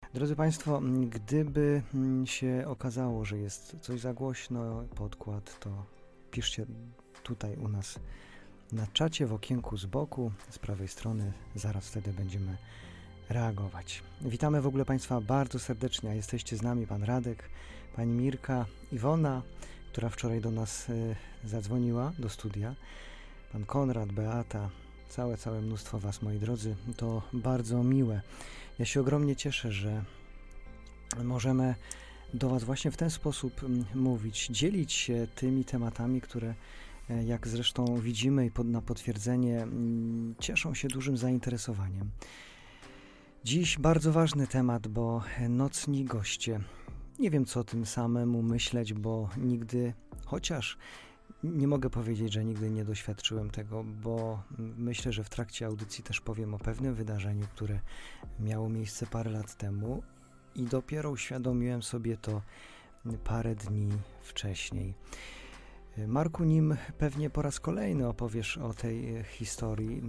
Drodzy Państwo, gdyby się okazało, że jest coś za głośno, podkład, to piszcie tutaj u nas na czacie w okienku z boku, z prawej strony. Zaraz wtedy będziemy reagować. Witamy w ogóle Państwa bardzo serdecznie. Jesteście z nami pan Radek, pani Mirka, Iwona, która wczoraj do nas zadzwoniła do studia, pan Konrad, Beata, całe mnóstwo Was, moi drodzy. To bardzo miłe. Ja się ogromnie cieszę, że możemy do Was właśnie w ten sposób mówić, dzielić się tymi tematami, które, jak zresztą widzimy i na potwierdzenie, cieszą się dużym zainteresowaniem. Dziś bardzo ważny temat, bo nocni goście. Nie wiem, co o tym samemu myśleć, bo nigdy, chociaż nie mogę powiedzieć, że nigdy nie doświadczyłem tego, bo myślę, że w trakcie audycji też powiem o pewnym wydarzeniu, które miało miejsce parę lat temu i dopiero uświadomiłem sobie to parę dni wcześniej. Marku, nim pewnie po raz kolejny opowiesz o tej historii,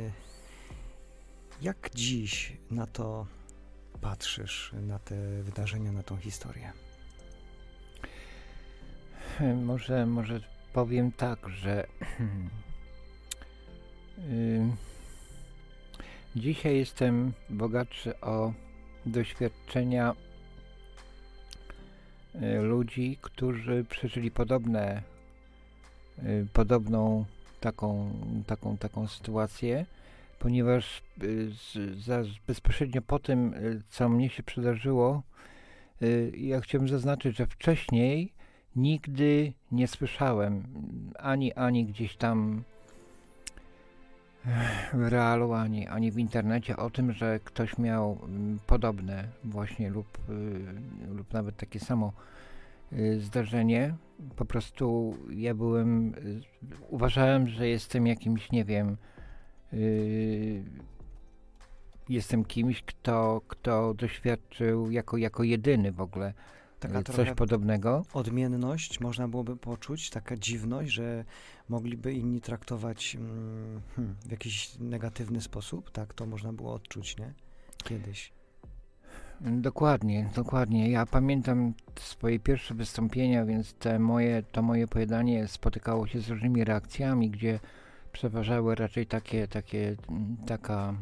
jak dziś na to patrzysz, na te wydarzenia, na tą historię? Może powiem tak, że dzisiaj jestem bogatszy o doświadczenia ludzi, którzy przeżyli taką sytuację, ponieważ bezpośrednio po tym, co mnie się przydarzyło, ja chciałbym zaznaczyć, że wcześniej nigdy nie słyszałem ani gdzieś tam w realu, ani w internecie o tym, że ktoś miał podobne właśnie lub nawet takie samo zdarzenie. Po prostu ja uważałem, że jestem jakimś, nie wiem, jestem kimś, kto doświadczył jako jedyny w ogóle coś podobnego. Odmienność można byłoby poczuć, taka dziwność, że mogliby inni traktować w jakiś negatywny sposób, tak to można było odczuć, nie? Kiedyś. Dokładnie. Ja pamiętam swoje pierwsze wystąpienia, więc to moje opowiadanie spotykało się z różnymi reakcjami, gdzie przeważały raczej taka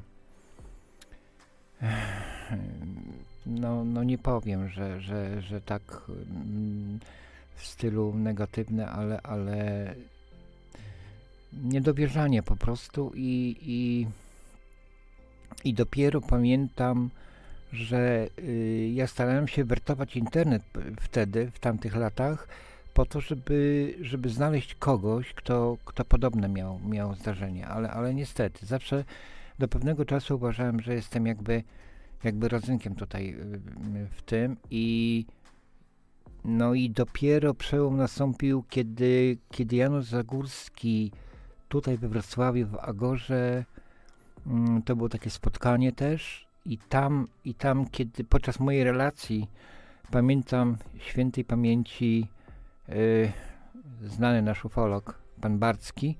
no nie powiem, że tak w stylu negatywne, ale niedowierzanie po prostu i dopiero pamiętam, że ja starałem się wertować internet wtedy, w tamtych latach, po to, żeby znaleźć kogoś, kto podobne miał zdarzenie, ale niestety zawsze do pewnego czasu uważałem, że jestem jakby rodzynkiem tutaj w tym i dopiero przełom nastąpił, kiedy Janusz Zagórski tutaj we Wrocławiu w Agorze, to było takie spotkanie też i tam kiedy podczas mojej relacji pamiętam świętej pamięci znany nasz ufolog, pan Barcki,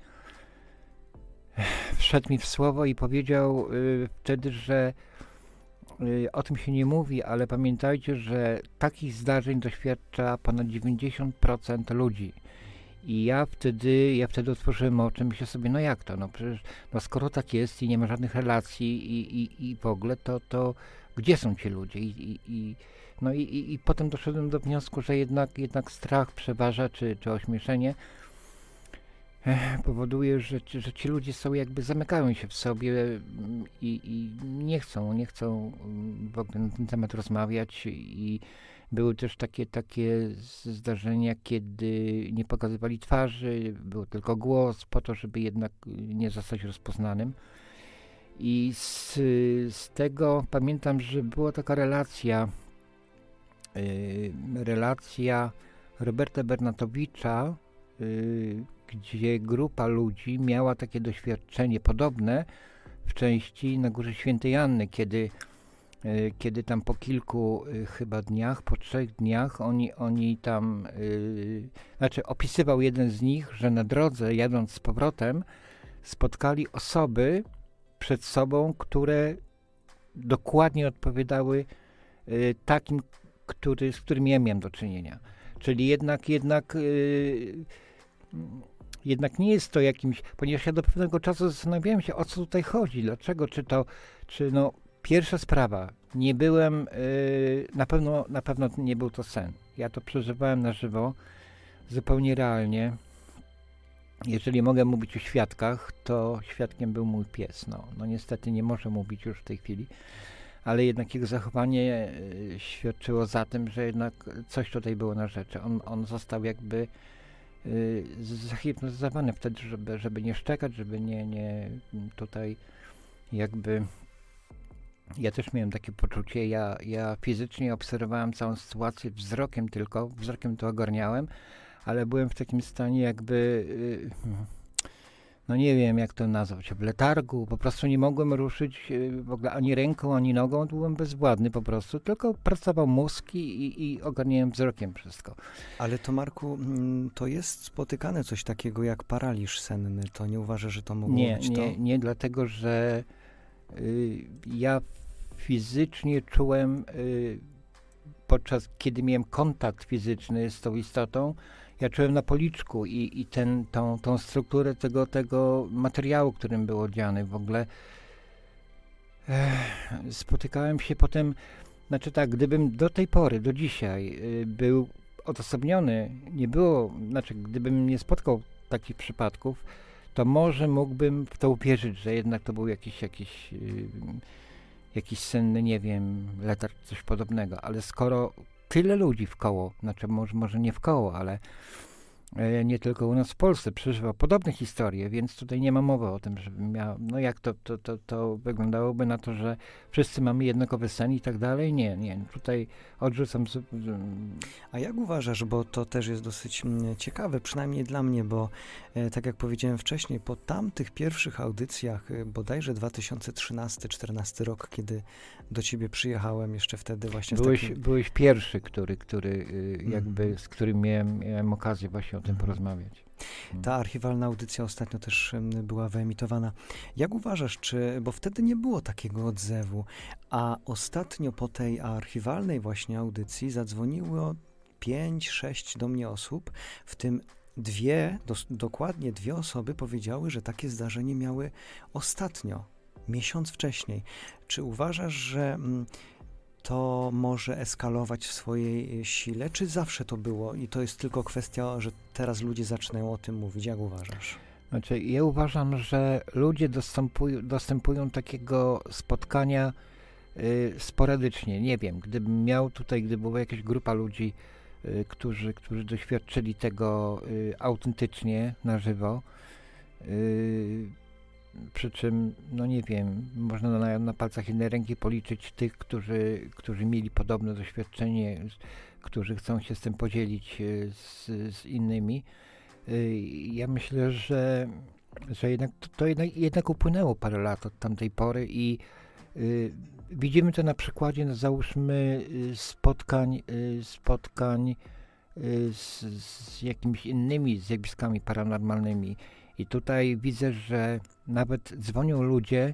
wszedł mi w słowo i powiedział wtedy, że o tym się nie mówi, ale pamiętajcie, że takich zdarzeń doświadcza ponad 90% ludzi. I ja wtedy otworzyłem oczy, myślę sobie, no jak to, no przecież skoro tak jest i nie ma żadnych relacji i w ogóle, to gdzie są ci ludzie? I potem doszedłem do wniosku, że jednak strach przeważa, czy ośmieszenie powoduje, że ci ludzie są jakby zamykają się w sobie i nie chcą w ogóle na ten temat rozmawiać i były też takie zdarzenia, kiedy nie pokazywali twarzy, był tylko głos po to, żeby jednak nie zostać rozpoznanym. I z tego pamiętam, że była taka relacja Roberta Bernatowicza, gdzie grupa ludzi miała takie doświadczenie podobne w części na Górze Świętej Anny, kiedy tam po kilku chyba dniach, po 3 dniach oni tam, opisywał jeden z nich, że na drodze jadąc z powrotem spotkali osoby przed sobą, które dokładnie odpowiadały takim, z którym ja miałem do czynienia. Czyli jednak nie jest to jakimś, ponieważ ja do pewnego czasu zastanawiałem się, o co tutaj chodzi, dlaczego, pierwsza sprawa, nie byłem, na pewno nie był to sen. Ja to przeżywałem na żywo, zupełnie realnie. Jeżeli mogę mówić o świadkach, to świadkiem był mój pies. No niestety nie może mówić już w tej chwili, ale jednak jego zachowanie świadczyło za tym, że jednak coś tutaj było na rzeczy. On został jakby zahipnotyzowany wtedy, żeby nie szczekać, żeby nie tutaj jakby... Ja też miałem takie poczucie, ja fizycznie obserwowałem całą sytuację wzrokiem to ogarniałem, ale byłem w takim stanie jakby, no nie wiem jak to nazwać, w letargu, po prostu nie mogłem ruszyć w ogóle ani ręką, ani nogą, byłem bezwładny po prostu, tylko pracował mózg i ogarniałem wzrokiem wszystko. Ale to, Marku, to jest spotykane coś takiego jak paraliż senny, to nie uważasz, że to mogło być to? Nie, dlatego że ja fizycznie czułem, podczas kiedy miałem kontakt fizyczny z tą istotą, ja czułem na policzku i tą strukturę tego materiału, którym był odziany. W ogóle spotykałem się potem, gdybym do tej pory, do dzisiaj był odosobniony, gdybym nie spotkał takich przypadków, to może mógłbym w to uwierzyć, że jednak to był jakiś senny, nie wiem, letarg, coś podobnego, ale skoro tyle ludzi wkoło, może nie wkoło, ale nie tylko u nas w Polsce przeżywa podobne historie, więc tutaj nie ma mowy o tym, żebym miał, no jak to wyglądałoby na to, że wszyscy mamy jednakowy sen i tak dalej? Nie, tutaj odrzucam. A jak uważasz, bo to też jest dosyć ciekawe, przynajmniej dla mnie, bo tak jak powiedziałem wcześniej, po tamtych pierwszych audycjach, bodajże 2013-14 rok, kiedy do ciebie przyjechałem, jeszcze wtedy właśnie Byłeś pierwszy, który jakby, z którym miałem okazję właśnie o tym porozmawiać. Ta archiwalna audycja ostatnio też była wyemitowana. Jak uważasz, bo wtedy nie było takiego odzewu, a ostatnio po tej archiwalnej właśnie audycji zadzwoniło 5-6 do mnie osób, w tym dokładnie dwie osoby powiedziały, że takie zdarzenie miały ostatnio, miesiąc wcześniej. Czy uważasz, że to może eskalować w swojej sile, czy zawsze to było i to jest tylko kwestia, że teraz ludzie zaczynają o tym mówić? Jak uważasz? Ja uważam, że ludzie dostępują takiego spotkania sporadycznie. Nie wiem, gdyby była jakaś grupa ludzi, którzy doświadczyli tego autentycznie, na żywo, przy czym, no nie wiem, można na palcach jednej ręki policzyć tych, którzy mieli podobne doświadczenie, którzy chcą się z tym podzielić z innymi. Ja myślę, że jednak upłynęło parę lat od tamtej pory i widzimy to na przykładzie, załóżmy, spotkań z jakimiś innymi zjawiskami paranormalnymi. I tutaj widzę, że nawet dzwonią ludzie,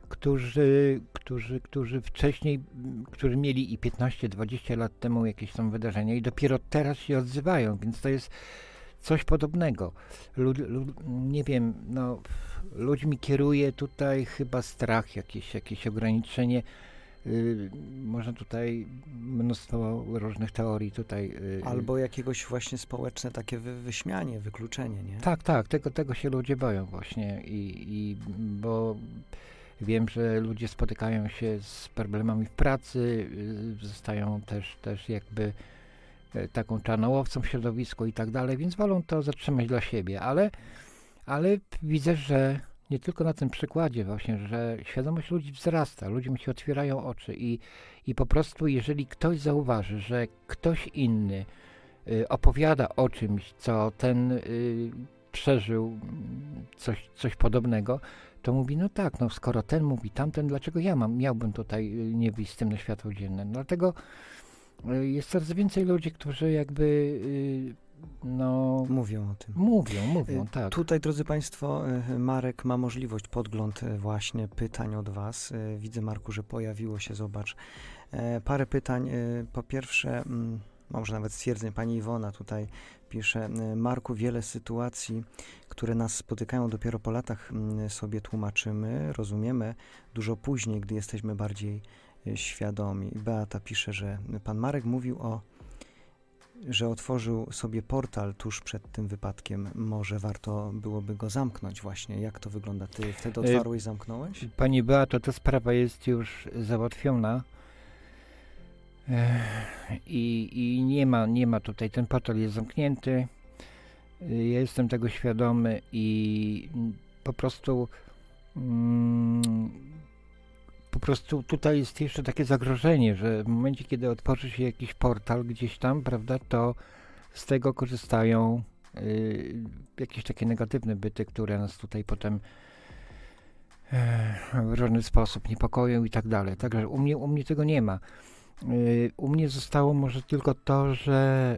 którzy wcześniej, którzy mieli i 15-20 lat temu jakieś tam wydarzenia i dopiero teraz się odzywają, więc to jest coś podobnego. Nie wiem, ludźmi kieruje tutaj chyba strach, jakieś ograniczenie. Można tutaj mnóstwo różnych teorii tutaj. Albo jakiegoś właśnie społeczne takie wyśmianie, wykluczenie, nie? Tak, tego się ludzie boją właśnie bo wiem, że ludzie spotykają się z problemami w pracy, zostają też jakby taką czarnołowcą w środowisku i tak dalej, więc wolą to zatrzymać dla siebie, ale widzę, że nie tylko na tym przykładzie właśnie, że świadomość ludzi wzrasta, ludziom się otwierają oczy i po prostu jeżeli ktoś zauważy, że ktoś inny opowiada o czymś, co ten przeżył coś podobnego, to mówi, no tak, skoro ten mówi tamten, dlaczego ja miałbym tutaj nie wyjść z tym na światło dzienne? Dlatego jest coraz więcej ludzi, którzy jakby mówią o tym. Mówią, tak. Tutaj, drodzy Państwo, Marek ma możliwość, podgląd właśnie pytań od Was. Widzę, Marku, że pojawiło się, zobacz, Parę pytań. Po pierwsze, może nawet stwierdzeń, pani Iwona tutaj pisze: Marku, wiele sytuacji, które nas spotykają dopiero po latach, sobie tłumaczymy, rozumiemy dużo później, gdy jesteśmy bardziej świadomi. Beata pisze, że pan Marek mówił że otworzył sobie portal tuż przed tym wypadkiem. Może warto byłoby go zamknąć właśnie. Jak to wygląda? Ty wtedy otwarłeś, zamknąłeś? Pani Beato, ta sprawa jest już załatwiona i nie ma tutaj, ten portal jest zamknięty. Ja jestem tego świadomy i po prostu tutaj jest jeszcze takie zagrożenie, że w momencie, kiedy otworzy się jakiś portal gdzieś tam, prawda, to z tego korzystają jakieś takie negatywne byty, które nas tutaj potem w różny sposób niepokoją i tak dalej. Także u mnie tego nie ma. U mnie zostało może tylko to, że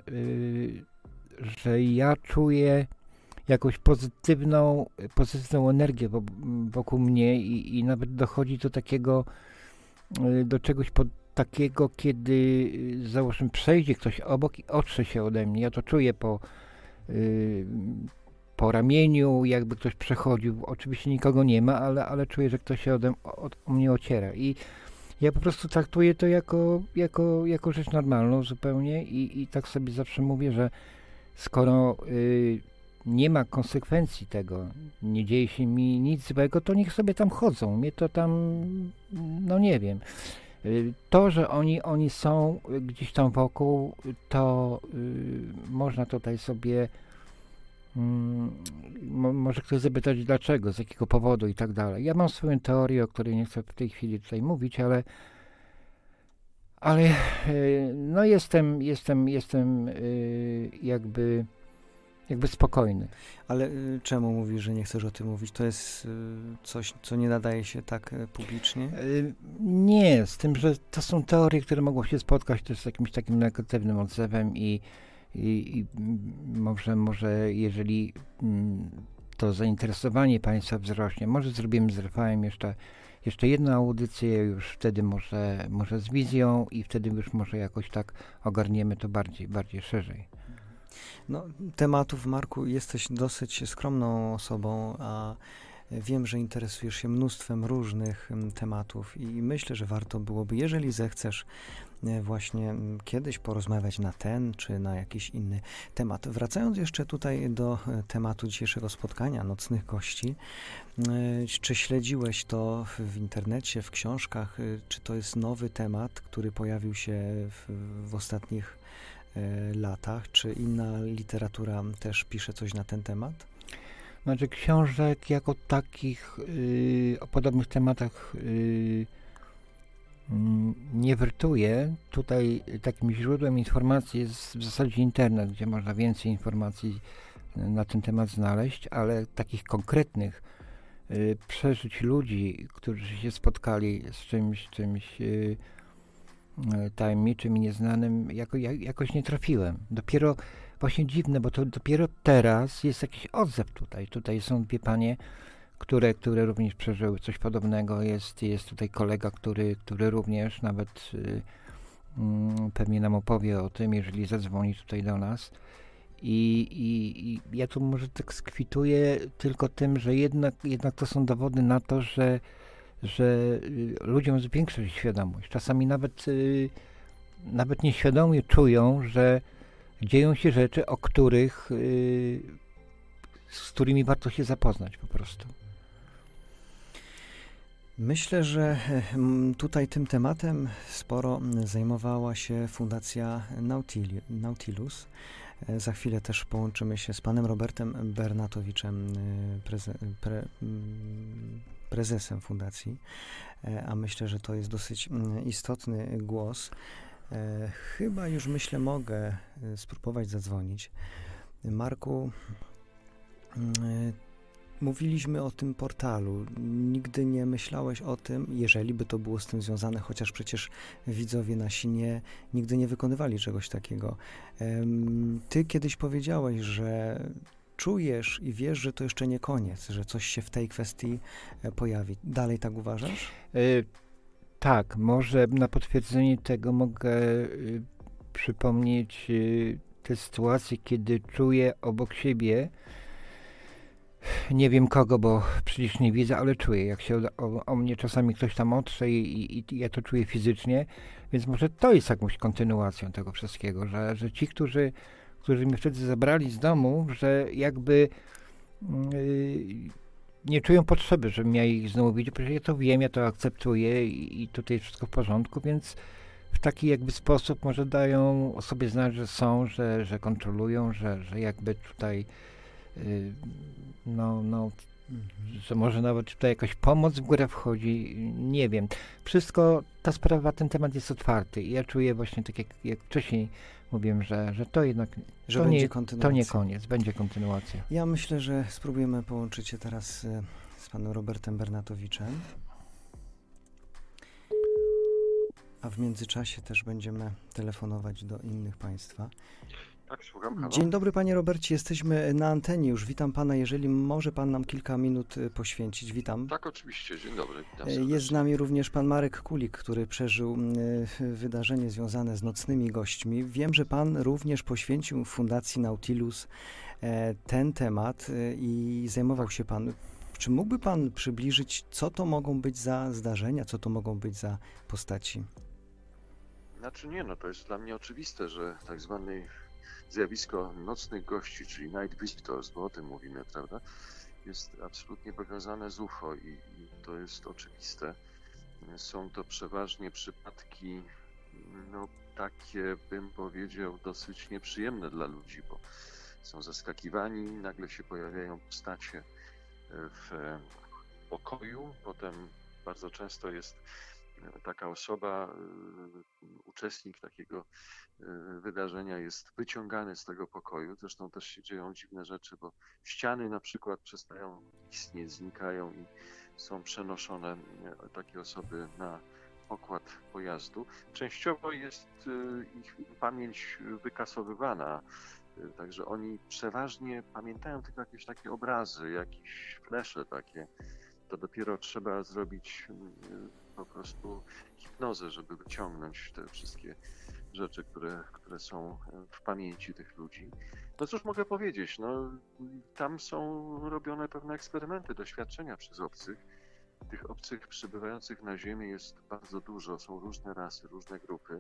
ja czuję jakąś pozytywną energię wokół mnie i nawet dochodzi do czegoś takiego, kiedy załóżmy przejdzie ktoś obok i otrze się ode mnie. Ja to czuję po ramieniu, jakby ktoś przechodził. Oczywiście nikogo nie ma, ale czuję, że ktoś się o mnie ociera. I ja po prostu traktuję to jako rzecz normalną zupełnie i tak sobie zawsze mówię, że skoro nie ma konsekwencji tego, nie dzieje się mi nic złego, to niech sobie tam chodzą. Mnie to tam, no nie wiem. To, że oni są gdzieś tam wokół, to można tutaj sobie może ktoś zapytać dlaczego, z jakiego powodu i tak dalej. Ja mam swoją teorię, o której nie chcę w tej chwili tutaj mówić, ale no jestem jakby spokojny. Ale czemu mówisz, że nie chcesz o tym mówić? To jest coś, co nie nadaje się tak publicznie? Nie, z tym, że to są teorie, które mogą się spotkać też z jakimś takim negatywnym odzewem i może jeżeli to zainteresowanie Państwa wzrośnie, może zrobimy z Rafałem jeszcze jedną audycję, już wtedy może z wizją i wtedy już może jakoś tak ogarniemy to bardziej szerzej. No, tematów, Marku, jesteś dosyć skromną osobą, a wiem, że interesujesz się mnóstwem różnych tematów i myślę, że warto byłoby, jeżeli zechcesz, właśnie kiedyś porozmawiać na ten czy na jakiś inny temat. Wracając jeszcze tutaj do tematu dzisiejszego spotkania, nocnych gości, czy śledziłeś to w internecie, w książkach, czy to jest nowy temat, który pojawił się w ostatnich latach, czy inna literatura też pisze coś na ten temat? Znaczy książek jako takich o podobnych tematach nie wertuję. Tutaj takim źródłem informacji jest w zasadzie internet, gdzie można więcej informacji na ten temat znaleźć, ale takich konkretnych przeżyć ludzi, którzy się spotkali z czymś tajemniczym i nieznanym, jakoś nie trafiłem. Dopiero właśnie dziwne, bo to dopiero teraz jest jakiś odzew tutaj. Tutaj są dwie panie, które również przeżyły coś podobnego. Jest tutaj kolega, który również nawet pewnie nam opowie o tym, jeżeli zadzwoni tutaj do nas. I ja tu może tak skwituję tylko tym, że jednak to są dowody na to, że ludziom jest większa świadomość. Czasami nawet nieświadomie czują, że dzieją się rzeczy, z którymi warto się zapoznać po prostu. Myślę, że tutaj tym tematem sporo zajmowała się Fundacja Nautilus. Za chwilę też połączymy się z panem Robertem Bernatowiczem, prezesem fundacji, a myślę, że to jest dosyć istotny głos. Chyba już myślę, mogę spróbować zadzwonić. Marku, mówiliśmy o tym portalu. Nigdy nie myślałeś o tym, jeżeli by to było z tym związane, chociaż przecież widzowie nasi nigdy nie wykonywali czegoś takiego. Ty kiedyś powiedziałeś, że czujesz i wiesz, że to jeszcze nie koniec, że coś się w tej kwestii pojawi. Dalej tak uważasz? Tak, może na potwierdzenie tego mogę przypomnieć te sytuacje, kiedy czuję obok siebie, nie wiem kogo, bo przecież nie widzę, ale czuję, jak się o mnie czasami ktoś tam otrze i ja to czuję fizycznie, więc może to jest jakąś kontynuacją tego wszystkiego, że ci, którzy mnie wtedy zabrali z domu, że jakby nie czują potrzeby, żebym ja ich znowu widział, przecież ja to wiem, ja to akceptuję i tutaj jest wszystko w porządku, więc w taki jakby sposób może dają o sobie znać, że są, że kontrolują, że jakby tutaj że może nawet tutaj jakaś pomoc w grę wchodzi, nie wiem. Wszystko, ta sprawa, ten temat jest otwarty i ja czuję właśnie tak jak wcześniej mówiłem, że to jednak że będzie kontynuacja. To nie koniec, będzie kontynuacja. Ja myślę, że spróbujemy połączyć się teraz z panem Robertem Bernatowiczem. A w międzyczasie też będziemy telefonować do innych państwa. Tak, słucham. Halo. Dzień dobry, panie Robercie, jesteśmy na antenie już. Witam pana, jeżeli może pan nam kilka minut poświęcić. Witam. Tak, oczywiście. Dzień dobry. Witam serdecznie. Jest z nami również pan Marek Kulik, który przeżył wydarzenie związane z nocnymi gośćmi. Wiem, że pan również poświęcił Fundacji Nautilus ten temat i zajmował się pan. Czy mógłby pan przybliżyć, co to mogą być za zdarzenia, co to mogą być za postaci? Znaczy nie, to jest dla mnie oczywiste, że tak zwane zjawisko nocnych gości, czyli night visitors, bo o tym mówimy, prawda, jest absolutnie powiązane z UFO i to jest oczywiste. Są to przeważnie przypadki, takie bym powiedział, dosyć nieprzyjemne dla ludzi, bo są zaskakiwani, nagle się pojawiają postacie w pokoju, potem bardzo często jest taka osoba, uczestnik takiego wydarzenia jest wyciągany z tego pokoju. Zresztą też się dzieją dziwne rzeczy, bo ściany na przykład przestają istnieć, znikają i są przenoszone takie osoby na pokład pojazdu. Częściowo jest ich pamięć wykasowywana, także oni przeważnie pamiętają tylko jakieś takie obrazy, jakieś flesze takie. To dopiero trzeba zrobić po prostu hipnozę, żeby wyciągnąć te wszystkie rzeczy, które są w pamięci tych ludzi. No cóż mogę powiedzieć, tam są robione pewne eksperymenty, doświadczenia przez obcych. Tych obcych przybywających na Ziemię jest bardzo dużo, są różne rasy, różne grupy.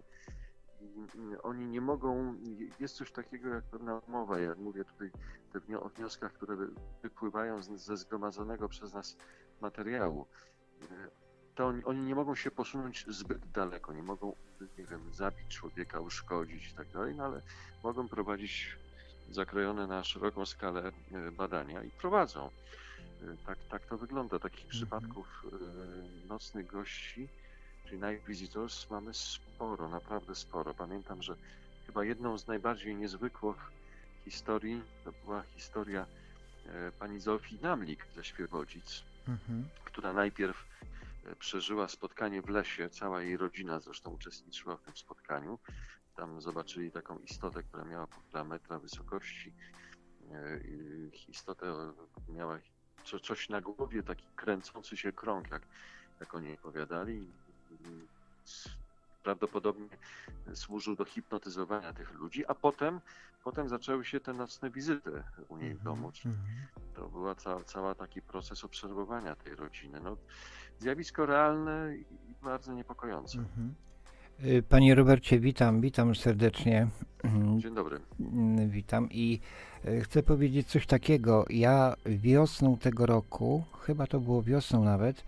I oni nie mogą, jest coś takiego jak pewna umowa, ja mówię tutaj o wnioskach, które wypływają ze zgromadzonego przez nas materiału. To oni nie mogą się posunąć zbyt daleko, nie mogą, nie wiem, zabić człowieka, uszkodzić i tak dalej, ale mogą prowadzić zakrojone na szeroką skalę badania i prowadzą. Tak to wygląda. Takich przypadków nocnych gości, czyli night visitors, mamy sporo, naprawdę sporo. Pamiętam, że chyba jedną z najbardziej niezwykłych historii to była historia pani Zofii Namlik ze Świebodzic, która najpierw przeżyła spotkanie w lesie, cała jej rodzina zresztą uczestniczyła w tym spotkaniu. Tam zobaczyli taką istotę, która miała 1,5 metra wysokości. Istotę miała coś na głowie, taki kręcący się krąg, jak oni opowiadali. Prawdopodobnie służył do hipnotyzowania tych ludzi, a potem zaczęły się te nocne wizyty u niej w domu. To była cały taki proces obserwowania tej rodziny. Zjawisko realne i bardzo niepokojące. Panie Robercie, witam serdecznie. Dzień dobry. Witam i chcę powiedzieć coś takiego. Ja wiosną tego roku, chyba to było wiosną nawet,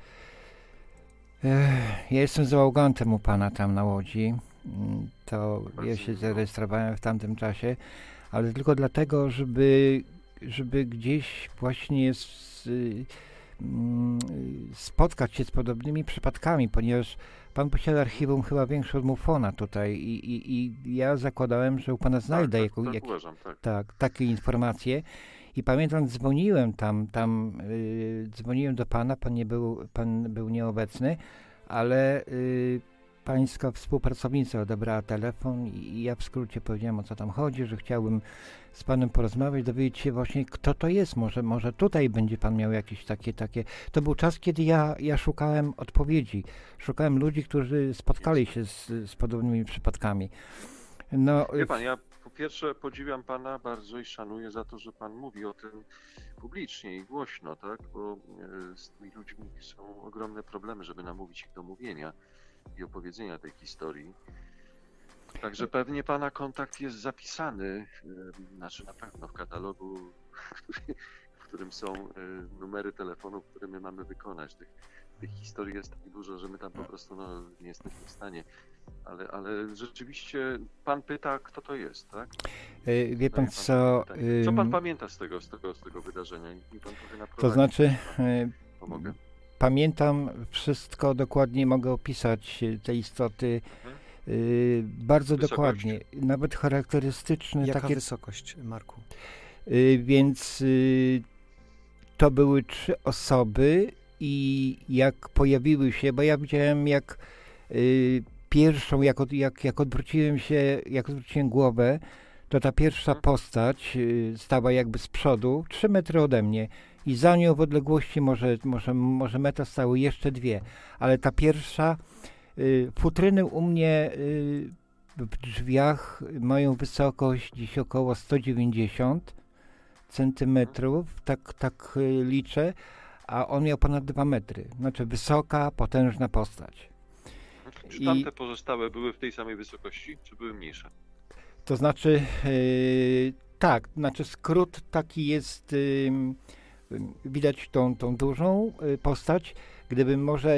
ja jestem załogantem u pana tam na Łodzi. To ja się zarejestrowałem w tamtym czasie, ale tylko dlatego, żeby gdzieś właśnie spotkać się z podobnymi przypadkami, ponieważ pan posiada archiwum chyba większe od MUFON-a tutaj i ja zakładałem, że u pana znajdę takie informacje. I pamiętam, dzwoniłem dzwoniłem do pana, pan był nieobecny, ale pańska współpracownica odebrała telefon i ja w skrócie powiedziałem, o co tam chodzi, że chciałbym z panem porozmawiać, dowiedzieć się właśnie, kto to jest. Może tutaj będzie pan miał jakieś takie... To był czas, kiedy ja szukałem odpowiedzi. Szukałem ludzi, którzy spotkali się z podobnymi przypadkami. No, wie pan, ja po pierwsze podziwiam pana bardzo i szanuję za to, że pan mówi o tym publicznie i głośno, tak? Bo z tymi ludźmi są ogromne problemy, żeby namówić ich do mówienia i opowiedzenia tej historii. Także pewnie pana kontakt jest zapisany, znaczy na pewno w katalogu, w którym są numery telefonów, które my mamy wykonać. Tych historii jest tak dużo, że my tam po prostu nie jesteśmy w stanie. Ale rzeczywiście pan pyta, kto to jest, tak? Wie pan co... Co pan pamięta z tego wydarzenia? Mi pan trochę naprowadzi. To znaczy... Pomogę. Pamiętam wszystko dokładnie, mogę opisać te istoty bardzo Wysokość. dokładnie, nawet charakterystyczne. Jaka takie wysokość, Marku? Więc to były 3 osoby i jak pojawiły się, bo ja widziałem jak pierwszą, jak odwróciłem głowę, to ta pierwsza postać stała jakby z przodu, 3 metry ode mnie i za nią w odległości może metra stały jeszcze 2, ale ta pierwsza, futryny u mnie w drzwiach mają wysokość gdzieś około 190 centymetrów, tak liczę, a on miał ponad 2 metry, znaczy wysoka, potężna postać. Czy tamte pozostałe były w tej samej wysokości, czy były mniejsze? To znaczy, tak, znaczy skrót taki jest, widać tą dużą postać. Gdybym może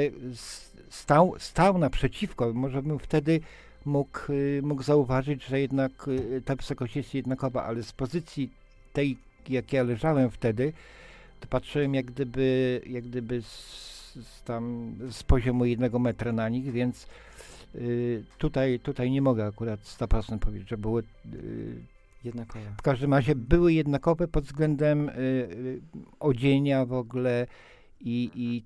stał naprzeciwko, może bym wtedy mógł zauważyć, że jednak ta wysokość jest jednakowa, ale z pozycji tej, jak ja leżałem wtedy, to patrzyłem jak gdyby z poziomu 1 metra na nich, więc tutaj nie mogę akurat 100% powiedzieć, że były jednakowe. W każdym razie były jednakowe pod względem odzienia w ogóle i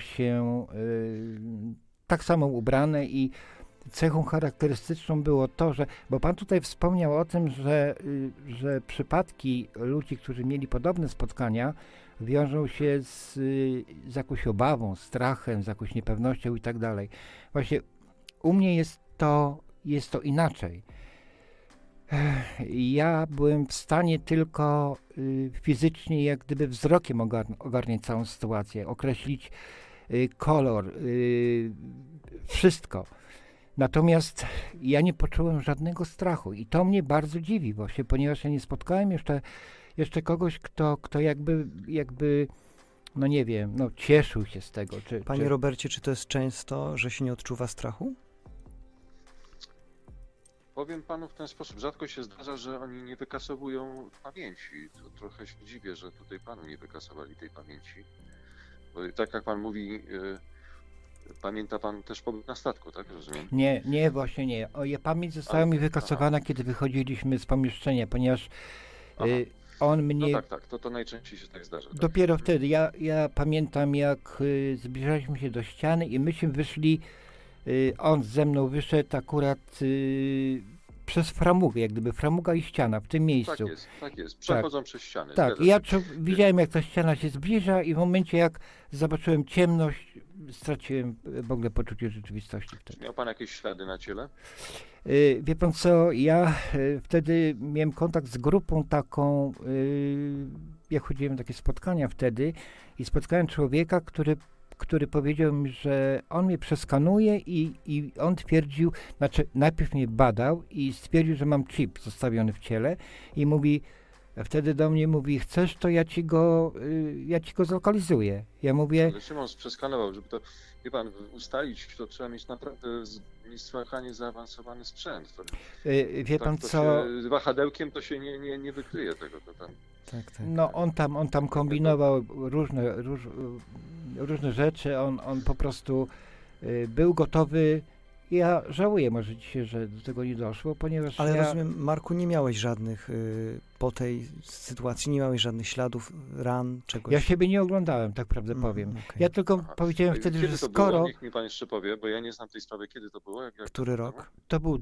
tak samo ubrane i cechą charakterystyczną było to, bo pan tutaj wspomniał o tym, że przypadki ludzi, którzy mieli podobne spotkania, wiążą się z jakąś obawą, strachem, z jakąś niepewnością i tak dalej. Właśnie u mnie jest to inaczej. Ja byłem w stanie tylko fizycznie, jak gdyby wzrokiem ogarniać całą sytuację, określić kolor, wszystko. Natomiast ja nie poczułem żadnego strachu i to mnie bardzo dziwi właśnie, ponieważ ja nie spotkałem jeszcze kogoś, kto jakby no nie wiem, cieszył się z tego. Panie Robercie, czy to jest często, że się nie odczuwa strachu? Powiem panu w ten sposób, rzadko się zdarza, że oni nie wykasowują pamięci. To trochę się dziwię, że tutaj panu nie wykasowali tej pamięci. Bo tak jak pan mówi, pamięta pan też pobyt na statku, tak? Rozumiem? Nie, właśnie nie. Pamięć została mi wykasowana, kiedy wychodziliśmy z pomieszczenia, ponieważ on mnie... No tak, to najczęściej się tak zdarza. Dopiero tak? wtedy. Ja pamiętam, jak zbliżaliśmy się do ściany i myśmy wyszli, on ze mną wyszedł akurat przez framugę, jak gdyby framuga i ściana w tym miejscu. Tak jest. Przechodzą przez ściany. Tak, i ja widziałem, jak ta ściana się zbliża i w momencie, jak zobaczyłem ciemność, straciłem w ogóle poczucie rzeczywistości wtedy. Miał pan jakieś ślady na ciele? Wie pan co, ja wtedy miałem kontakt z grupą taką, ja chodziłem na takie spotkania wtedy i spotkałem człowieka, który powiedział mi, że on mnie przeskanuje i on twierdził, znaczy najpierw mnie badał i stwierdził, że mam chip zostawiony w ciele i mówi, wtedy do mnie mówi, chcesz, to ja ci go zlokalizuję. Ja mówię... Ale czym on przeskanował, żeby to, wie pan, ustalić, to trzeba mieć naprawdę niesłychanie zaawansowany sprzęt. Wie pan co... Wahadełkiem to się nie wykryje tego, to tam... Tak. No on tam kombinował różne rzeczy, on po prostu był gotowy Ja żałuję może dzisiaj, że do tego nie doszło, ponieważ Ale ja... rozumiem, Marku, nie miałeś żadnych, po tej sytuacji nie miałeś żadnych śladów, ran, czegoś? Ja siebie nie oglądałem, tak prawdę powiem. okej. Ja tylko Aha. powiedziałem wtedy, Kiedy że to skoro... było? Niech mi pan jeszcze powie, bo ja nie znam tej sprawy. Kiedy to było? Jak Który to rok? było? To był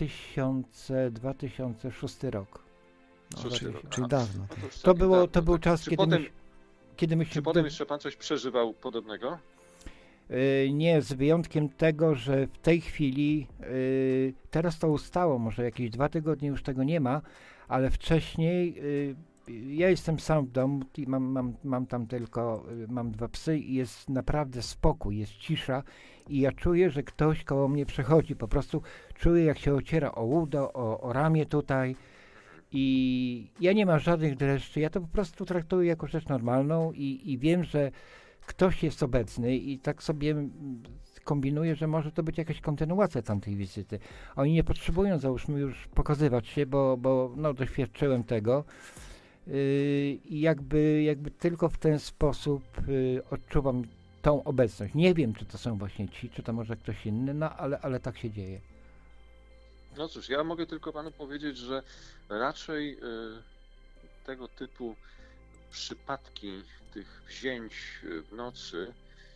2006 rok. Szósty rok. Czyli Aha. dawno. No już To całkiem był dawno, tak. czas, Czy kiedy potem, kiedy myśmy... czy potem jeszcze pan coś przeżywał podobnego? Nie, z wyjątkiem tego, że w tej chwili, teraz to ustało, może jakieś 2 tygodnie już tego nie ma, ale wcześniej ja jestem sam w domu i mam tam tylko, mam 2 psy i jest naprawdę spokój, jest cisza i ja czuję, że ktoś koło mnie przechodzi, po prostu czuję, jak się ociera o udo, o ramię tutaj i ja nie mam żadnych dreszczy, ja to po prostu traktuję jako rzecz normalną i wiem, że ktoś jest obecny i tak sobie kombinuję, że może to być jakaś kontynuacja tamtej wizyty. Oni nie potrzebują, załóżmy, już pokazywać się, bo no, doświadczyłem tego i jakby tylko w ten sposób odczuwam tą obecność. Nie wiem, czy to są właśnie ci, czy to może ktoś inny, no ale tak się dzieje. No cóż, ja mogę tylko panu powiedzieć, że raczej tego typu przypadki tych wzięć w nocy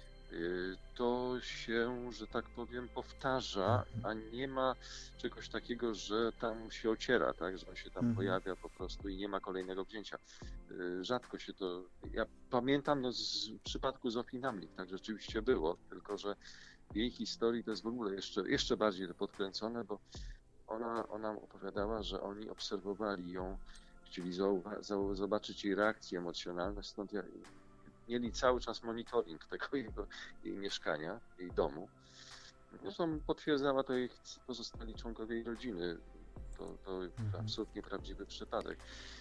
to się, że tak powiem, powtarza, a nie ma czegoś takiego, że tam się ociera, tak, że on się tam pojawia po prostu i nie ma kolejnego wzięcia. Rzadko się to... Ja pamiętam z przypadku Zofii Namlik, tak rzeczywiście było, tylko że w jej historii to jest w ogóle jeszcze bardziej podkręcone, bo ona opowiadała, że oni obserwowali ją, chcieli zobaczyć jej reakcje emocjonalne, stąd mieli cały czas monitoring tego jej mieszkania, jej domu. Zresztą potwierdzała to jej pozostali członkowie jej rodziny. To absolutnie prawdziwy przypadek.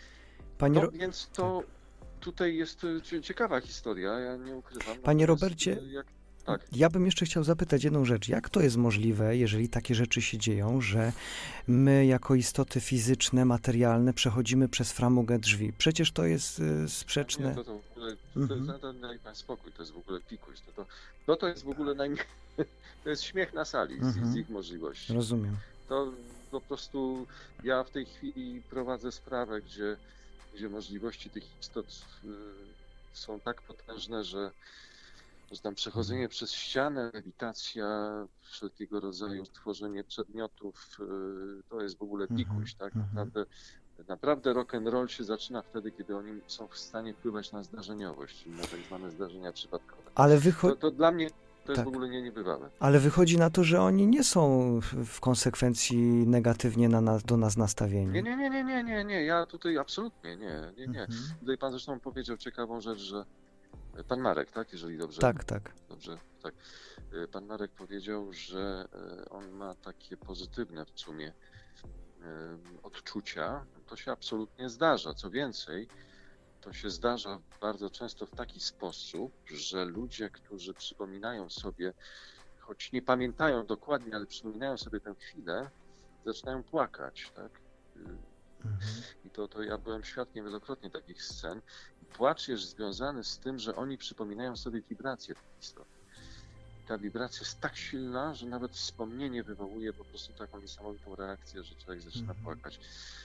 Więc to tutaj jest ciekawa historia, ja nie ukrywam. Panie Robercie, tak. Ja bym jeszcze chciał zapytać jedną rzecz. Jak to jest możliwe, jeżeli takie rzeczy się dzieją, że my jako istoty fizyczne, materialne przechodzimy przez framugę drzwi? Przecież to jest sprzeczne. Nie, to w ogóle, daj pan spokój, to jest w ogóle pikuś. To jest w ogóle to jest śmiech na sali z ich możliwości. Rozumiem. To po prostu ja w tej chwili prowadzę sprawę, gdzie możliwości tych istot są tak potężne, że tam przechodzenie przez ścianę, lewitacja, wszelkiego rodzaju tworzenie przedmiotów, to jest w ogóle pikuś, tak? Naprawdę rock'n'roll się zaczyna wtedy, kiedy oni są w stanie wpływać na zdarzeniowość, czyli na tak zwane zdarzenia przypadkowe. Ale to dla mnie to jest w ogóle niebywałe. Ale wychodzi na to, że oni nie są w konsekwencji negatywnie do nas nastawieni. Nie, ja tutaj absolutnie nie. Tutaj pan zresztą powiedział ciekawą rzecz, że pan Marek, tak? Jeżeli dobrze. Tak. Dobrze, tak. Pan Marek powiedział, że on ma takie pozytywne w sumie odczucia. To się absolutnie zdarza. Co więcej, to się zdarza bardzo często w taki sposób, że ludzie, którzy przypominają sobie, choć nie pamiętają dokładnie, ale przypominają sobie tę chwilę, zaczynają płakać, tak? I to ja byłem świadkiem wielokrotnie takich scen. Płacz jest związany z tym, że oni przypominają sobie wibrację tych istot. Ta wibracja jest tak silna, że nawet wspomnienie wywołuje po prostu taką niesamowitą reakcję, że człowiek zaczyna płakać.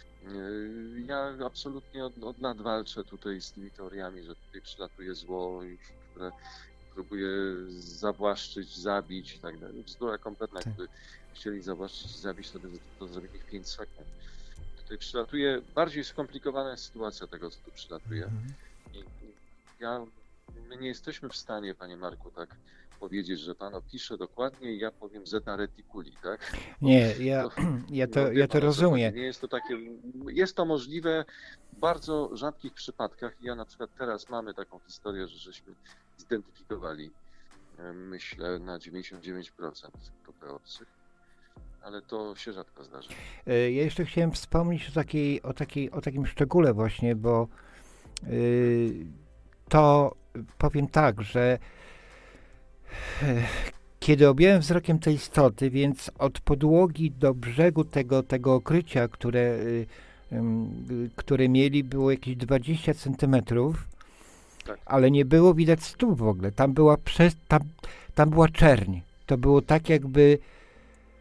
Ja absolutnie od lat walczę tutaj z tymi teoriami, że tutaj przylatuje zło, które próbuje zawłaszczyć, zabić i tak dalej. Bzdura kompletna, gdyby chcieli zawłaszczyć, zabić, to zrobili w 5 sekund. Tutaj przylatuje, bardziej skomplikowana jest sytuacja tego, co tu przylatuje. My nie jesteśmy w stanie, panie Marku, tak powiedzieć, że pan opisze dokładnie i ja powiem zeta reticuli, tak? Nie, ja to rozumiem. Nie jest to takie, jest to możliwe w bardzo rzadkich przypadkach. Ja na przykład teraz mamy taką historię, żeśmy zidentyfikowali, myślę, na 99% grupy obcych, ale to się rzadko zdarza. Ja jeszcze chciałem wspomnieć o takim szczególe właśnie, bo to powiem tak, że kiedy objąłem wzrokiem tej istoty, więc od podłogi do brzegu tego okrycia, które mieli, było jakieś 20 centymetrów, ale nie było widać stóp w ogóle. Tam była czerń. To było tak jakby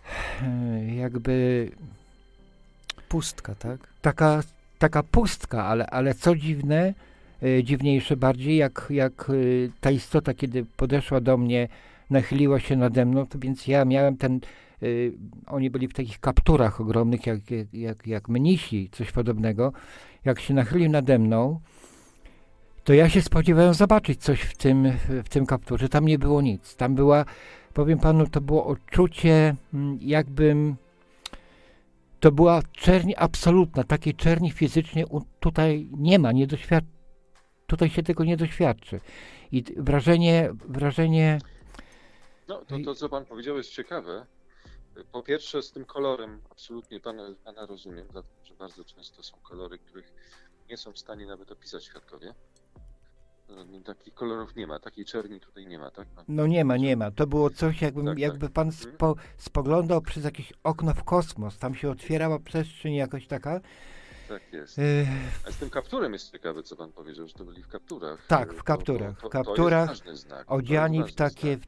jakby Pustka, tak? taka pustka, ale co dziwne, dziwniejsze bardziej, jak ta istota, kiedy podeszła do mnie, nachyliła się nade mną, to więc ja miałem oni byli w takich kapturach ogromnych, jak mnisi, coś podobnego. Jak się nachylił nade mną, to ja się spodziewałem zobaczyć coś w tym kapturze. Tam nie było nic. Tam była, powiem panu, to było odczucie, jakbym... To była czerń absolutna. Takiej czerni fizycznie tutaj nie ma, tutaj się tego nie doświadczy. I wrażenie... No, to co pan powiedział jest ciekawe. Po pierwsze z tym kolorem absolutnie pana rozumiem, dlatego że bardzo często są kolory, których nie są w stanie nawet opisać świadkowie. Takich kolorów nie ma, takiej czerni tutaj nie ma, tak? No nie ma. To było coś, jakby pan spoglądał przez jakieś okno w kosmos. Tam się otwierała przestrzeń jakoś taka. Tak jest. A z tym kapturem jest ciekawe, co pan powiedział, że to byli w kapturach. Tak, w kapturach. To w kapturach, jest ważny znak. odziani w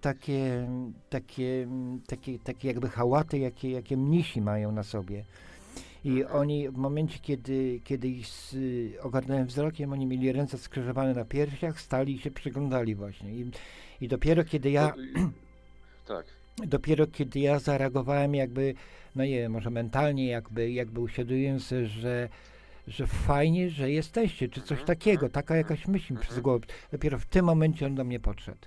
takie jakby hałaty, jakie mnisi mają na sobie. I oni w momencie, kiedy ich ogarnąłem wzrokiem, oni mieli ręce skrzyżowane na piersiach, stali i się przyglądali właśnie. I dopiero kiedy ja... Tak. Dopiero kiedy ja zareagowałem jakby, no nie wiem, może mentalnie jakby uświadomiłem sobie, że fajnie, że jesteście, czy coś takiego, taka jakaś myśl przez głowę. Dopiero w tym momencie on do mnie podszedł.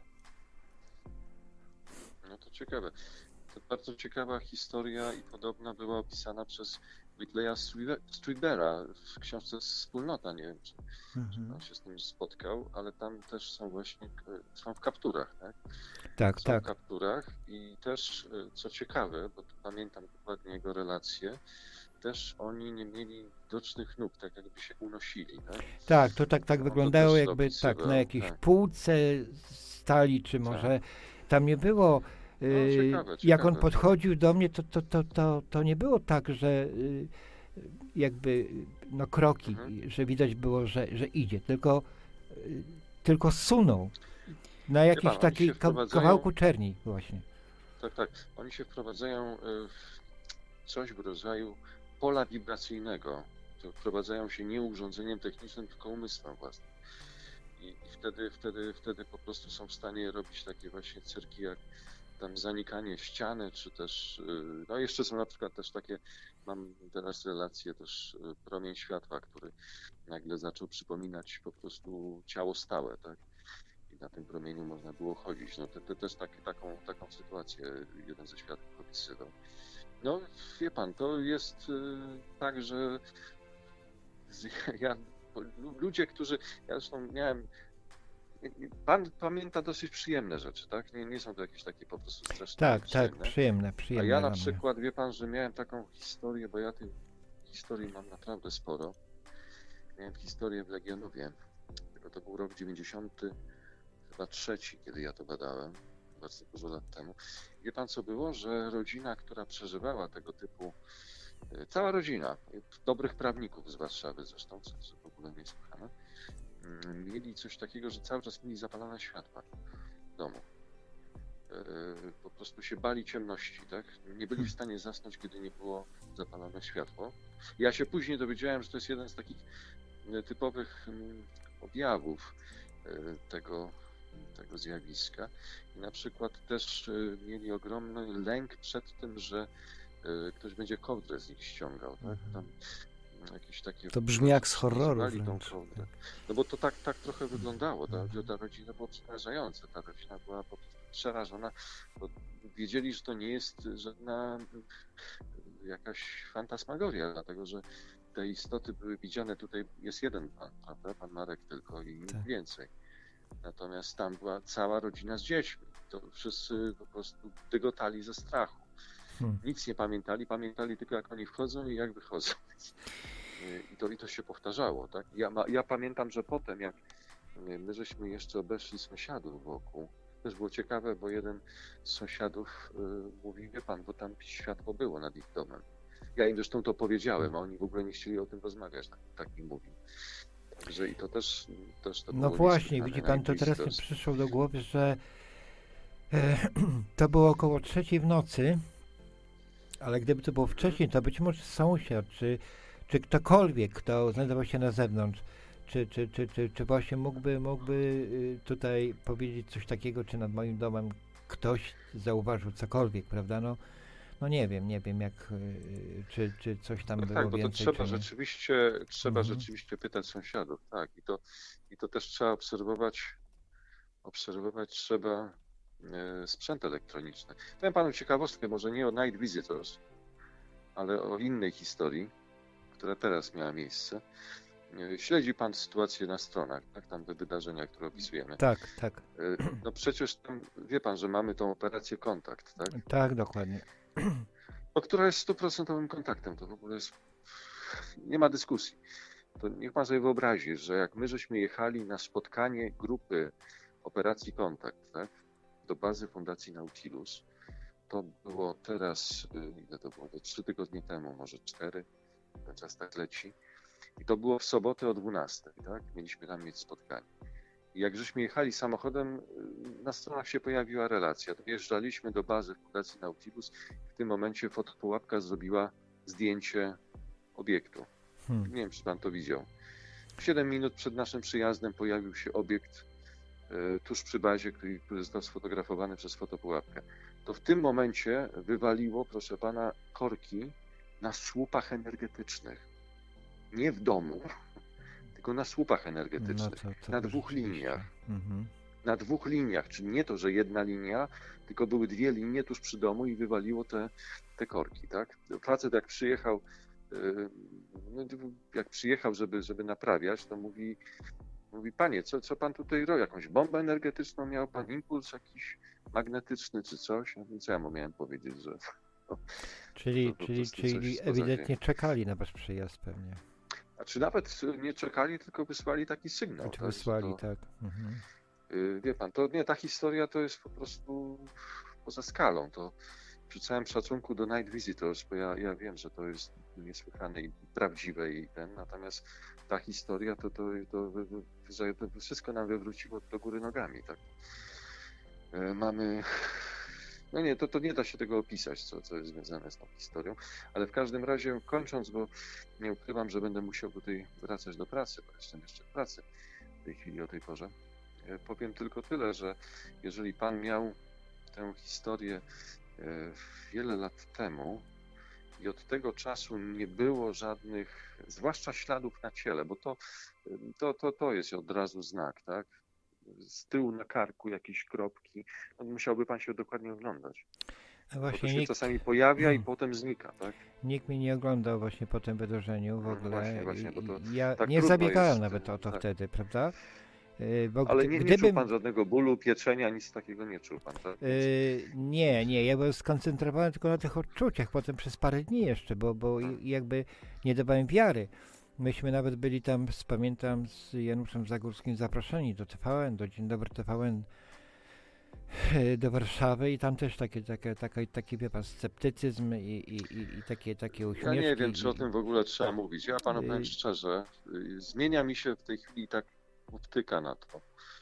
No to ciekawe. To bardzo ciekawa historia i podobna była opisana przez Whitleya Streetbera w książce Wspólnota. Nie wiem, czy pan się z tym spotkał, ale tam też są właśnie, są w kapturach, tak? Tak, są w kapturach i też, co ciekawe, bo tu pamiętam dokładnie jego relacje, też oni nie mieli widocznych nóg, tak jakby się unosili, tak? Tak, to tak wyglądało, jakby tak na jakiejś półce stali, czy może tam nie było. Ciekawe, jak on podchodził do mnie, to nie było tak, że jakby no kroki, że widać było, że idzie, tylko sunął na jakimś takim kawałku czerni właśnie. Tak. Oni się wprowadzają w coś w rodzaju pola wibracyjnego. Wprowadzają się nie urządzeniem technicznym, tylko umysłem własnym. I wtedy po prostu są w stanie robić takie właśnie cyrki jak tam zanikanie ściany, czy też, no jeszcze są na przykład też takie, mam teraz relacje też promień światła, który nagle zaczął przypominać po prostu ciało stałe, tak? I na tym promieniu można było chodzić. No to też taką sytuację jeden ze świadków opisywał. No wie pan, to jest tak, że ludzie, którzy, ja zresztą miałem, pan pamięta dosyć przyjemne rzeczy, tak? Nie są to jakieś takie po prostu straszne. Tak, przyjemne. A ja na przykład, wie pan, że miałem taką historię, bo ja tych historii mam naprawdę sporo. Miałem historię w Legionowie, tylko to był rok 93, kiedy ja to badałem, bardzo dużo lat temu. Wie pan, co było? Że rodzina, która przeżywała tego typu, cała rodzina, dobrych prawników z Warszawy zresztą, co w ogóle niesłychane, mieli coś takiego, że cały czas mieli zapalone światła w domu. Po prostu się bali ciemności, tak? Nie byli w stanie zasnąć, kiedy nie było zapalone światło. Ja się później dowiedziałem, że to jest jeden z takich typowych objawów tego zjawiska. I na przykład też mieli ogromny lęk przed tym, że ktoś będzie kołdrę z nich ściągał, tak? Tam jakieś takie... To brzmi jak z horroru. No bo to tak trochę wyglądało. Ta rodzina była przerażająca. Ta rodzina była po prostu przerażona, bo wiedzieli, że to nie jest żadna jakaś fantasmagoria, dlatego że te istoty były widziane. Tutaj jest jeden pan, prawda? Pan Marek tylko i nic więcej. Natomiast tam była cała rodzina z dziećmi. To wszyscy po prostu dygotali ze strachu. Nic nie pamiętali tylko jak oni wchodzą i jak wychodzą. I to się powtarzało, tak? Ja pamiętam, że potem jak my żeśmy jeszcze obeszli sąsiadów wokół, też było ciekawe, bo jeden z sąsiadów mówi, wie pan, bo tam światło było nad ich domem. Ja im zresztą to powiedziałem, a oni w ogóle nie chcieli o tym rozmawiać, tak mi mówił. Także i to też to no właśnie, widzi pan, to teraz mi przyszło do głowy, że to było około 3:00 w nocy Ale gdyby to było wcześniej, to być może sąsiad, czy ktokolwiek, kto znajdował się na zewnątrz, czy właśnie mógłby tutaj powiedzieć coś takiego, czy nad moim domem ktoś zauważył cokolwiek, prawda? No nie wiem, jak, czy coś tam No było tak, bo to więcej, trzeba czy nie. Mhm. rzeczywiście pytać sąsiadów, tak. I to też trzeba obserwować trzeba sprzęt elektroniczny. Powiem panu ciekawostkę, może nie o Night Visitors, ale o innej historii, która teraz miała miejsce. Śledzi pan sytuację na stronach, tak? Tam te wydarzenia, które opisujemy. Tak. No przecież tam, wie pan, że mamy tą operację Kontakt, tak? Tak, dokładnie. No, która jest 100% kontaktem, to w ogóle jest, nie ma dyskusji. To niech pan sobie wyobrazi, że jak my żeśmy jechali na spotkanie grupy operacji Kontakt, tak? Do bazy Fundacji Nautilus, to było teraz, ile to było? 3 tygodnie temu, może 4, ten czas tak leci. I to było w sobotę o 12, tak? Mieliśmy tam mieć spotkanie. I jak żeśmy jechali samochodem, na stronach się pojawiła relacja. Dojeżdżaliśmy do bazy Fundacji Nautilus. W tym momencie fotopułapka zrobiła zdjęcie obiektu. Nie wiem, czy pan to widział. 7 minut przed naszym przyjazdem pojawił się obiekt tuż przy bazie, który został sfotografowany przez fotopułapkę. To w tym momencie wywaliło, proszę pana, korki na słupach energetycznych. Nie w domu, tylko na słupach energetycznych. No na 2 liniach. Mhm. Na 2 liniach, czyli nie to, że jedna linia, tylko były 2 linie tuż przy domu i wywaliło te korki, tak? Facet jak przyjechał, żeby naprawiać, to mówi, panie, co pan tutaj robi? Jakąś bombę energetyczną miał pan, impuls jakiś magnetyczny czy coś? Ja wiem, co ja mu miałem powiedzieć, że... Czyli ewidentnie ziemi. czekali na wasz przyjazd pewnie. A czy nawet nie czekali, tylko wysłali taki sygnał. Czy wysłali, tak. Mhm. Wie pan, ta historia to jest po prostu poza skalą. To przy całym szacunku do Night Visitors, bo ja wiem, że to jest niesłychane i prawdziwe natomiast ta historia to wszystko nam wywróciło do góry nogami, tak. Mamy... No nie, to nie da się tego opisać, co jest związane z tą historią, ale w każdym razie kończąc, bo nie ukrywam, że będę musiał tutaj wracać do pracy, bo jestem jeszcze w pracy w tej chwili o tej porze. Powiem tylko tyle, że jeżeli pan miał tę historię wiele lat temu i od tego czasu nie było żadnych, zwłaszcza śladów na ciele, bo to jest od razu znak, tak? Z tyłu na karku jakieś kropki, no musiałby pan się dokładnie oglądać. Właśnie bo to się czasami pojawia i potem znika, tak? Nikt mnie nie oglądał właśnie po tym wydarzeniu w ogóle. Właśnie, bo to ja tak nie zabiegałem jest, nawet o to tak. wtedy, prawda? Bo ale nie czuł pan żadnego bólu, pieczenia, nic takiego nie czuł pan, tak? Nie, ja byłem skoncentrowany tylko na tych odczuciach, potem przez parę dni jeszcze, bo jakby nie dawałem wiary. Myśmy nawet byli tam, pamiętam, z Januszem Zagórskim zaproszeni do TVN, do Dzień Dobry TVN, do Warszawy i tam też taki wie pan, sceptycyzm i takie uśmieszki. Ja nie wiem, czy o tym w ogóle trzeba mówić. Ja panu powiem szczerze, zmienia mi się w tej chwili tak optyka na to.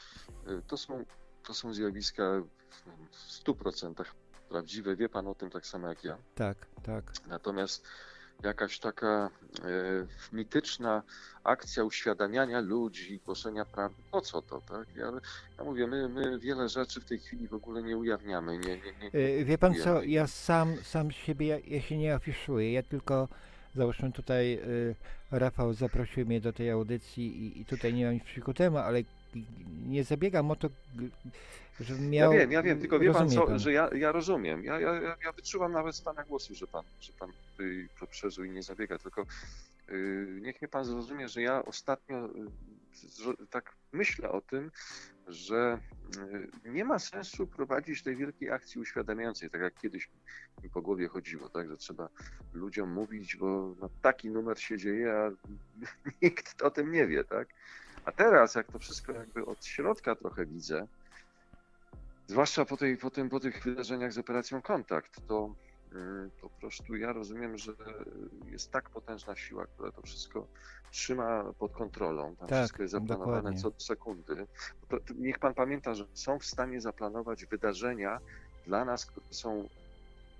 To są zjawiska w 100% prawdziwe. Wie pan o tym tak samo jak ja. Tak. Natomiast jakaś taka mityczna akcja uświadamiania ludzi, głoszenia prawdy, po co to, tak? Ja mówię, my wiele rzeczy w tej chwili w ogóle nie ujawniamy. Wie pan co, ja sam siebie, ja się nie afiszuję, ja tylko, załóżmy tutaj Rafał zaprosił mnie do tej audycji i tutaj nie mam nic przeciwko temu, ale nie zabiegam o to, żebym miał... Ja wiem, tylko wie pan co, że ja rozumiem. Ja wyczuwam nawet z pana głosu, że pan to przeżył i nie zabiega, tylko niech mnie pan zrozumie, że ja ostatnio tak myślę o tym, że nie ma sensu prowadzić tej wielkiej akcji uświadamiającej, tak jak kiedyś mi po głowie chodziło, tak, że trzeba ludziom mówić, bo taki numer się dzieje, a nikt o tym nie wie, tak? A teraz, jak to wszystko jakby od środka trochę widzę, zwłaszcza po tych wydarzeniach z operacją Kontakt, to po prostu ja rozumiem, że jest tak potężna siła, która to wszystko trzyma pod kontrolą. Tam wszystko jest zaplanowane dokładnie. Co do sekundy. Niech pan pamięta, że są w stanie zaplanować wydarzenia dla nas, które są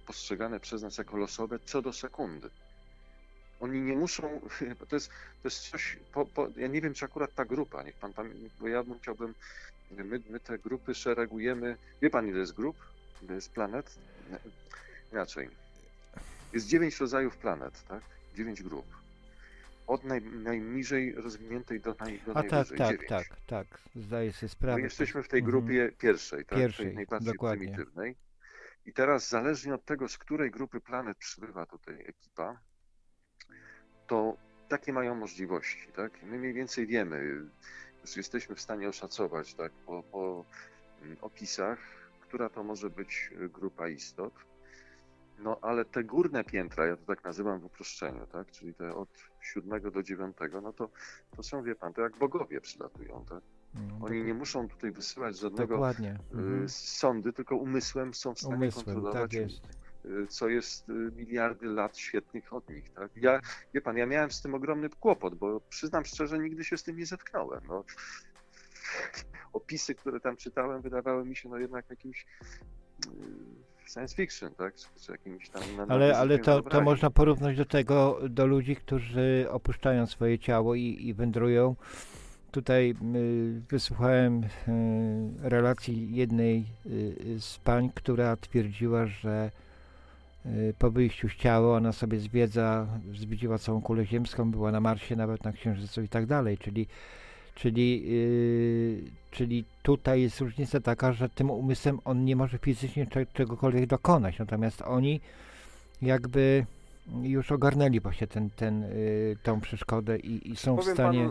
postrzegane przez nas jako losowe co do sekundy. Oni nie muszą, to jest coś, ja nie wiem, czy akurat ta grupa, niech pan, bo ja chciałbym, my te grupy szeregujemy, wie pan, ile jest grup, ile jest planet? Inaczej. Jest 9 rodzajów planet, tak? 9 grup. Od najniżej rozwiniętej do najwyżej. Tak, zdaję sobie sprawę. My jesteśmy w tej grupie pierwszej, tak? Tej najbardziej dokładnie. prymitywnej. I teraz zależnie od tego, z której grupy planet przybywa tutaj ekipa, to takie mają możliwości, tak? My mniej więcej wiemy, już jesteśmy w stanie oszacować, tak, po opisach, która to może być grupa istot. No ale te górne piętra, ja to tak nazywam w uproszczeniu, tak? Czyli te od 7 do 9, no to są, wie pan, to jak bogowie przylatują, tak? Oni nie muszą tutaj wysyłać żadnego sondy, tylko umysłem są w stanie kontrolować, tak jest. Co jest miliardy lat świetnych od nich, tak? Wie pan, ja miałem z tym ogromny kłopot, bo przyznam szczerze, nigdy się z tym nie zetknąłem. No. Opisy, które tam czytałem, wydawały mi się no jednak jakimś science fiction, tak? Czy jakimś tam... Ale to można porównać do ludzi, którzy opuszczają swoje ciało i wędrują. Tutaj wysłuchałem relacji jednej z pań, która twierdziła, że po wyjściu z ciała ona sobie zwiedziła całą kulę ziemską, była na Marsie, nawet na Księżycu i tak dalej, czyli tutaj jest różnica taka, że tym umysłem on nie może fizycznie czegokolwiek dokonać, natomiast oni jakby już ogarnęli właśnie tą przeszkodę i są w stanie...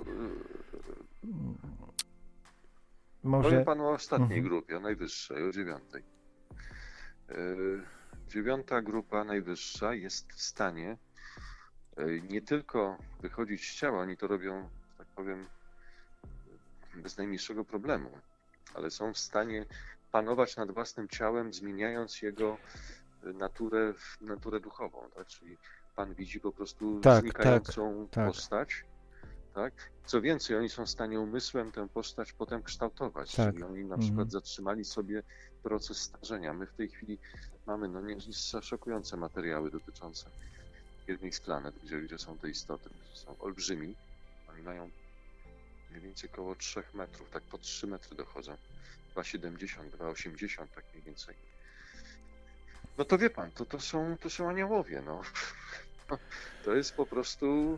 Powiem panu o ostatniej grupie, o najwyższej, o 9. 9. grupa najwyższa jest w stanie nie tylko wychodzić z ciała, oni to robią, tak powiem, bez najmniejszego problemu, ale są w stanie panować nad własnym ciałem, zmieniając jego naturę duchową, tak? Czyli pan widzi po prostu znikającą postać, tak? Co więcej, oni są w stanie umysłem tę postać potem kształtować, czyli oni na przykład zatrzymali sobie proces starzenia. My w tej chwili mamy szokujące materiały dotyczące jednej z planet, gdzie są te istoty, są olbrzymi. Oni mają mniej więcej około 3 metrów, tak po 3 metry dochodzą. 2,70, 2,80, tak mniej więcej. No to wie pan, to są aniołowie, no. To jest po prostu...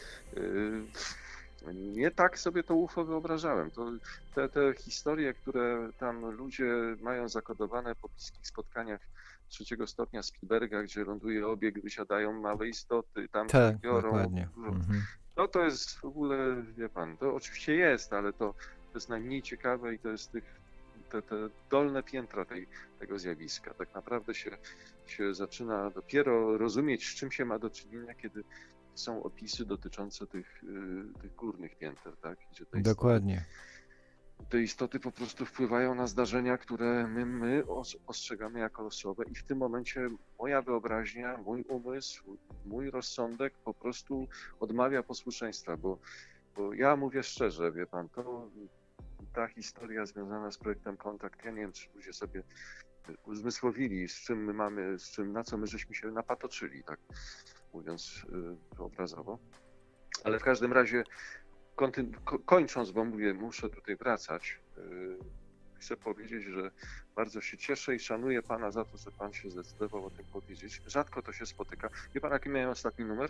Nie tak sobie to UFO wyobrażałem. Te historie, które tam ludzie mają zakodowane po bliskich spotkaniach 3. stopnia Spielberga, gdzie ląduje obiekt, wysiadają małe istoty, tam się biorą. Dokładnie. No to jest w ogóle, wie pan, to oczywiście jest, ale to jest najmniej ciekawe i to jest te dolne piętra tego zjawiska. Tak naprawdę się zaczyna dopiero rozumieć, z czym się ma do czynienia, kiedy są opisy dotyczące tych górnych pięter, tak? Gdzie Dokładnie. Te istoty po prostu wpływają na zdarzenia, które my ostrzegamy jako losowe i w tym momencie moja wyobraźnia, mój umysł, mój rozsądek po prostu odmawia posłuszeństwa, bo ja mówię szczerze, wie pan, ta historia związana z projektem Kontakt, ja nie wiem, czy ludzie sobie uzmysłowili, na co my żeśmy się napatoczyli, tak mówiąc obrazowo. Ale w każdym razie, kończąc, bo mówię, muszę tutaj wracać, chcę powiedzieć, że bardzo się cieszę i szanuję pana za to, że pan się zdecydował o tym powiedzieć. Rzadko to się spotyka. Wie pan, jaki miałem ostatni numer?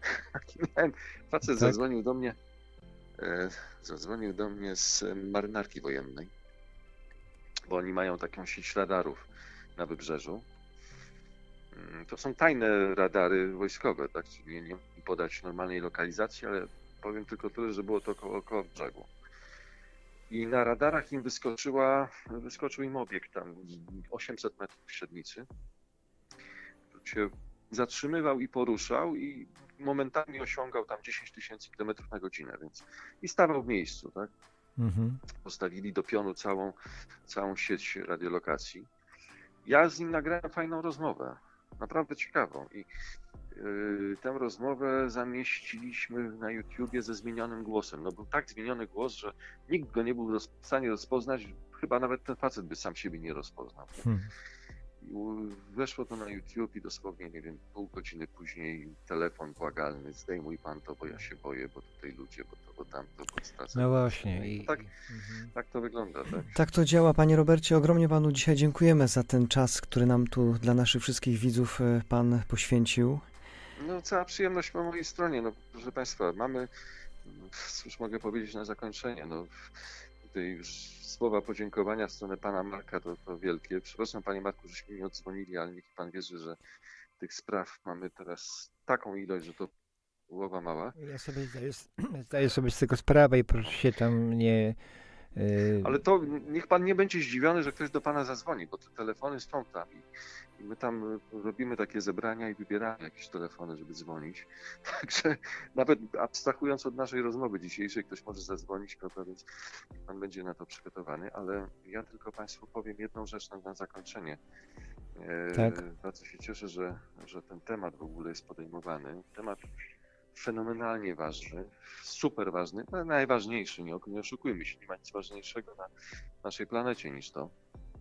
Facet zadzwonił do mnie z marynarki wojennej, bo oni mają taką sieć radarów na wybrzeżu. To są tajne radary wojskowe, tak? Czyli nie podać normalnej lokalizacji, ale powiem tylko tyle, że było to koło brzegu. I na radarach im wyskoczył im obiekt tam 800 metrów w średnicy, który się zatrzymywał i poruszał i momentami osiągał tam 10 000 km/h, więc i stawał w miejscu, tak? Postawili do pionu całą sieć radiolokacji. Ja z nim nagrałem fajną rozmowę, naprawdę ciekawą i tę rozmowę zamieściliśmy na YouTubie ze zmienionym głosem. No był tak zmieniony głos, że nikt go nie był w stanie rozpoznać, chyba nawet ten facet by sam siebie nie rozpoznał. Weszło to na YouTube i dosłownie, nie wiem, pół godziny później telefon błagalny, zdejmuj pan to, bo ja się boję, bo tutaj ludzie, bo tamto, bo stacja. No właśnie. Tak to wygląda, tak? Tak to działa, panie Robercie. Ogromnie panu dzisiaj dziękujemy za ten czas, który nam tu dla naszych wszystkich widzów pan poświęcił. No, cała przyjemność po mojej stronie. No, proszę państwa, mamy, cóż mogę powiedzieć na zakończenie, no, tutaj już słowa podziękowania w stronę pana Marka to wielkie. Przepraszam, panie Marku, żeśmy nie odzwonili, ale niech pan wierzy, że tych spraw mamy teraz taką ilość, że to głowa mała. Ja sobie zdaję sobie z tego sprawę i proszę się tam nie... Ale to niech pan nie będzie zdziwiony, że ktoś do pana zadzwoni, bo te telefony są tam i my tam robimy takie zebrania i wybieramy jakieś telefony, żeby dzwonić. Także nawet abstrahując od naszej rozmowy dzisiejszej, ktoś może zadzwonić, prawda, więc pan będzie na to przygotowany, ale ja tylko państwu powiem jedną rzecz na zakończenie. Tak. Bardzo się cieszę, że ten temat w ogóle jest podejmowany. Temat fenomenalnie ważny, super ważny, no najważniejszy, nie oszukujmy się, nie ma nic ważniejszego na naszej planecie niż to.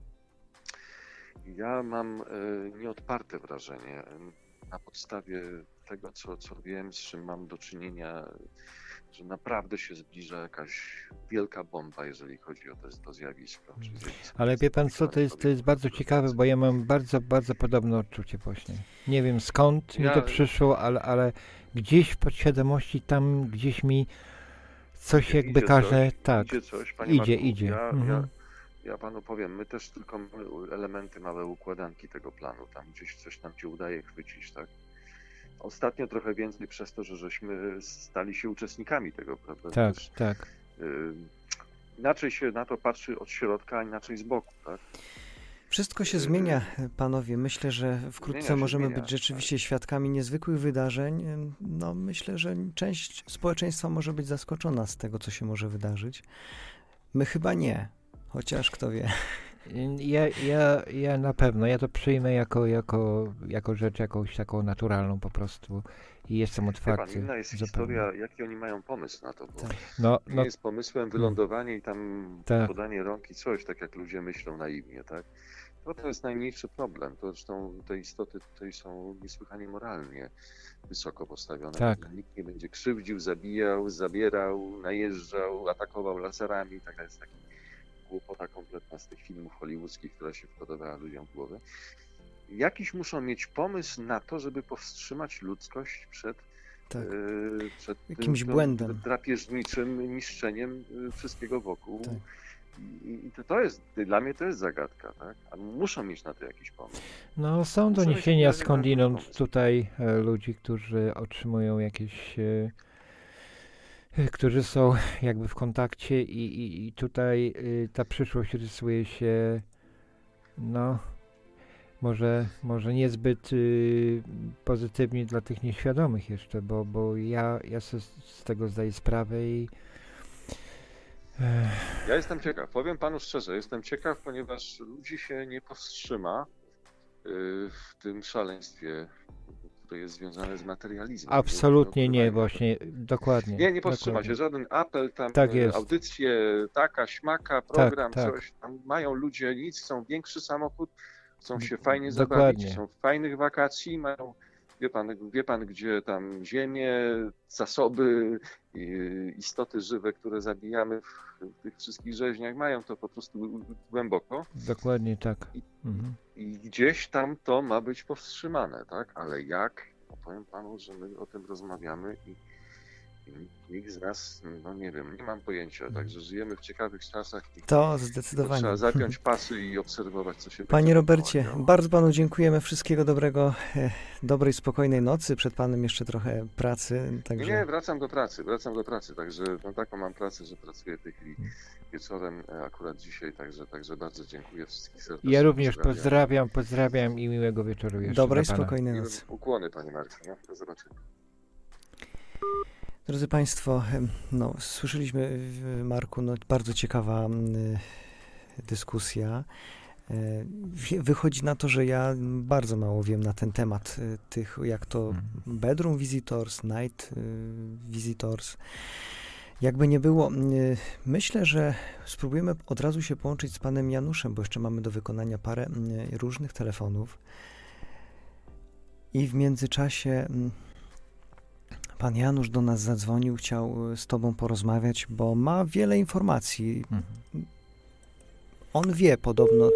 Ja mam nieodparte wrażenie na podstawie tego, co wiem, z czym mam do czynienia, że naprawdę się zbliża jakaś wielka bomba, jeżeli chodzi o to zjawisko. Ale wie pan co, to jest bardzo ciekawe, bo ja mam bardzo, bardzo podobne odczucie właśnie. Nie wiem skąd mi to przyszło, ale gdzieś w podświadomości tam gdzieś mi coś jakby każe, tak, idzie coś, idzie. Ja panu powiem, my też tylko mamy elementy, małe układanki tego planu, tam gdzieś coś nam się udaje chwycić, tak? Ostatnio trochę więcej przez to, że żeśmy stali się uczestnikami tego, prawda? Tak, też, tak. Inaczej się na to patrzy od środka, a inaczej z boku, tak? Wszystko się zmienia, panowie. Myślę, że wkrótce możemy być rzeczywiście tak. Świadkami niezwykłych wydarzeń. No, myślę, że część społeczeństwa może być zaskoczona z tego, co się może wydarzyć. My chyba nie, chociaż kto wie. Ja na pewno, ja to przyjmę jako rzecz jakąś taką naturalną po prostu i jestem otwarty. Pan, inna jest historia, jaki oni mają pomysł na to, bo tak. nie jest pomysłem wylądowanie i tam podanie rąk i coś, tak jak ludzie myślą naiwnie, tak? To jest najmniejszy problem. To zresztą te istoty tutaj są niesłychanie moralnie wysoko postawione. Tak. Nikt nie będzie krzywdził, zabijał, zabierał, najeżdżał, atakował laserami. Taka jest taka głupota kompletna z tych filmów hollywoodzkich, która się wkładowała ludziom w głowę. Jakiś muszą mieć pomysł na to, żeby powstrzymać ludzkość przed jakimś błędem, drapieżniczym niszczeniem wszystkiego wokół. Tak. I to jest, dla mnie to jest zagadka, tak? A muszą mieć na to jakiś pomysł. No są doniesienia skądinąd tutaj ludzi, którzy otrzymują jakieś, którzy są jakby w kontakcie i tutaj ta przyszłość rysuje się, no może niezbyt pozytywnie dla tych nieświadomych jeszcze, bo ja sobie z tego zdaję sprawę i ja jestem ciekaw, powiem panu szczerze, jestem ciekaw, ponieważ ludzi się nie powstrzyma w tym szaleństwie, które jest związane z materializmem. Absolutnie nie, właśnie, dokładnie. Nie powstrzyma się, żaden apel, tam tak jest. Audycje, taka, śmaka, program, tak. coś, tam mają ludzie nic, chcą większy samochód, chcą się fajnie zabawić, chcą fajnych wakacji, mają, wie pan, gdzie tam ziemię, zasoby, istoty żywe, które zabijamy w tych wszystkich rzeźniach, mają to po prostu głęboko. Dokładnie tak. I gdzieś tam to ma być powstrzymane, tak? Ale jak? No powiem panu, że my o tym rozmawiamy i nikt z nas, no nie wiem, nie mam pojęcia, także żyjemy w ciekawych czasach. To zdecydowanie. Trzeba zapiąć pasy i obserwować, co się będzie. Panie Robercie, bardzo panu dziękujemy. Wszystkiego dobrego, dobrej, spokojnej nocy. Przed panem jeszcze trochę pracy. Także... Nie, wracam do pracy, także no, taką mam pracę, że pracuję w tej chwili wieczorem, akurat dzisiaj, także bardzo dziękuję wszystkich serdecznie. Ja również pozdrawiam i miłego wieczoru jeszcze. Dobrej, spokojnej nocy. Ukłony, panie Marku, no, do zobaczenia. Drodzy Państwo, no, słyszeliśmy, Marku, no, bardzo ciekawa dyskusja. Wychodzi na to, że ja bardzo mało wiem na ten temat tych, jak to bedroom visitors, night visitors. Jakby nie było, myślę, że spróbujemy od razu się połączyć z panem Januszem, bo jeszcze mamy do wykonania parę różnych telefonów. I w międzyczasie pan Janusz do nas zadzwonił, chciał z tobą porozmawiać, bo ma wiele informacji. On wie podobno,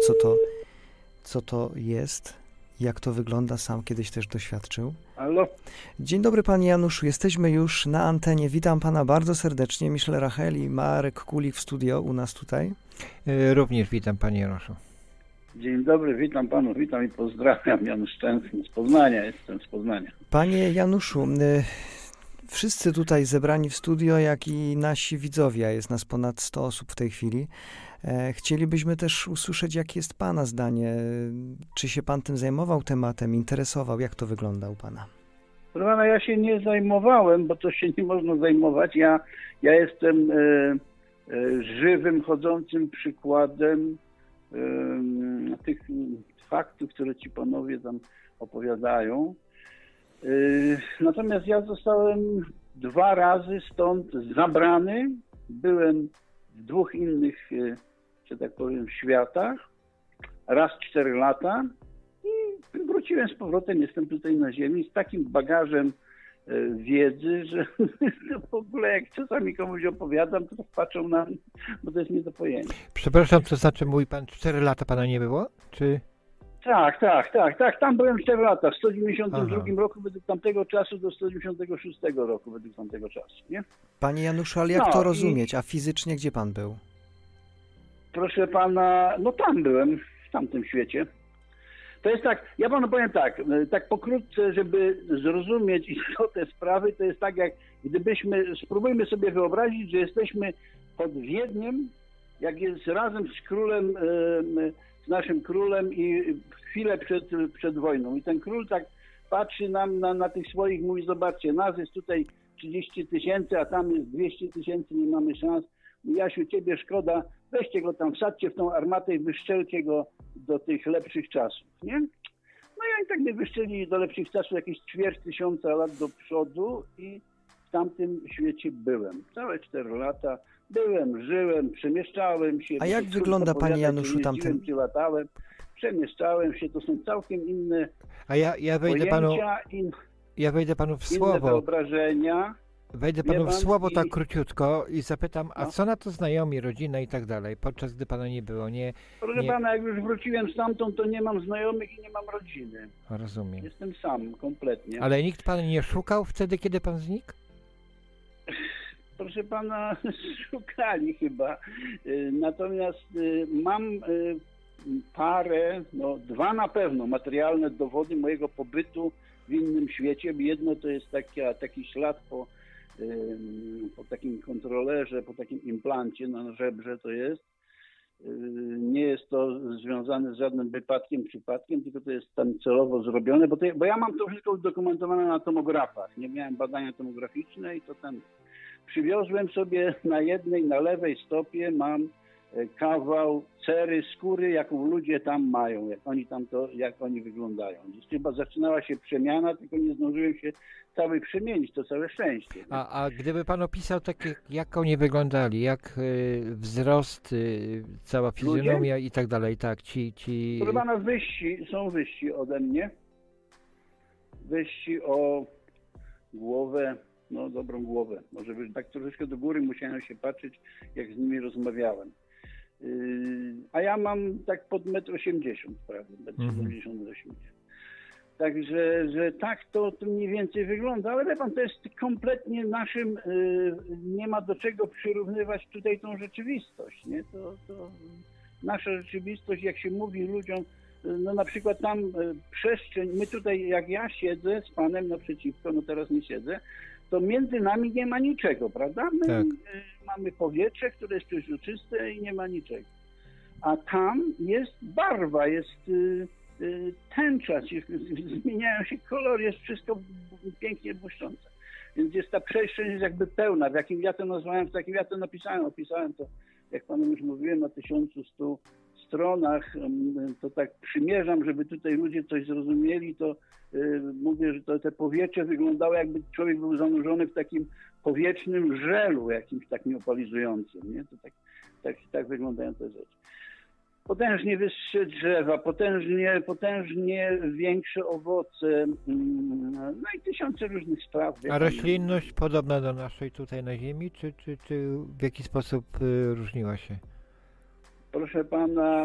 co to jest, jak to wygląda, sam kiedyś też doświadczył. Halo? Dzień dobry, panie Januszu, jesteśmy już na antenie. Witam pana bardzo serdecznie. Michel Rachel i Marek Kulik w studio u nas tutaj. Również witam, panie Januszu. Dzień dobry, witam panów, witam i pozdrawiam. Janusz Szczęsny z Poznania, jestem z Poznania. Panie Januszu, wszyscy tutaj zebrani w studio, jak i nasi widzowie, jest nas ponad 100 osób w tej chwili. Chcielibyśmy też usłyszeć, jakie jest pana zdanie. Czy się pan tym zajmował tematem, interesował? Jak to wygląda u pana? Proszę pana, ja się nie zajmowałem, bo to się nie można zajmować. Ja jestem żywym, chodzącym przykładem tych faktów, które ci panowie tam opowiadają. Natomiast ja zostałem 2 razy stąd zabrany. Byłem w 2 innych, że tak powiem, światach. Raz 4 lata i wróciłem z powrotem. Jestem tutaj na ziemi z takim bagażem wiedzy, że w ogóle jak czasami komuś opowiadam, to patrzą na mnie, bo to jest nie do pojęcia. Przepraszam, to znaczy mówi pan, 4 lata pana nie było? Czy... Tak. Tam byłem 4 lata. W 192 roku według tamtego czasu do 196 roku według tamtego czasu, nie? Panie Januszu, ale jak to rozumieć? A fizycznie gdzie pan był? Proszę pana, no tam byłem, w tamtym świecie. To jest tak, ja panu powiem tak pokrótce, żeby zrozumieć istotę sprawy, to jest tak jak spróbujmy sobie wyobrazić, że jesteśmy pod Wiedniem, jak jest razem z królem, z naszym królem i chwilę przed wojną. I ten król tak patrzy nam na tych swoich, mówi, zobaczcie, nas jest tutaj 30 000, a tam jest 200 000, nie mamy szans. Jasiu, ciebie szkoda, weźcie go tam, wsadźcie w tą armatę i wyszczelcie go do tych lepszych czasów, nie? No i oni tak mnie wyszczeli do lepszych czasów jakieś 250 lat do przodu i w tamtym świecie byłem. Całe 4 lata byłem, żyłem, przemieszczałem się. A jak wygląda, panie Januszu, tamten... Latałem, przemieszczałem się, to są całkiem inne ja wejdę pojęcia, ja wejdę panu w inne słowo. wyobrażenia. Wejdę panu w słowo tak króciutko i zapytam, a co na to znajomi, rodzina i tak dalej, podczas gdy pana nie było? Proszę pana, jak już wróciłem stamtąd, to nie mam znajomych i nie mam rodziny. Rozumiem. Jestem sam, kompletnie. Ale nikt pan nie szukał wtedy, kiedy pan znikł? Proszę pana, szukali chyba. Natomiast mam parę, 2 na pewno, materialne dowody mojego pobytu w innym świecie. Jedno to jest taki ślad po takim kontrolerze, po takim implancie na żebrze to jest. Nie jest to związane z żadnym przypadkiem, tylko to jest tam celowo zrobione, bo ja mam to wszystko udokumentowane na tomografach. Nie miałem badania tomograficzne i to tam przywiozłem sobie na jednej, na lewej stopie mam kawał cery, skóry, jaką ludzie tam mają, jak oni wyglądają. Gdzieś chyba zaczynała się przemiana, tylko nie zdążyłem się cały przemienić, to całe szczęście. A gdyby pan opisał takie, jak oni wyglądali, jak wzrost, cała fizjonomia i tak dalej, tak, ci... Proszę pana, są wyżsi ode mnie, wyżsi o głowę, dobrą głowę, może być tak troszeczkę do góry, musiałem się patrzeć, jak z nimi rozmawiałem. A ja mam tak pod 1,80 m, prawie, 1,78 m. Także, że tak to mniej więcej wygląda, ale wie pan, to jest kompletnie naszym, nie ma do czego przyrównywać tutaj tą rzeczywistość, nie? To nasza rzeczywistość, jak się mówi ludziom, na przykład tam przestrzeń, my tutaj, jak ja siedzę z panem naprzeciwko, teraz nie siedzę, to między nami nie ma niczego, prawda? My mamy powietrze, które jest przezroczyste i nie ma niczego. A tam jest barwa, jest tęcza, zmieniają się kolory, jest wszystko pięknie błyszczące. Więc jest ta przestrzeń jest jakby pełna, w jakim ja to nazwałem, w takim ja to napisałem, opisałem to, jak panu już mówiłem, na 1100 stronach, to tak przymierzam, żeby tutaj ludzie coś zrozumieli, to mówię, że te powietrze wyglądało, jakby człowiek był zanurzony w takim powietrznym żelu jakimś takim opalizującym, nie? To tak wyglądają te rzeczy. Potężnie wyższe drzewa, potężnie większe owoce, no i tysiące różnych spraw. A roślinność podobna do naszej tutaj na Ziemi, czy w jaki sposób różniła się? Proszę pana,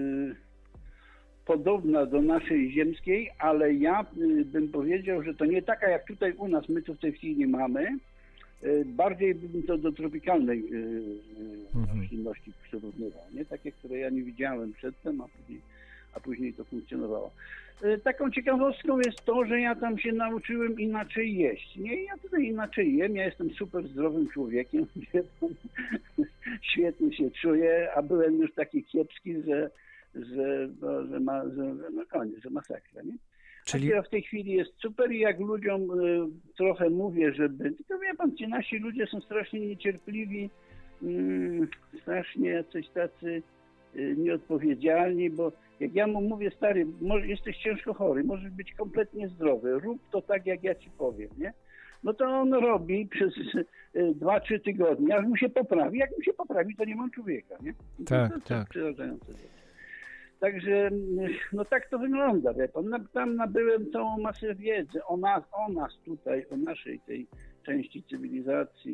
podobna do naszej ziemskiej, ale ja bym powiedział, że to nie taka jak tutaj u nas, my tu w tej chwili mamy. Bardziej bym to do tropikalnej roślinności przyrównywał, nie? Takie, które ja nie widziałem przedtem, a później to funkcjonowało. Taką ciekawostką jest to, że ja tam się nauczyłem inaczej jeść. Nie, ja tutaj inaczej jem, ja jestem super zdrowym człowiekiem, świetnie się czuję, a byłem już taki kiepski, że koniec, że masakra, nie? Czyli w tej chwili jest super i jak ludziom trochę mówię, tylko wie pan, ci nasi ludzie są strasznie niecierpliwi, strasznie jacyś tacy nieodpowiedzialni, bo jak ja mu mówię, stary, jesteś ciężko chory, możesz być kompletnie zdrowy, rób to tak, jak ja ci powiem, nie? No to on robi przez 2-3 tygodnie, aż mu się poprawi. Jak mu się poprawi, to nie ma człowieka, nie? Tak. Przerażające rzeczy. Także, no tak to wygląda, wie pan. Tam nabyłem całą masę wiedzy o nas tutaj, o naszej tej części cywilizacji.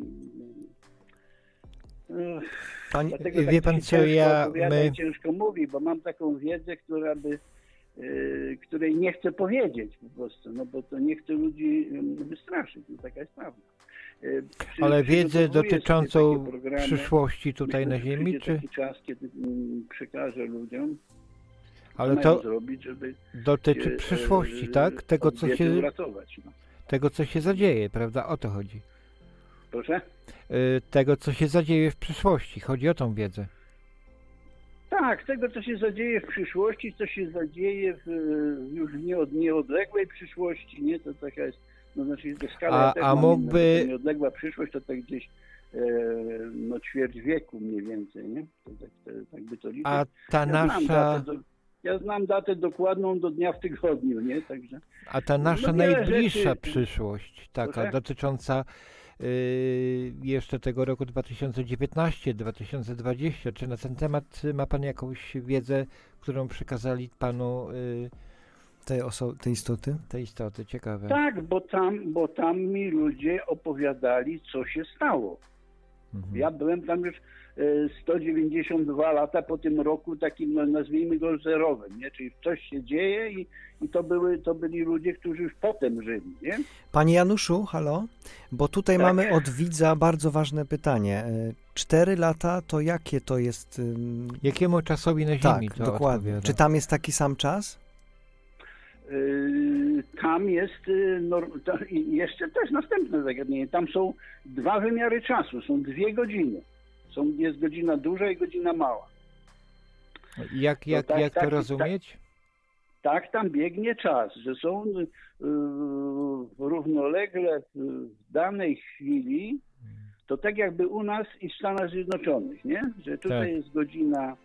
Wie pan co, ciężko mówi, bo mam taką wiedzę, której nie chcę powiedzieć po prostu, no bo to nie chcę ludzi wystraszyć, no taka jest prawda. Ale wiedzę dotyczącą przyszłości tutaj na Ziemi, czy? Taki czas, kiedy przekażę ludziom, ale to zrobić, żeby dotyczy przyszłości, tak? Tego, co się uratować, no. Tego, co się zadzieje, prawda? O to chodzi. Proszę? Tego, co się zadzieje w przyszłości. Chodzi o tą wiedzę. Tak, tego, co się zadzieje w przyszłości, co się zadzieje już w nieodległej przyszłości, nie? To taka jest, no znaczy to skala mógłby... nieodległa przyszłość, to tak gdzieś ćwierć wieku mniej więcej, nie? To tak by to liczyć. A ta nasza... Ja znam datę dokładną do dnia w tygodniu, nie? Także... A ta nasza najbliższa przyszłość, taka dotycząca jeszcze tego roku 2019-2020, czy na ten temat ma pan jakąś wiedzę, którą przekazali panu te istoty? Te istoty, ciekawe. Tak, bo tam mi ludzie opowiadali, co się stało. Ja byłem tam już 192 lata po tym roku takim, nazwijmy go, zerowym, nie? Czyli coś się dzieje i to byli ludzie, którzy już potem żyli, nie? Panie Januszu, halo? Bo tutaj mamy od widza bardzo ważne pytanie. 4 lata to jakie to jest? Jakiemu czasowi na Ziemi tak, to dokładnie. Odpowiada? Czy tam jest taki sam czas? Tam jest jeszcze też następne zagadnienie. Tam są 2 wymiary czasu, są 2 godziny. Jest godzina duża i godzina mała. Jak to rozumieć? Tak, tam biegnie czas, że są równolegle w danej chwili, to tak jakby u nas i w Stanach Zjednoczonych, nie? Że tutaj jest godzina,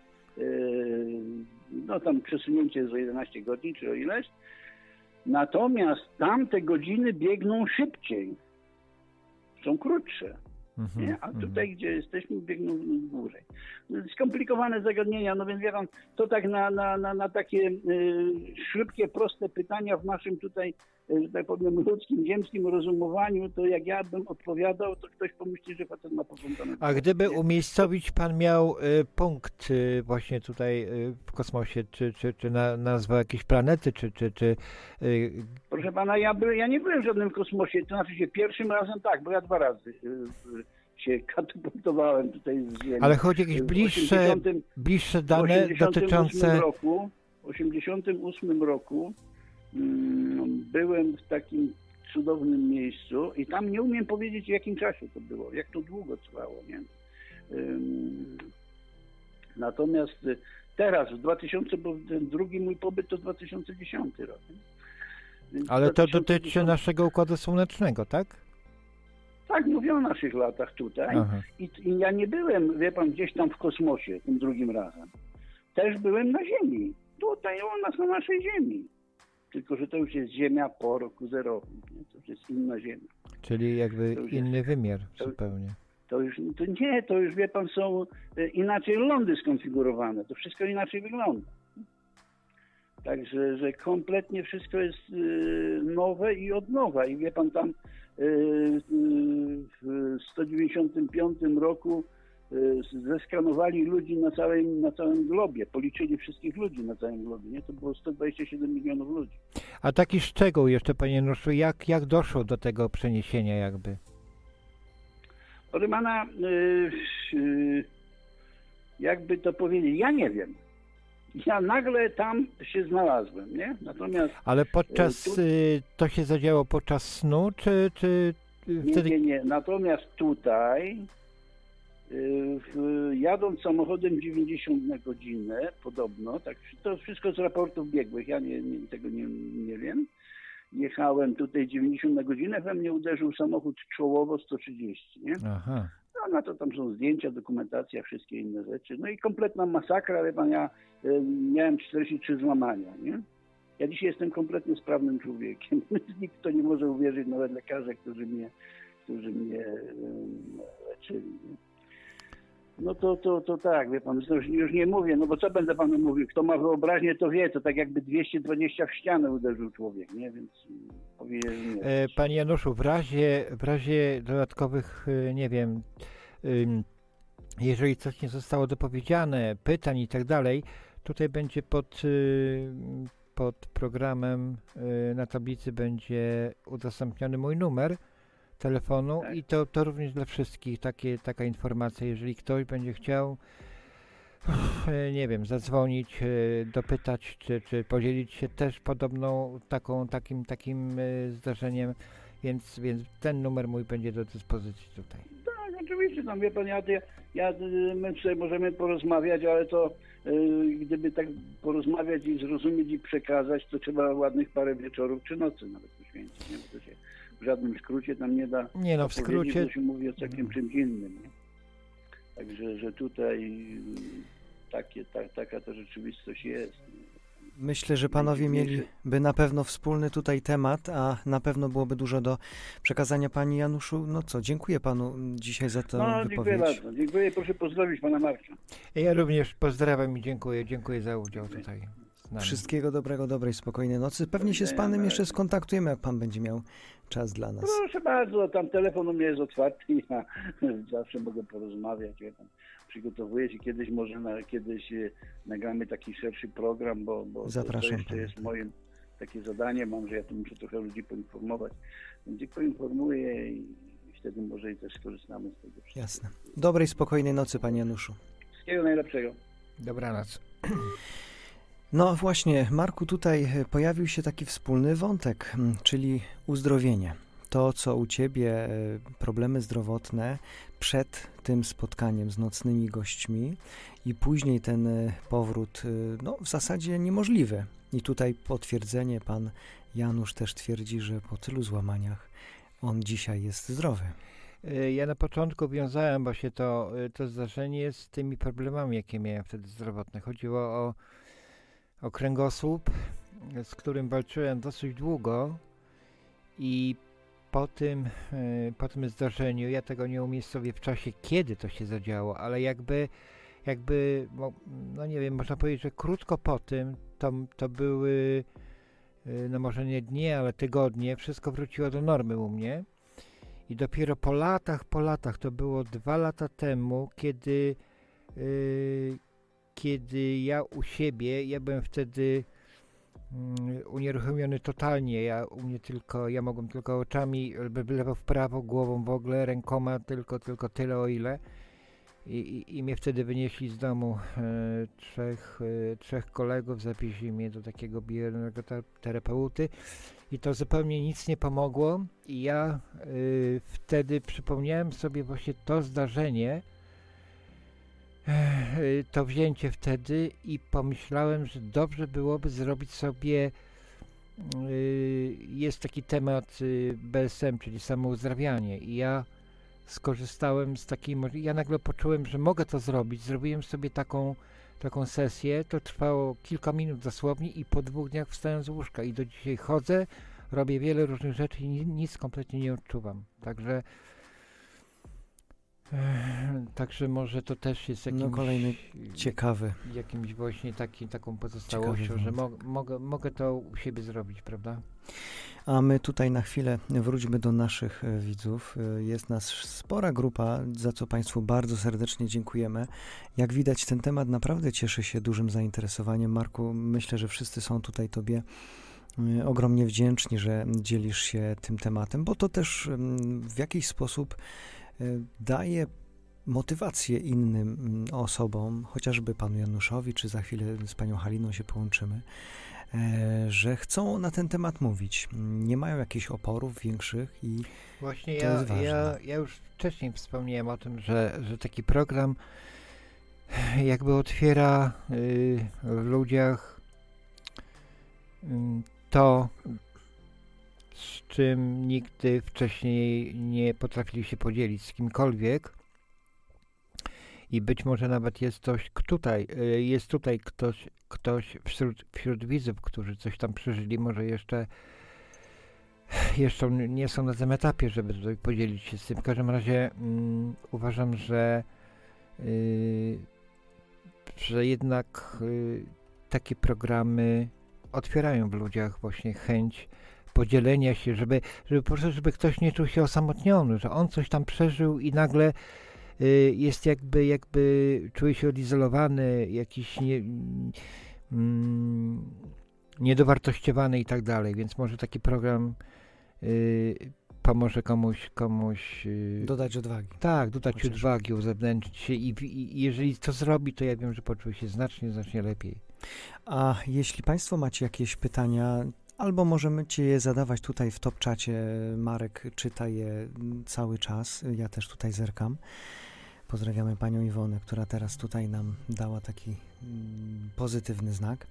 no tam przesunięcie jest o 11 godzin, czy o ileś. Natomiast tamte godziny biegną szybciej, są krótsze. Nie? A tutaj, gdzie jesteśmy, biegną dłużej. Skomplikowane zagadnienia, no więc wie pan, to tak na takie szybkie, proste pytania w naszym tutaj, że tak powiem, ludzkim, ziemskim rozumowaniu, to jak ja bym odpowiadał, to ktoś pomyśli, że facet ma poplątane. A gdyby umiejscowić pan miał punkt właśnie tutaj w kosmosie, czy nazwał jakieś planety, czy Proszę pana, ja nie byłem w żadnym kosmosie, to znaczy się pierwszym razem tak, bo ja 2 razy się katapultowałem tutaj z Ziemi. Ale chodzi o jakieś bliższe dane dotyczące... W 1988 roku byłem w takim cudownym miejscu i tam nie umiem powiedzieć, w jakim czasie to było, jak to długo trwało, nie? Natomiast teraz, w 2000, bo ten drugi mój pobyt to 2010 rok. Więc ale to dotyczy naszego Układu Słonecznego, tak? Tak, mówię o naszych latach tutaj. I ja nie byłem, wie pan, gdzieś tam w kosmosie tym drugim razem. też byłem na ziemi. Tutaj u nas na naszej ziemi. Tylko że to już jest ziemia po roku zerowym. Nie? To już jest inna ziemia. Czyli jakby inny jest, wymiar zupełnie. To już wie pan, są inaczej lądy skonfigurowane. To wszystko inaczej wygląda. Także, że kompletnie wszystko jest nowe i od nowa. I wie pan, tam w 195 roku zeskanowali ludzi na całym globie. Policzyli wszystkich ludzi na całym globie. Nie? To było 127 milionów ludzi. A taki szczegół jeszcze, panie Januszu, jak doszło do tego przeniesienia jakby? Proszę pana, jakby to powiedzieć, ja nie wiem. Ja nagle tam się znalazłem, nie? Natomiast... Ale to się zadziało podczas snu, czy wtedy... Nie. Natomiast tutaj, jadąc samochodem 90 na godzinę, podobno, tak, to wszystko z raportów biegłych, ja tego nie wiem. Jechałem tutaj 90 na godzinę, we mnie uderzył samochód czołowo 130, nie? Aha. No na to tam są zdjęcia, dokumentacja, wszystkie inne rzeczy. No i kompletna masakra, wie pan, ja miałem 43 złamania, nie? Ja dzisiaj jestem kompletnie sprawnym człowiekiem. Nikt to nie może uwierzyć, nawet lekarze, którzy mnie leczyli. Nie? No to tak, wie pan, już nie mówię, no bo co będę panu mówił, kto ma wyobraźnię, to wie, to tak jakby 220 w ścianę uderzył człowiek, nie? Więc powiem nie. Panie Januszu, w razie dodatkowych, nie wiem, jeżeli coś nie zostało dopowiedziane, pytań i tak dalej, tutaj będzie pod programem na tablicy będzie udostępniony mój numer telefonu, tak. I to również dla wszystkich taka informacja, jeżeli ktoś będzie chciał, nie wiem, zadzwonić, dopytać, czy podzielić się też podobną takim zdarzeniem, więc ten numer mój będzie do dyspozycji tutaj. Tak, oczywiście, tam wie pan, my sobie możemy porozmawiać, ale to gdyby tak porozmawiać i zrozumieć i przekazać, to trzeba ładnych parę wieczorów czy nocy nawet poświęcić, nie? Bo to się w żadnym skrócie tam nie da. Nie no, w skrócie. To się mówi o całkiem czymś innym. Nie? Także, że tutaj taka to rzeczywistość jest. Myślę, że panowie mieliby na pewno wspólny tutaj temat, a na pewno byłoby dużo do przekazania. Panie Januszu, no co, dziękuję panu dzisiaj za tę wypowiedź. Dziękuję bardzo. Dziękuję, proszę pozdrowić pana Marka. Ja również pozdrawiam i dziękuję za udział tutaj. Wszystkiego dobrego, dobrej, spokojnej nocy. Pewnie się z panem jeszcze skontaktujemy, jak pan będzie miał czas dla nas. Proszę bardzo, tam telefon u mnie jest otwarty, ja zawsze mogę porozmawiać. Ja tam przygotowuję się kiedyś nagramy taki szerszy program, bo zapraszam, to jeszcze jest moim takie zadanie, że ja tu muszę trochę ludzi poinformować. Więc poinformuję i wtedy może i też skorzystamy z tego wszystkiego. Jasne. Dobrej, spokojnej nocy, panie Januszu. Wszystkiego najlepszego. Dobranoc. No właśnie, Marku, tutaj pojawił się taki wspólny wątek, czyli uzdrowienie. To, co u ciebie, problemy zdrowotne przed tym spotkaniem z nocnymi gośćmi i później ten powrót, no w zasadzie niemożliwy. I tutaj potwierdzenie, pan Janusz też twierdzi, że po tylu złamaniach on dzisiaj jest zdrowy. Ja na początku wiązałem właśnie to zdarzenie z tymi problemami, jakie miałem wtedy zdrowotne. Chodziło o kręgosłup, z którym walczyłem dosyć długo i po tym zdarzeniu, ja tego nie umiejscowię w czasie, kiedy to się zadziało, ale jakby no nie wiem, można powiedzieć, że krótko po tym, to były, no może nie dni, ale tygodnie, wszystko wróciło do normy u mnie i dopiero po latach, to było 2 lata temu, kiedy ja u siebie, ja byłem wtedy unieruchomiony totalnie, ja mogłem tylko oczami, lewo w prawo, głową w ogóle, rękoma tylko tyle o ile i mnie wtedy wynieśli z domu trzech kolegów, zawieźli mnie do takiego biernego terapeuty i to zupełnie nic nie pomogło i ja wtedy przypomniałem sobie właśnie to zdarzenie, to wzięcie wtedy i pomyślałem, że dobrze byłoby zrobić sobie, jest taki temat BSM, czyli samouzdrawianie i ja skorzystałem z takiej możliwości, ja nagle poczułem, że mogę to zrobić, zrobiłem sobie taką sesję, to trwało kilka minut dosłownie i po 2 dniach wstałem z łóżka i do dzisiaj chodzę, robię wiele różnych rzeczy i nic kompletnie nie odczuwam. Także może to też jest jakimś, kolejny ciekawy. jakimś właśnie taką pozostałością, że mogę to u siebie zrobić, prawda? A my tutaj na chwilę wróćmy do naszych widzów. Jest nas spora grupa, za co Państwu bardzo serdecznie dziękujemy. Jak widać, ten temat naprawdę cieszy się dużym zainteresowaniem. Marku, myślę, że wszyscy są tutaj Tobie ogromnie wdzięczni, że dzielisz się tym tematem, bo to też w jakiś sposób daje motywację innym osobom, chociażby panu Januszowi, czy za chwilę z panią Haliną się połączymy, że chcą na ten temat mówić. Nie mają jakichś oporów większych i właśnie to jest ważne. ja już wcześniej wspomniałem o tym, że taki program jakby otwiera w ludziach to, z czym nigdy wcześniej nie potrafili się podzielić z kimkolwiek. I być może nawet jest tutaj ktoś wśród widzów, którzy coś tam przeżyli, może jeszcze nie są na tym etapie, żeby tutaj podzielić się z tym. W każdym razie uważam, że jednak takie programy otwierają w ludziach właśnie chęć podzielenia się, żeby po prostu, żeby ktoś nie czuł się osamotniony, że on coś tam przeżył i nagle jest jakby czuje się odizolowany, jakiś niedowartościowany i tak dalej, więc może taki program pomoże komuś dodać odwagi. Tak, dodać odwagi, uzewnętrzyć się i jeżeli to zrobi, to ja wiem, że poczuje się znacznie lepiej. A jeśli Państwo macie jakieś pytania, albo możemy Ci je zadawać tutaj w top czacie, Marek czyta je cały czas, ja też tutaj zerkam. Pozdrawiamy panią Iwonę, która teraz tutaj nam dała taki pozytywny znak.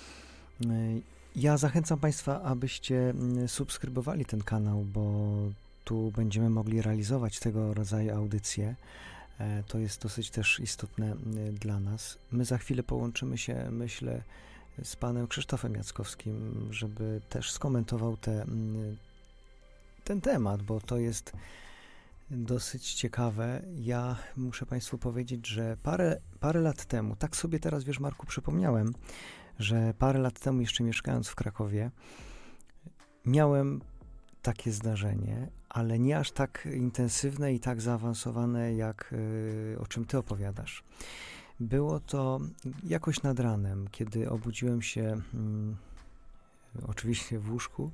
Ja zachęcam Państwa, abyście subskrybowali ten kanał, bo tu będziemy mogli realizować tego rodzaju audycje. To jest dosyć też istotne dla nas. My za chwilę połączymy się, myślę, z panem Krzysztofem Jackowskim, żeby też skomentował ten temat, bo to jest dosyć ciekawe. Ja muszę Państwu powiedzieć, że parę lat temu, tak sobie teraz, wiesz, Marku, przypomniałem, że parę lat temu, jeszcze mieszkając w Krakowie, miałem takie zdarzenie, ale nie aż tak intensywne i tak zaawansowane, jak o czym Ty opowiadasz. Było to jakoś nad ranem, kiedy obudziłem się oczywiście w łóżku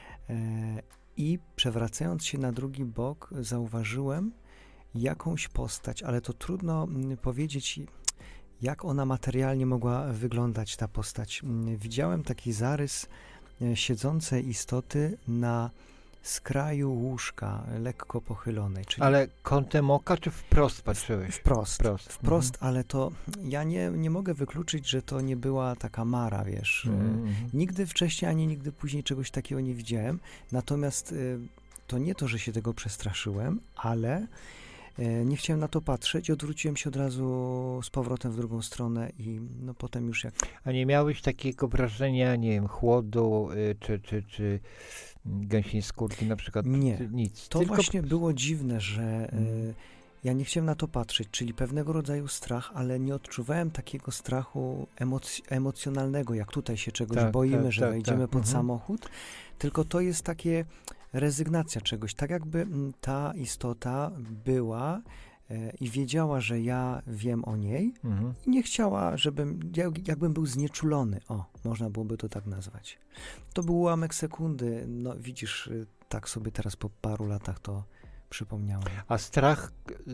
i przewracając się na drugi bok zauważyłem jakąś postać, ale to trudno powiedzieć, jak ona materialnie mogła wyglądać, ta postać. Widziałem taki zarys siedzącej istoty na skraju łóżka, lekko pochylonej. Czyli ale kątem oka, czy wprost patrzyłeś? Wprost, ale to ja nie mogę wykluczyć, że to nie była taka mara, wiesz. Nigdy wcześniej, ani nigdy później czegoś takiego nie widziałem. Natomiast to nie to, że się tego przestraszyłem, ale nie chciałem na to patrzeć, odwróciłem się od razu z powrotem w drugą stronę i no potem już jak... A nie miałeś takiego wrażenia, nie wiem, chłodu, czy gęsiej skórki na przykład? Nie, nic. To tylko... właśnie było dziwne, że ja nie chciałem na to patrzeć, czyli pewnego rodzaju strach, ale nie odczuwałem takiego strachu emocjonalnego, jak tutaj się czegoś boimy, że wejdziemy pod samochód, tylko to jest takie rezygnacja czegoś, tak jakby ta istota była i wiedziała, że ja wiem o niej i nie chciała, jakbym był znieczulony. O, można byłoby to tak nazwać. To był ułamek sekundy. No widzisz, tak sobie teraz po paru latach to przypomniałem. A strach,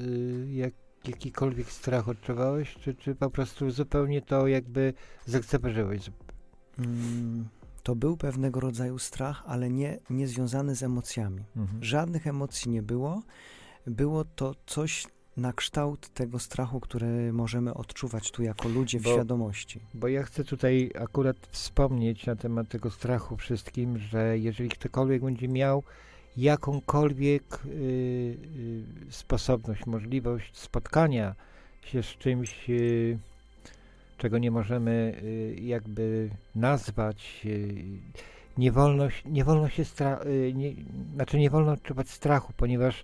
jakikolwiek strach odczuwałeś, czy po prostu zupełnie to jakby zlekceważyłeś? To był pewnego rodzaju strach, ale nie związany z emocjami. Żadnych emocji nie było. Było to coś na kształt tego strachu, który możemy odczuwać tu jako ludzie w świadomości. Bo ja chcę tutaj akurat wspomnieć na temat tego strachu wszystkim, że jeżeli ktokolwiek będzie miał jakąkolwiek sposobność, możliwość spotkania się z czymś czego nie możemy jakby nazwać. Nie wolno się nie wolno odczuwać strachu, ponieważ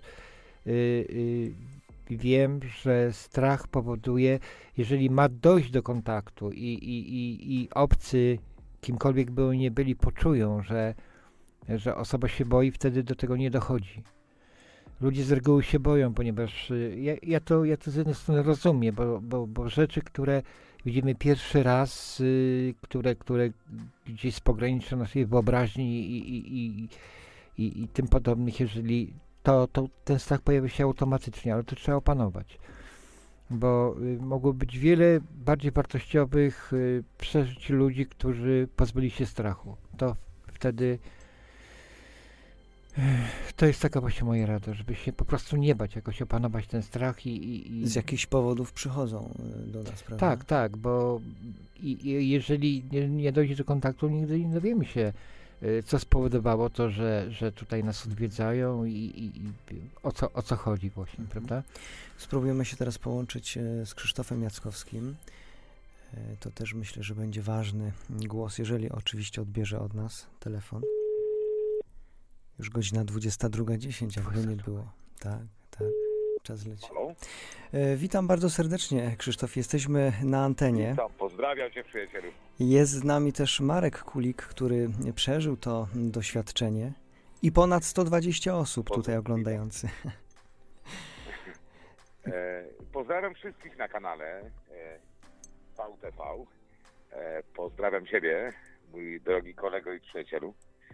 wiem, że strach powoduje, jeżeli ma dojść do kontaktu i obcy, kimkolwiek by oni nie byli, poczują, że osoba się boi, wtedy do tego nie dochodzi. Ludzie z reguły się boją, ponieważ ja to z jednej strony rozumiem, bo rzeczy, które widzimy pierwszy raz, które gdzieś z pogranicza naszej wyobraźni i tym podobnych, jeżeli to ten strach pojawia się automatycznie, ale to trzeba opanować. Bo mogło być wiele bardziej wartościowych przeżyć ludzi, którzy pozbyli się strachu. To wtedy to jest taka właśnie moja rada, żeby się po prostu nie bać, jakoś opanować ten strach i... Z jakichś powodów przychodzą do nas, prawda? Tak, bo jeżeli nie dojdzie do kontaktu, nigdy nie dowiemy się, co spowodowało to, że tutaj nas odwiedzają i o co chodzi właśnie, prawda? Spróbujemy się teraz połączyć z Krzysztofem Jackowskim. To też myślę, że będzie ważny głos, jeżeli oczywiście odbierze od nas telefon. Już godzina 22:10, jakby nie było. Tak, czas leci. Witam bardzo serdecznie, Krzysztof, jesteśmy na antenie. Witam, pozdrawiam cię, przyjacielu. Jest z nami też Marek Kulik, który przeżył to doświadczenie i ponad 120 osób tutaj oglądających. Pozdrawiam wszystkich na kanale VTV. Pozdrawiam ciebie, mój drogi kolego i przyjacielu.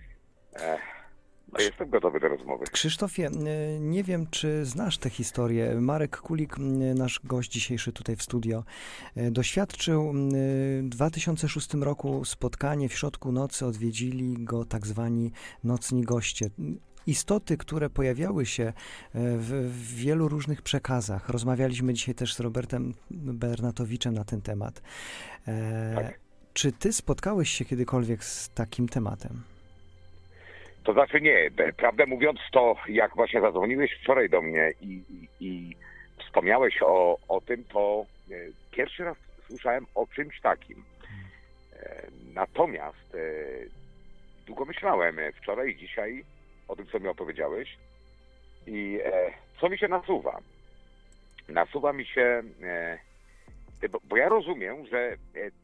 Jestem gotowy do rozmowy. Krzysztofie, nie wiem, czy znasz tę historię. Marek Kulik, nasz gość dzisiejszy tutaj w studio, doświadczył w 2006 roku spotkanie w środku nocy, odwiedzili go tak zwani nocni goście. Istoty, które pojawiały się w wielu różnych przekazach. Rozmawialiśmy dzisiaj też z Robertem Bernatowiczem na ten temat. Tak. Czy ty spotkałeś się kiedykolwiek z takim tematem? To znaczy nie. Prawdę mówiąc, to jak właśnie zadzwoniłeś wczoraj do mnie i wspomniałeś o tym, to pierwszy raz słyszałem o czymś takim. Natomiast długo myślałem wczoraj i dzisiaj o tym, co mi opowiedziałeś i co mi się nasuwa. Nasuwa mi się, bo ja rozumiem, że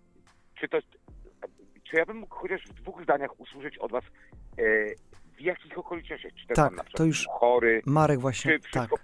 czy ja bym mógł chociaż w 2 zdaniach usłyszeć od was, w jakich okolicznościach? Czy ten pan na przykład to już chory? Marek właśnie, czy wszystko...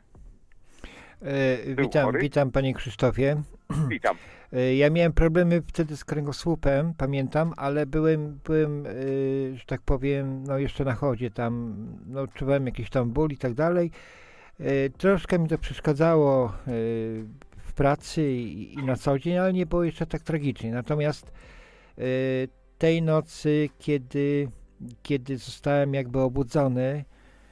Witam panie Krzysztofie. Witam. Ja miałem problemy wtedy z kręgosłupem, pamiętam, ale byłem, że tak powiem, no jeszcze na chodzie tam, no czułem jakiś tam ból i tak dalej. Troszkę mi to przeszkadzało w pracy i na co dzień, ale nie było jeszcze tak tragicznie. Natomiast tej nocy, kiedy zostałem jakby obudzony,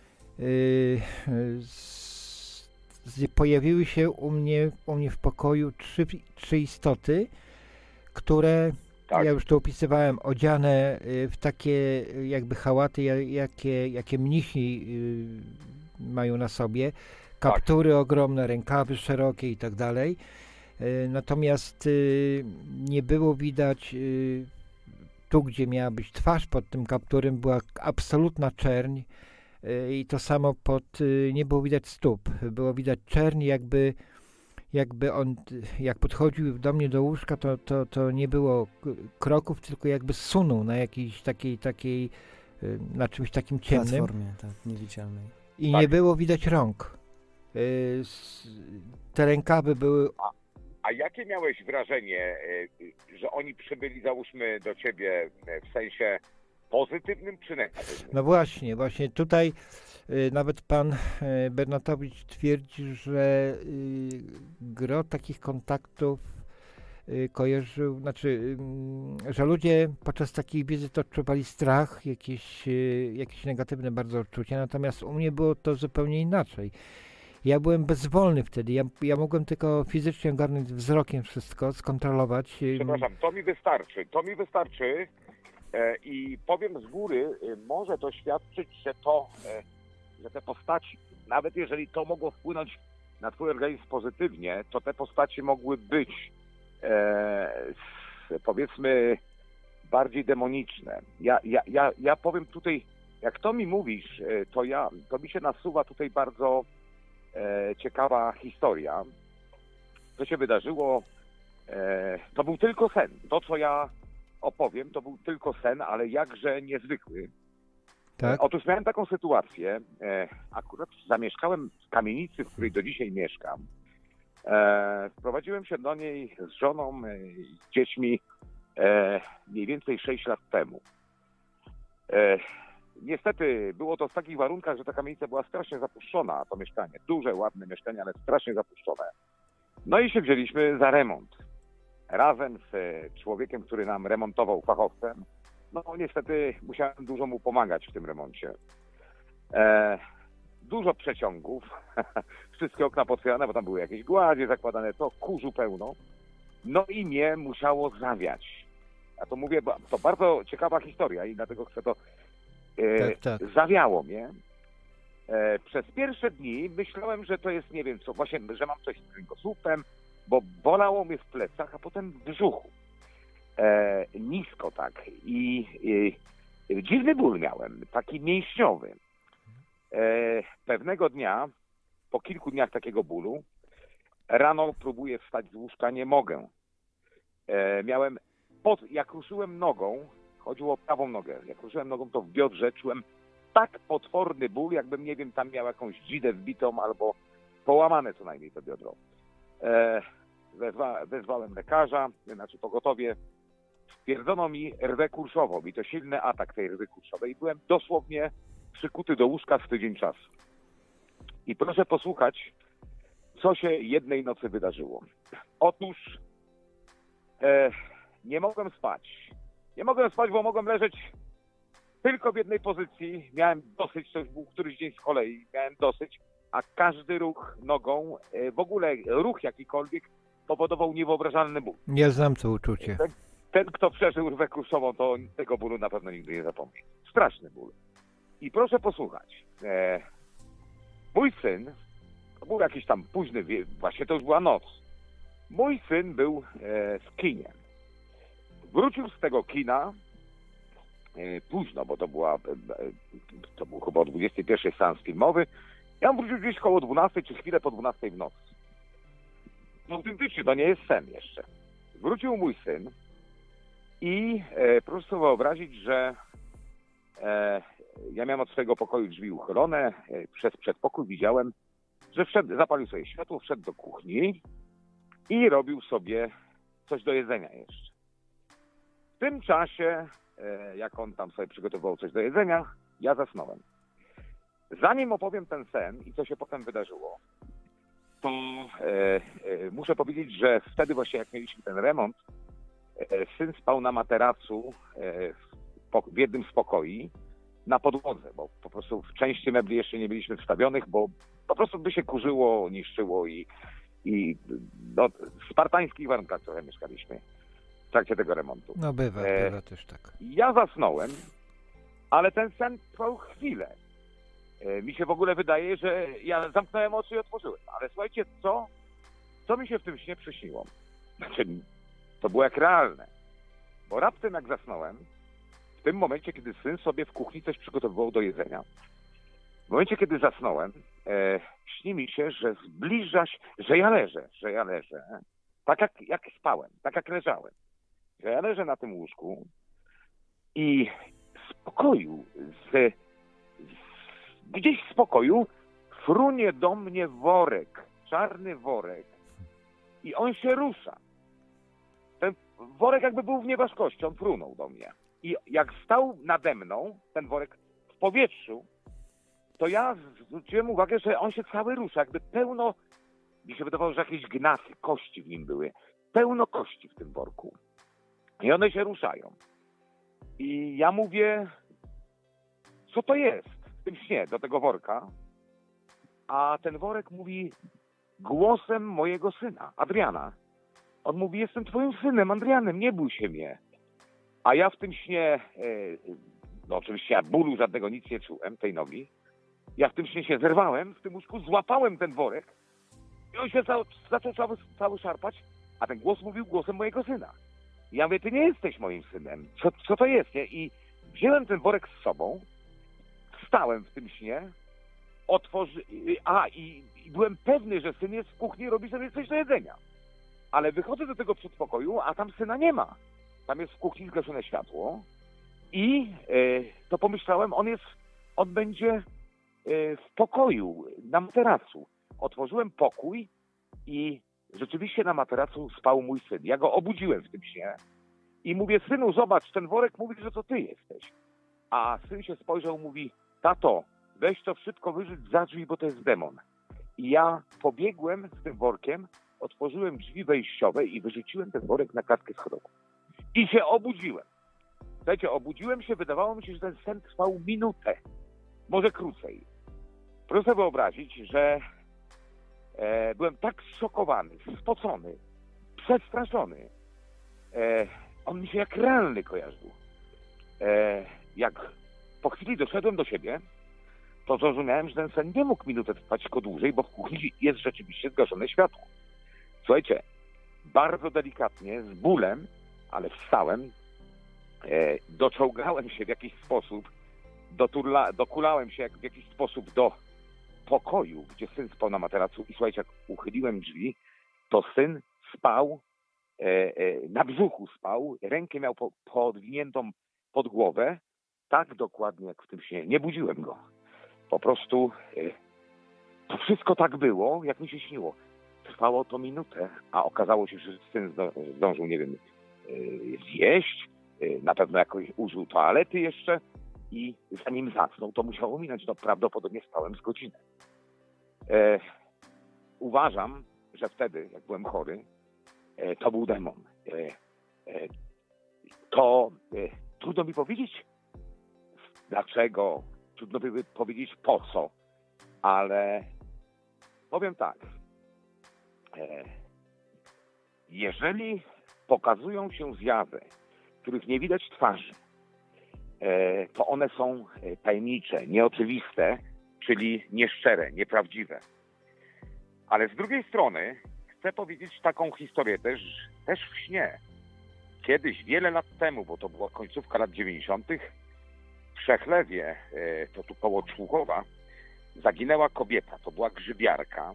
pojawiły się u mnie w pokoju trzy istoty, które, tak. Ja już to opisywałem, odziane w takie jakby hałaty, jakie mnisi mają na sobie, kaptury ogromne, rękawy szerokie i tak dalej. Natomiast nie było widać, tu gdzie miała być twarz pod tym kapturem, była absolutna czerń. I to samo nie było widać stóp. Było widać czerń, jakby on, jak podchodził do mnie do łóżka, to nie było kroków, tylko jakby zsunął na jakiejś takiej na czymś takim ciemnym. Platformie, tak, niewidzialnej. I nie było widać rąk. Te rękawy były... A jakie miałeś wrażenie, że oni przybyli, załóżmy, do ciebie w sensie pozytywnym czy negatywnym? No właśnie tutaj nawet pan Bernatowicz twierdzi, że gro takich kontaktów kojarzył, że ludzie podczas takiej wizyty odczuwali strach, jakieś negatywne bardzo odczucia, natomiast u mnie było to zupełnie inaczej. Ja byłem bezwolny wtedy, ja mogłem tylko fizycznie ogarnąć wzrokiem wszystko, skontrolować. Przepraszam, to mi wystarczy. I powiem z góry, może to świadczyć, że te postaci, nawet jeżeli to mogło wpłynąć na twój organizm pozytywnie, to te postaci mogły być powiedzmy bardziej demoniczne. Ja powiem tutaj, jak to mi mówisz, to mi się nasuwa tutaj bardzo ciekawa historia. Co się wydarzyło, to był tylko sen. To, co ja opowiem, to był tylko sen, ale jakże niezwykły. Tak? Otóż miałem taką sytuację, akurat zamieszkałem w kamienicy, w której do dzisiaj mieszkam. Wprowadziłem się do niej z żoną i z dziećmi mniej więcej 6 lat temu. Niestety było to w takich warunkach, że ta kamienica była strasznie zapuszczona, to mieszkanie. Duże, ładne mieszkanie, ale strasznie zapuszczone. No i się wzięliśmy za remont. Razem z człowiekiem, który nam remontował, fachowcem. No niestety musiałem dużo mu pomagać w tym remoncie. Dużo przeciągów, wszystkie okna potwierane, bo tam były jakieś gładzie zakładane, to kurzu pełno. No i mnie musiało zawiać. Ja to mówię, to bardzo ciekawa historia i dlatego chcę to... Tak. Zawiało mnie. Przez pierwsze dni myślałem, że to jest, nie wiem co, właśnie, że mam coś z kręgosłupem, bo bolało mnie w plecach, a potem w brzuchu. Nisko tak. I dziwny ból miałem, taki mięśniowy. Pewnego dnia, po kilku dniach takiego bólu, rano próbuję wstać z łóżka, nie mogę. Jak ruszyłem nogą, chodziło o prawą nogę, jak ruszyłem nogą, to w biodrze czułem tak potworny ból, jakbym, nie wiem, tam miał jakąś dzidę wbitą albo połamane co najmniej to biodro. Wezwałem lekarza, znaczy pogotowie. Stwierdzono mi rwę kurszową i to silny atak tej rwy kurszowej. Byłem dosłownie przykuty do łóżka z tydzień czasu. I proszę posłuchać, co się jednej nocy wydarzyło. Otóż nie mogłem spać. Nie mogłem spać, bo mogłem leżeć tylko w jednej pozycji. Miałem dosyć, to już był któryś dzień z kolei, miałem dosyć, a każdy ruch nogą, w ogóle ruch jakikolwiek powodował niewyobrażalny ból. Nie znam to uczucie. Ten, kto przeżył rwę kurszową, to tego bólu na pewno nigdy nie zapomni. Straszny ból. I proszę posłuchać. Mój syn, to był jakiś tam późny, właśnie to już była noc. Mój syn był w kinie. Wrócił z tego kina późno, bo to był chyba o 21 seans filmowy. Ja on wrócił gdzieś koło 12 czy chwilę po 12 w nocy. No autentycznie, to nie jest sen jeszcze. Wrócił mój syn i proszę sobie wyobrazić, że ja miałem od swojego pokoju drzwi uchylone. Przez przedpokój widziałem, że zapalił sobie światło, wszedł do kuchni i robił sobie coś do jedzenia jeszcze. W tym czasie, jak on tam sobie przygotowywał coś do jedzenia, ja zasnąłem. Zanim opowiem ten sen i co się potem wydarzyło, to muszę powiedzieć, że wtedy właśnie jak mieliśmy ten remont, syn spał na materacu w jednym z pokoi na podłodze, bo po prostu w części mebli jeszcze nie byliśmy wstawionych, bo po prostu by się kurzyło, niszczyło i no, w spartańskich warunkach trochę mieszkaliśmy w trakcie tego remontu. No bywa też tak. Ja zasnąłem, ale ten sen trwał chwilę. Mi się w ogóle wydaje, że ja zamknąłem oczy i otworzyłem. Ale słuchajcie, co mi się w tym śnie przyśniło? Znaczy, to było jak realne. Bo raptem jak zasnąłem, w tym momencie, kiedy syn sobie w kuchni coś przygotowywał do jedzenia, w momencie, kiedy zasnąłem, śni mi się, że zbliża się, że ja leżę, tak jak spałem, tak jak leżałem. Że ja leżę na tym łóżku i z pokoju, gdzieś z pokoju frunie do mnie worek, czarny worek i on się rusza. Ten worek jakby był w nieważkości, on frunął do mnie. I jak stał nade mną, ten worek w powietrzu, to ja zwróciłem uwagę, że on się cały rusza, jakby pełno, mi się wydawało, że jakieś gnasy, kości w nim były. Pełno kości w tym worku. I one się ruszają. I ja mówię, co to jest w tym śnie do tego worka? A ten worek mówi głosem mojego syna, Adriana. On mówi, jestem twoim synem, Adrianem, nie bój się mnie. A ja w tym śnie, no oczywiście ja bólu żadnego nic nie czułem, tej nogi. Ja w tym śnie się zerwałem, w tym łóżku złapałem ten worek i on się zaczął cały szarpać, A ten głos mówił głosem mojego syna. I ja mówię, ty nie jesteś moim synem. Co to jest, nie? I wziąłem ten worek z sobą, wstałem w tym śnie, i byłem pewny, że syn jest w kuchni, robi sobie coś do jedzenia. Ale wychodzę do tego przedpokoju, a tam syna nie ma. Tam jest w kuchni zgaszone światło i to pomyślałem, on będzie w pokoju, na materacu. Otworzyłem pokój i rzeczywiście na materacu spał mój syn. Ja go obudziłem w tym śnie i mówię, synu, zobacz, ten worek mówi, że to ty jesteś. A syn się spojrzał, mówi, tato, weź to szybko wyrzuć za drzwi, bo to jest demon. I ja pobiegłem z tym workiem, otworzyłem drzwi wejściowe i wyrzuciłem ten worek na klatkę schodową. I się obudziłem. Słuchajcie, obudziłem się, wydawało mi się, że ten sen trwał minutę, może krócej. Proszę sobie wyobrazić, że byłem tak zszokowany, spocony, przestraszony. On mi się jak realny kojarzył. Jak po chwili doszedłem do siebie, to zrozumiałem, że ten sen nie mógł minutę trwać tylko dłużej, bo w kuchni jest rzeczywiście zgaszone światło. Słuchajcie, bardzo delikatnie, z bólem, ale wstałem, doczołgałem się w jakiś sposób, dokulałem się w jakiś sposób do pokoju, gdzie syn spał na materacu i słuchajcie, jak uchyliłem drzwi, to syn spał, na brzuchu spał, rękę miał podwiniętą pod głowę, tak dokładnie jak w tym śnie. Nie budziłem go. Po prostu to wszystko tak było, jak mi się śniło. Trwało to minutę, a okazało się, że syn zdążył, nie wiem, zjeść, na pewno jakoś użył toalety jeszcze i zanim zasnął, to musiało minąć, no prawdopodobnie spałem z godzinę. Uważam, że wtedy, jak byłem chory, to był demon. Trudno mi powiedzieć dlaczego, trudno mi powiedzieć po co, ale powiem tak. Jeżeli pokazują się zjawy, których nie widać twarzy, to one są tajemnicze, nieoczywiste, czyli nieszczere, nieprawdziwe. Ale z drugiej strony chcę powiedzieć taką historię też w śnie. Kiedyś, wiele lat temu, bo to była końcówka lat 90., w Przechlewie, to tu koło Człuchowa, zaginęła kobieta. To była grzybiarka.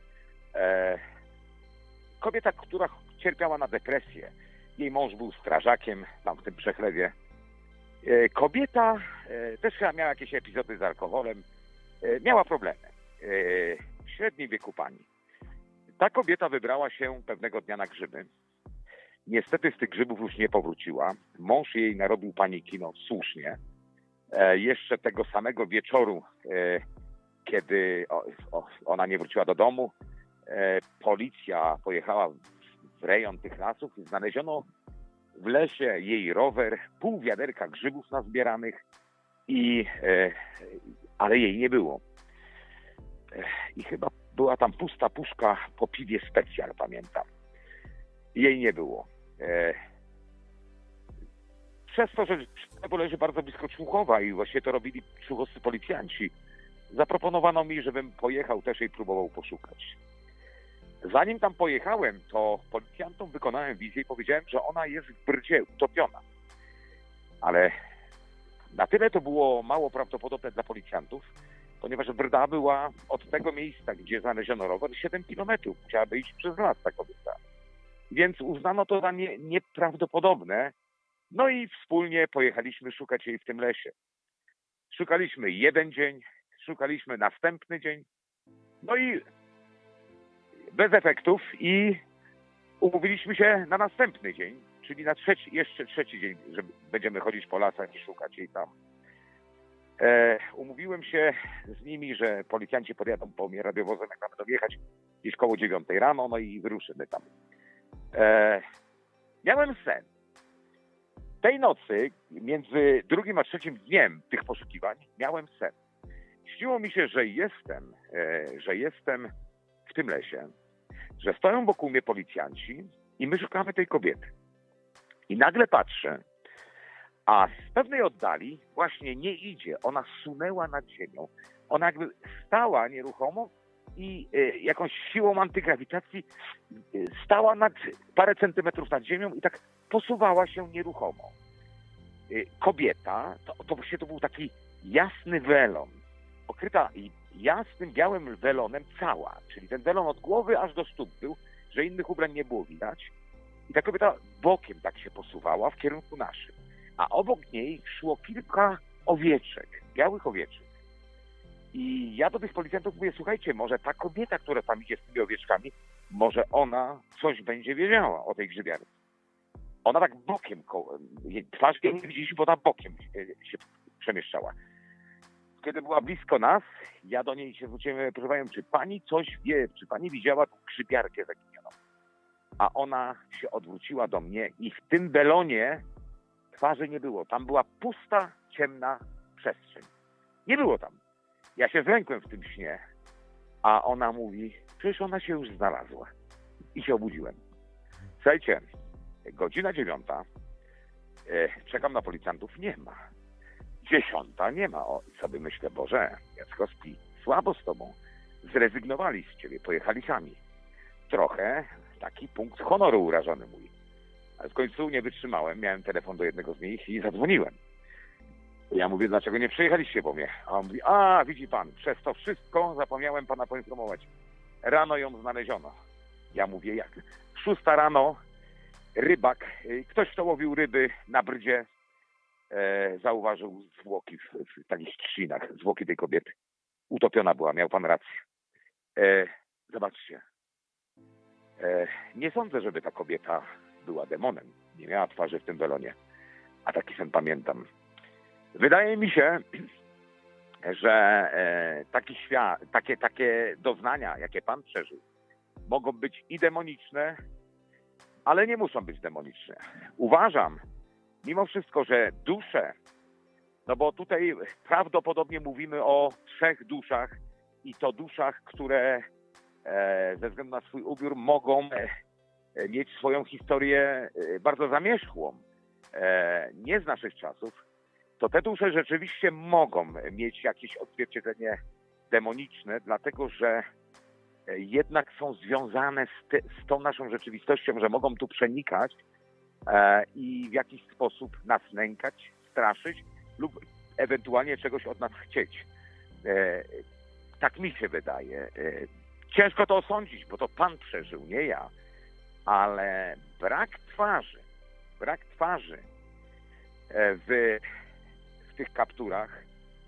Kobieta, która cierpiała na depresję. Jej mąż był strażakiem tam w tym Przechlewie. Kobieta też chyba miała jakieś epizody z alkoholem. Miała problemy. W średnim wieku pani. Ta kobieta wybrała się pewnego dnia na grzyby. Niestety z tych grzybów już nie powróciła. Mąż jej narobił paniki, no słusznie. Jeszcze tego samego wieczoru, kiedy ona nie wróciła do domu, policja pojechała w rejon tych lasów i znaleziono w lesie jej rower, pół wiaderka grzybów nazbieranych, ale jej nie było. I chyba była tam pusta puszka po piwie Specjal, pamiętam. Jej nie było. Przez to, że to leży bardzo blisko Człuchowa i właśnie to robili człuchowscy policjanci, zaproponowano mi, żebym pojechał też i próbował poszukać. Zanim tam pojechałem, to policjantom wykonałem wizję i powiedziałem, że ona jest w brdzie utopiona. Ale na tyle to było mało prawdopodobne dla policjantów, ponieważ brda była od tego miejsca, gdzie znaleziono rower, 7 kilometrów. Musiałaby iść przez las ta kobieta. Więc uznano to za nieprawdopodobne. No i wspólnie pojechaliśmy szukać jej w tym lesie. Szukaliśmy jeden dzień, szukaliśmy następny dzień. No i bez efektów i umówiliśmy się na następny dzień, czyli na jeszcze trzeci dzień, że będziemy chodzić po lasach i szukać jej tam. Umówiłem się z nimi, że policjanci podjadą po mnie radiowozem, jak mamy dojechać, gdzieś koło 9 rano, no i wyruszymy tam. Miałem sen. Tej nocy, między drugim a trzecim dniem tych poszukiwań, miałem sen. Śniło mi się, że jestem w tym lesie, że stoją wokół mnie policjanci i my szukamy tej kobiety. I nagle patrzę, a z pewnej oddali właśnie nie idzie. Ona sunęła nad ziemią. Ona jakby stała nieruchomo i jakąś siłą antygrawitacji stała parę centymetrów nad ziemią i tak posuwała się nieruchomo. Kobieta, to był taki jasny welon, okryta jasnym, białym welonem cała, czyli ten welon od głowy aż do stóp był, że innych ubrań nie było widać. I ta kobieta bokiem tak się posuwała w kierunku naszym. A obok niej szło kilka owieczek, białych owieczek. I ja do tych policjantów mówię, słuchajcie, może ta kobieta, która tam idzie z tymi owieczkami, może ona coś będzie wiedziała o tej grzybiarce. Ona tak bokiem, twarz nie widzieliśmy, bo ona bokiem się przemieszczała. Kiedy była blisko nas, ja do niej się zwróciłem, proszę panią, czy pani coś wie, czy pani widziała tą grzybiarkę zaginioną? A ona się odwróciła do mnie i w tym belonie twarzy nie było. Tam była pusta, ciemna przestrzeń. Nie było tam. Ja się zlękłem w tym śnie, a ona mówi, przecież ona się już znalazła. I się obudziłem. Słuchajcie, godzina 9, czekam na policjantów, nie ma. 10 nie ma. O, i sobie myślę, Boże, Jacko śpi, słabo z tobą. Zrezygnowali z ciebie, pojechali sami. Trochę taki punkt honoru urażony mój. Ale w końcu nie wytrzymałem, miałem telefon do jednego z nich i zadzwoniłem. Ja mówię, dlaczego nie przyjechaliście po mnie? A on mówi, widzi pan, przez to wszystko zapomniałem pana poinformować. Rano ją znaleziono. Ja mówię, jak? 6 rano, rybak, ktoś kto łowił ryby na brdzie, zauważył zwłoki w takich trzcinach, zwłoki tej kobiety. Utopiona była, miał pan rację. Zobaczcie. Nie sądzę, żeby ta kobieta była demonem. Nie miała twarzy w tym welonie. A taki sen pamiętam. Wydaje mi się, że taki świat, takie doznania, jakie pan przeżył, mogą być i demoniczne, ale nie muszą być demoniczne. Uważam, mimo wszystko, że dusze, no bo tutaj prawdopodobnie mówimy o 3 duszach i to duszach, które ze względu na swój ubiór mogą mieć swoją historię bardzo zamierzchłą, nie z naszych czasów, to te dusze rzeczywiście mogą mieć jakieś odzwierciedlenie demoniczne, dlatego że jednak są związane z tą naszą rzeczywistością, że mogą tu przenikać i w jakiś sposób nas nękać, straszyć lub ewentualnie czegoś od nas chcieć. Tak mi się wydaje. Ciężko to osądzić, bo to pan przeżył, nie ja. Ale brak twarzy w tych kapturach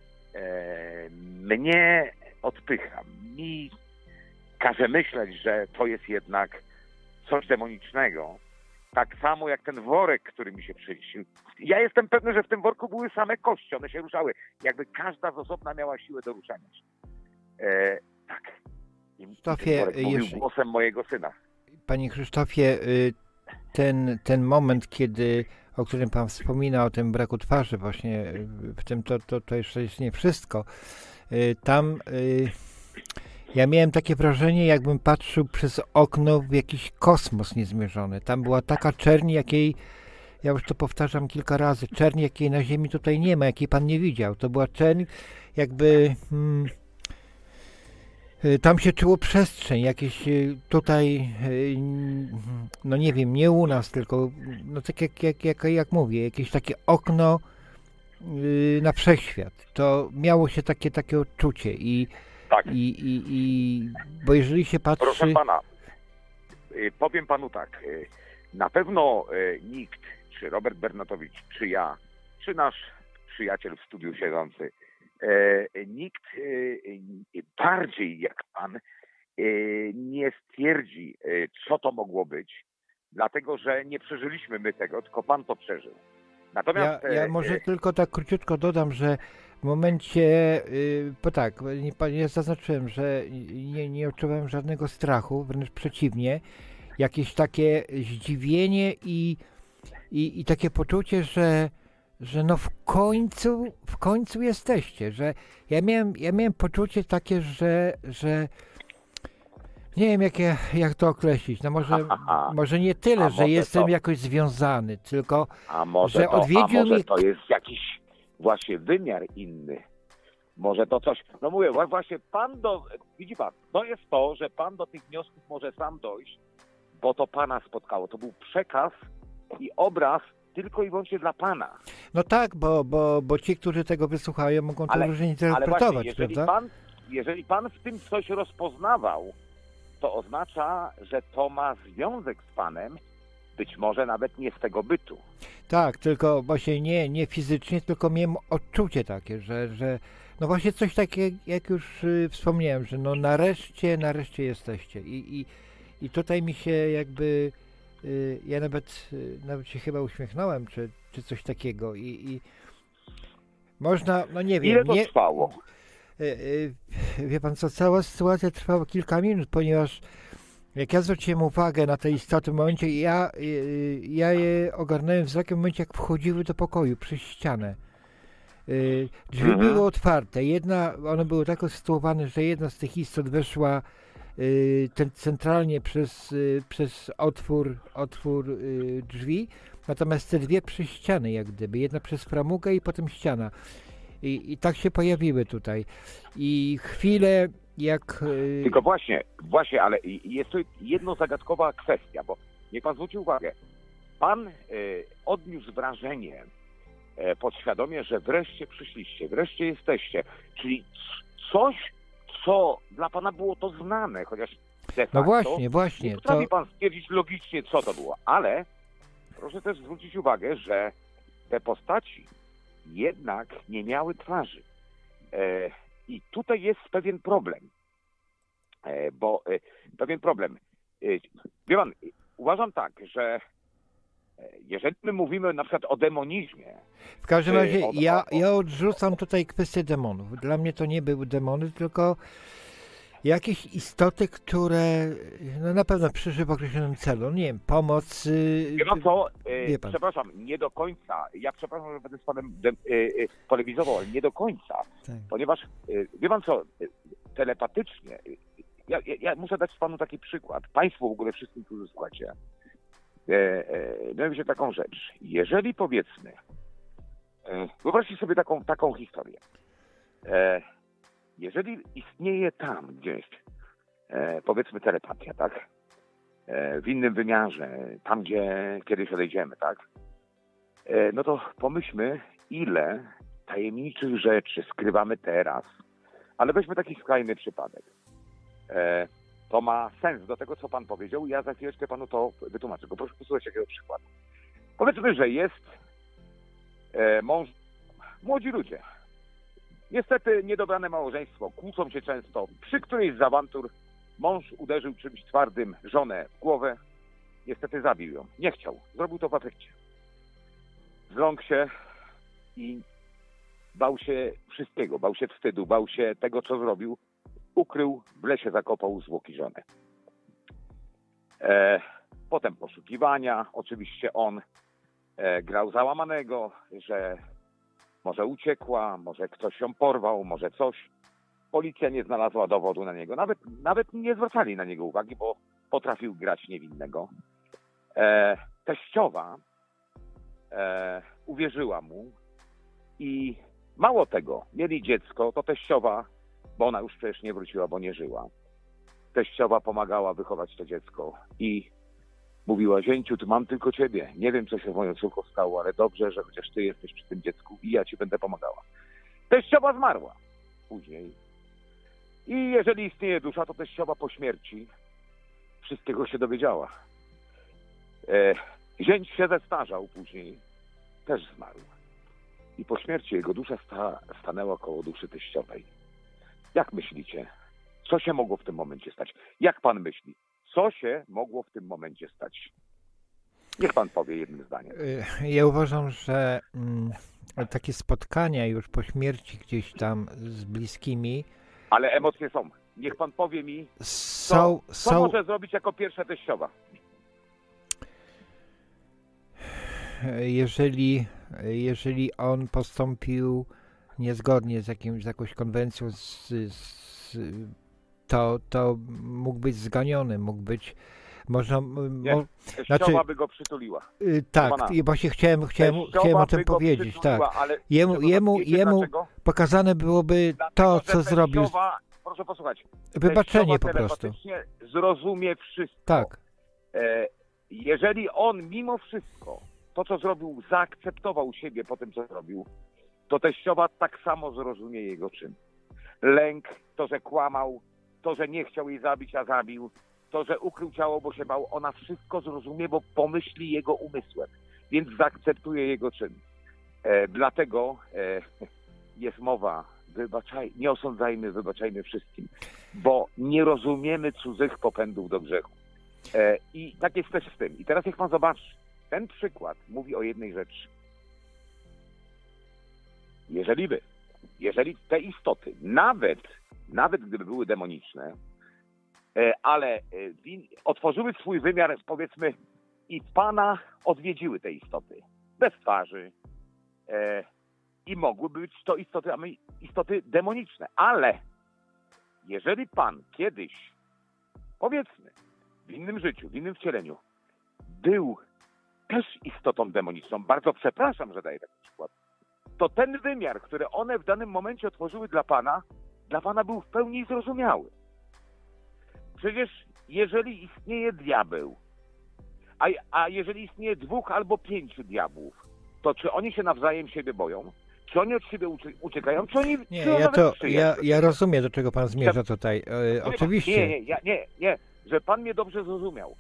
mnie odpycha. Mi każe myśleć, że to jest jednak coś demonicznego. Tak samo jak ten worek, który mi się przyniósł. Ja jestem pewny, że w tym worku były same kości, one się ruszały. Jakby każda z osobna miała siłę do ruszania się. Tak. I Krzysztofie, mówił głosem mojego syna. Panie Krzysztofie, ten moment, o którym pan wspomina, o tym braku twarzy właśnie, w tym to jeszcze jest nie wszystko. Tam ja miałem takie wrażenie, jakbym patrzył przez okno w jakiś kosmos niezmierzony. Tam była taka czerń, jakiej, ja już to powtarzam kilka razy, czerń, jakiej na Ziemi tutaj nie ma, jakiej pan nie widział. To była czerń, jakby tam się czuło przestrzeń, jakieś tutaj, no nie wiem, nie u nas, tylko no tak jak mówię, jakieś takie okno na wszechświat. To miało się takie odczucie i tak. Bo jeżeli się patrzy... Proszę pana, powiem panu tak, na pewno nikt, czy Robert Bernatowicz, czy ja, czy nasz przyjaciel w studiu siedzący, nikt bardziej jak pan nie stwierdzi, co to mogło być, dlatego że nie przeżyliśmy my tego, tylko pan to przeżył. Natomiast ja może tylko tak króciutko dodam, że w momencie, bo tak, ja zaznaczyłem, że nie odczuwałem żadnego strachu, wręcz przeciwnie, jakieś takie zdziwienie i takie poczucie, że no w końcu jesteście, że ja miałem poczucie takie, że nie wiem jak to określić, no może nie tyle, że jestem jakoś związany, tylko że odwiedził mnie... to jest jakiś właśnie wymiar inny. Może to coś. No mówię, właśnie widzi pan, to jest to, że pan do tych wniosków może sam dojść, bo to pana spotkało. To był przekaz i obraz tylko i wyłącznie dla pana. No tak, bo ci, którzy tego wysłuchają, mogą to różnie Ale interpretować, właśnie, prawda? jeżeli pan w tym coś rozpoznawał, to oznacza, że to ma związek z panem, być może nawet nie z tego bytu. Tak, tylko właśnie nie fizycznie, tylko miałem odczucie takie, że no właśnie coś takiego, jak już wspomniałem, że no nareszcie jesteście. I tutaj mi się jakby, ja nawet się chyba uśmiechnąłem, czy coś takiego. I można, no nie wiem. Ile to trwało? Wie pan co, cała sytuacja trwała kilka minut, ponieważ jak ja zwróciłem uwagę na te istoty w momencie, ja je ogarnąłem wzrokiem w momencie, jak wchodziły do pokoju przez ścianę. Drzwi były otwarte. One były tak usytuowane, że jedna z tych istot weszła centralnie przez otwór drzwi, natomiast te dwie przez ściany jak gdyby. Jedna przez framugę i potem ściana. I tak się pojawiły tutaj. I chwilę jak... Tylko właśnie, ale jest tu jedna zagadkowa kwestia, bo niech pan zwróci uwagę. Pan odniósł wrażenie podświadomie, że wreszcie przyszliście, wreszcie jesteście. Czyli coś, co dla pana było to znane, chociaż de facto, no właśnie. Nie potrafi pan stwierdzić logicznie, co to było. Ale proszę też zwrócić uwagę, że te postaci jednak nie miały twarzy. I tutaj jest pewien problem. Wie pan, uważam tak, że jeżeli my mówimy na przykład o demonizmie... W każdym razie ja odrzucam tutaj kwestię demonów. Dla mnie to nie były demony, tylko jakieś istoty, które no na pewno przyszły w określonym celu. Nie wiem, pomoc... Wie pan co? Przepraszam, nie do końca. Ja przepraszam, że będę z panem polemizował, ale nie do końca. Tak. Ponieważ, wie pan co, telepatycznie... Ja muszę dać panu taki przykład. Państwu w ogóle wszystkim, którzy słuchacie. Miałem się taką rzecz. Jeżeli powiedzmy, wyobraźcie sobie taką historię. Jeżeli istnieje tam gdzieś, powiedzmy telepatia, tak? W innym wymiarze, tam gdzie kiedyś odejdziemy, tak? No to pomyślmy, ile tajemniczych rzeczy skrywamy teraz. Ale weźmy taki skrajny przypadek. To ma sens do tego, co pan powiedział. Ja za chwileczkę panu to wytłumaczę. Tylko proszę posłuchać jakiego przykładu. Powiedzmy, że jest młodzi ludzie. Niestety niedobrane małżeństwo. Kłócą się często. Przy którejś z awantur mąż uderzył czymś twardym żonę w głowę. Niestety zabił ją. Nie chciał. Zrobił to w afekcie. Zląkł się i bał się wszystkiego. Bał się wstydu. Bał się tego, co zrobił. Ukrył, w lesie zakopał zwłoki żony. Potem poszukiwania. Oczywiście on grał załamanego, że może uciekła, może ktoś ją porwał, może coś. Policja nie znalazła dowodu na niego. Nawet nie zwracali na niego uwagi, bo potrafił grać niewinnego. Teściowa uwierzyła mu i mało tego, mieli dziecko, to teściowa, bo ona już przecież nie wróciła, bo nie żyła. Teściowa pomagała wychować to dziecko i mówiła: zięciu, tu mam tylko ciebie. Nie wiem, co się z moją córką stało, ale dobrze, że chociaż ty jesteś przy tym dziecku i ja ci będę pomagała. Teściowa zmarła później. I jeżeli istnieje dusza, to teściowa po śmierci wszystkiego się dowiedziała. Zięć się zestarzał później, też zmarł. I po śmierci jego dusza stanęła koło duszy teściowej. Jak myślicie, co się mogło w tym momencie stać? Jak pan myśli, co się mogło w tym momencie stać? Niech pan powie jednym zdaniem. Ja uważam, że takie spotkania już po śmierci gdzieś tam z bliskimi... Ale emocje są. Niech pan powie mi, co może zrobić jako pierwsza teściowa? Jeżeli on postąpił niezgodnie z jakąś konwencją, to mógł być zganiony, mógł być Można, Teściowa by go przytuliła. tak, i właśnie chciałem o tym powiedzieć, tak. Jemu pokazane byłoby to, co zrobił. Proszę posłuchać. Wybaczenie po prostu. Zrozumie wszystko. Tak. Jeżeli on mimo wszystko to, co zrobił, zaakceptował siebie po tym, co zrobił, to teściowa tak samo zrozumie jego czyn. Lęk, to, że kłamał, to, że nie chciał jej zabić, a zabił, to, że ukrył ciało, bo się bał, ona wszystko zrozumie, bo pomyśli jego umysłem, więc zaakceptuje jego czyn. Dlatego jest mowa, nie osądzajmy, wybaczajmy wszystkim, bo nie rozumiemy cudzych popędów do grzechu. I tak jest też z tym. I teraz jak pan zobaczy, ten przykład mówi o jednej rzeczy. Jeżeli te istoty, nawet gdyby były demoniczne, ale otworzyły swój wymiar, powiedzmy, i Pana odwiedziły te istoty, bez twarzy, i mogłyby być to istoty demoniczne, ale jeżeli Pan kiedyś, powiedzmy, w innym życiu, w innym wcieleniu, był też istotą demoniczną, bardzo przepraszam, że daję taki przykład, to ten wymiar, który one w danym momencie otworzyły dla Pana był w pełni zrozumiały. Przecież jeżeli istnieje diabeł, a jeżeli istnieje 2 albo 5 diabłów, to czy oni się nawzajem siebie boją? Czy oni od siebie uciekają? Czy oni... Ja rozumiem, do czego pan zmierza tutaj. Oczywiście. Nie, że pan mnie dobrze zrozumiał.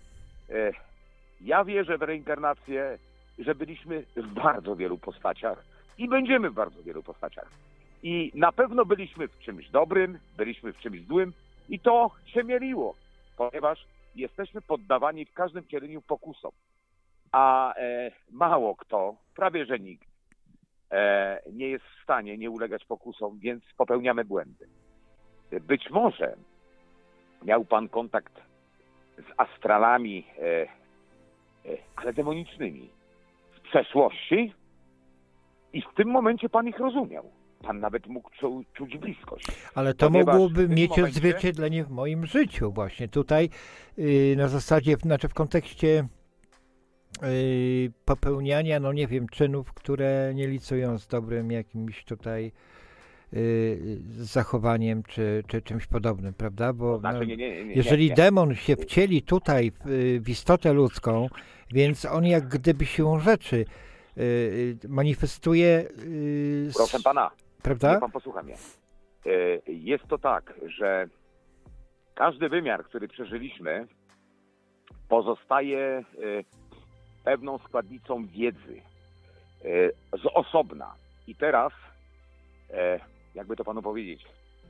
Ja wierzę w reinkarnację, że byliśmy w bardzo wielu postaciach i będziemy w bardzo wielu postaciach. I na pewno byliśmy w czymś dobrym, byliśmy w czymś złym i to się mieliło, ponieważ jesteśmy poddawani w każdym wcieleniu pokusom. A mało kto, prawie że nikt, nie jest w stanie nie ulegać pokusom, więc popełniamy błędy. Być może miał pan kontakt z astralami, ale demonicznymi w przeszłości i w tym momencie pan ich rozumiał. Pan nawet mógł czuć bliskość. Ale to mogłoby mieć odzwierciedlenie w moim życiu właśnie. Tutaj na zasadzie, znaczy w kontekście popełniania, no nie wiem, czynów, które nie licują z dobrym jakimś tutaj zachowaniem czy czymś podobnym, prawda? Bo jeżeli demon się wcieli tutaj w istotę ludzką, więc on jak gdyby siłą rzeczy manifestuje... Proszę pana, prawda? Niech pan posłucha mnie. Jest to tak, że każdy wymiar, który przeżyliśmy, pozostaje pewną składnicą wiedzy z osobna. I teraz, jakby to panu powiedzieć,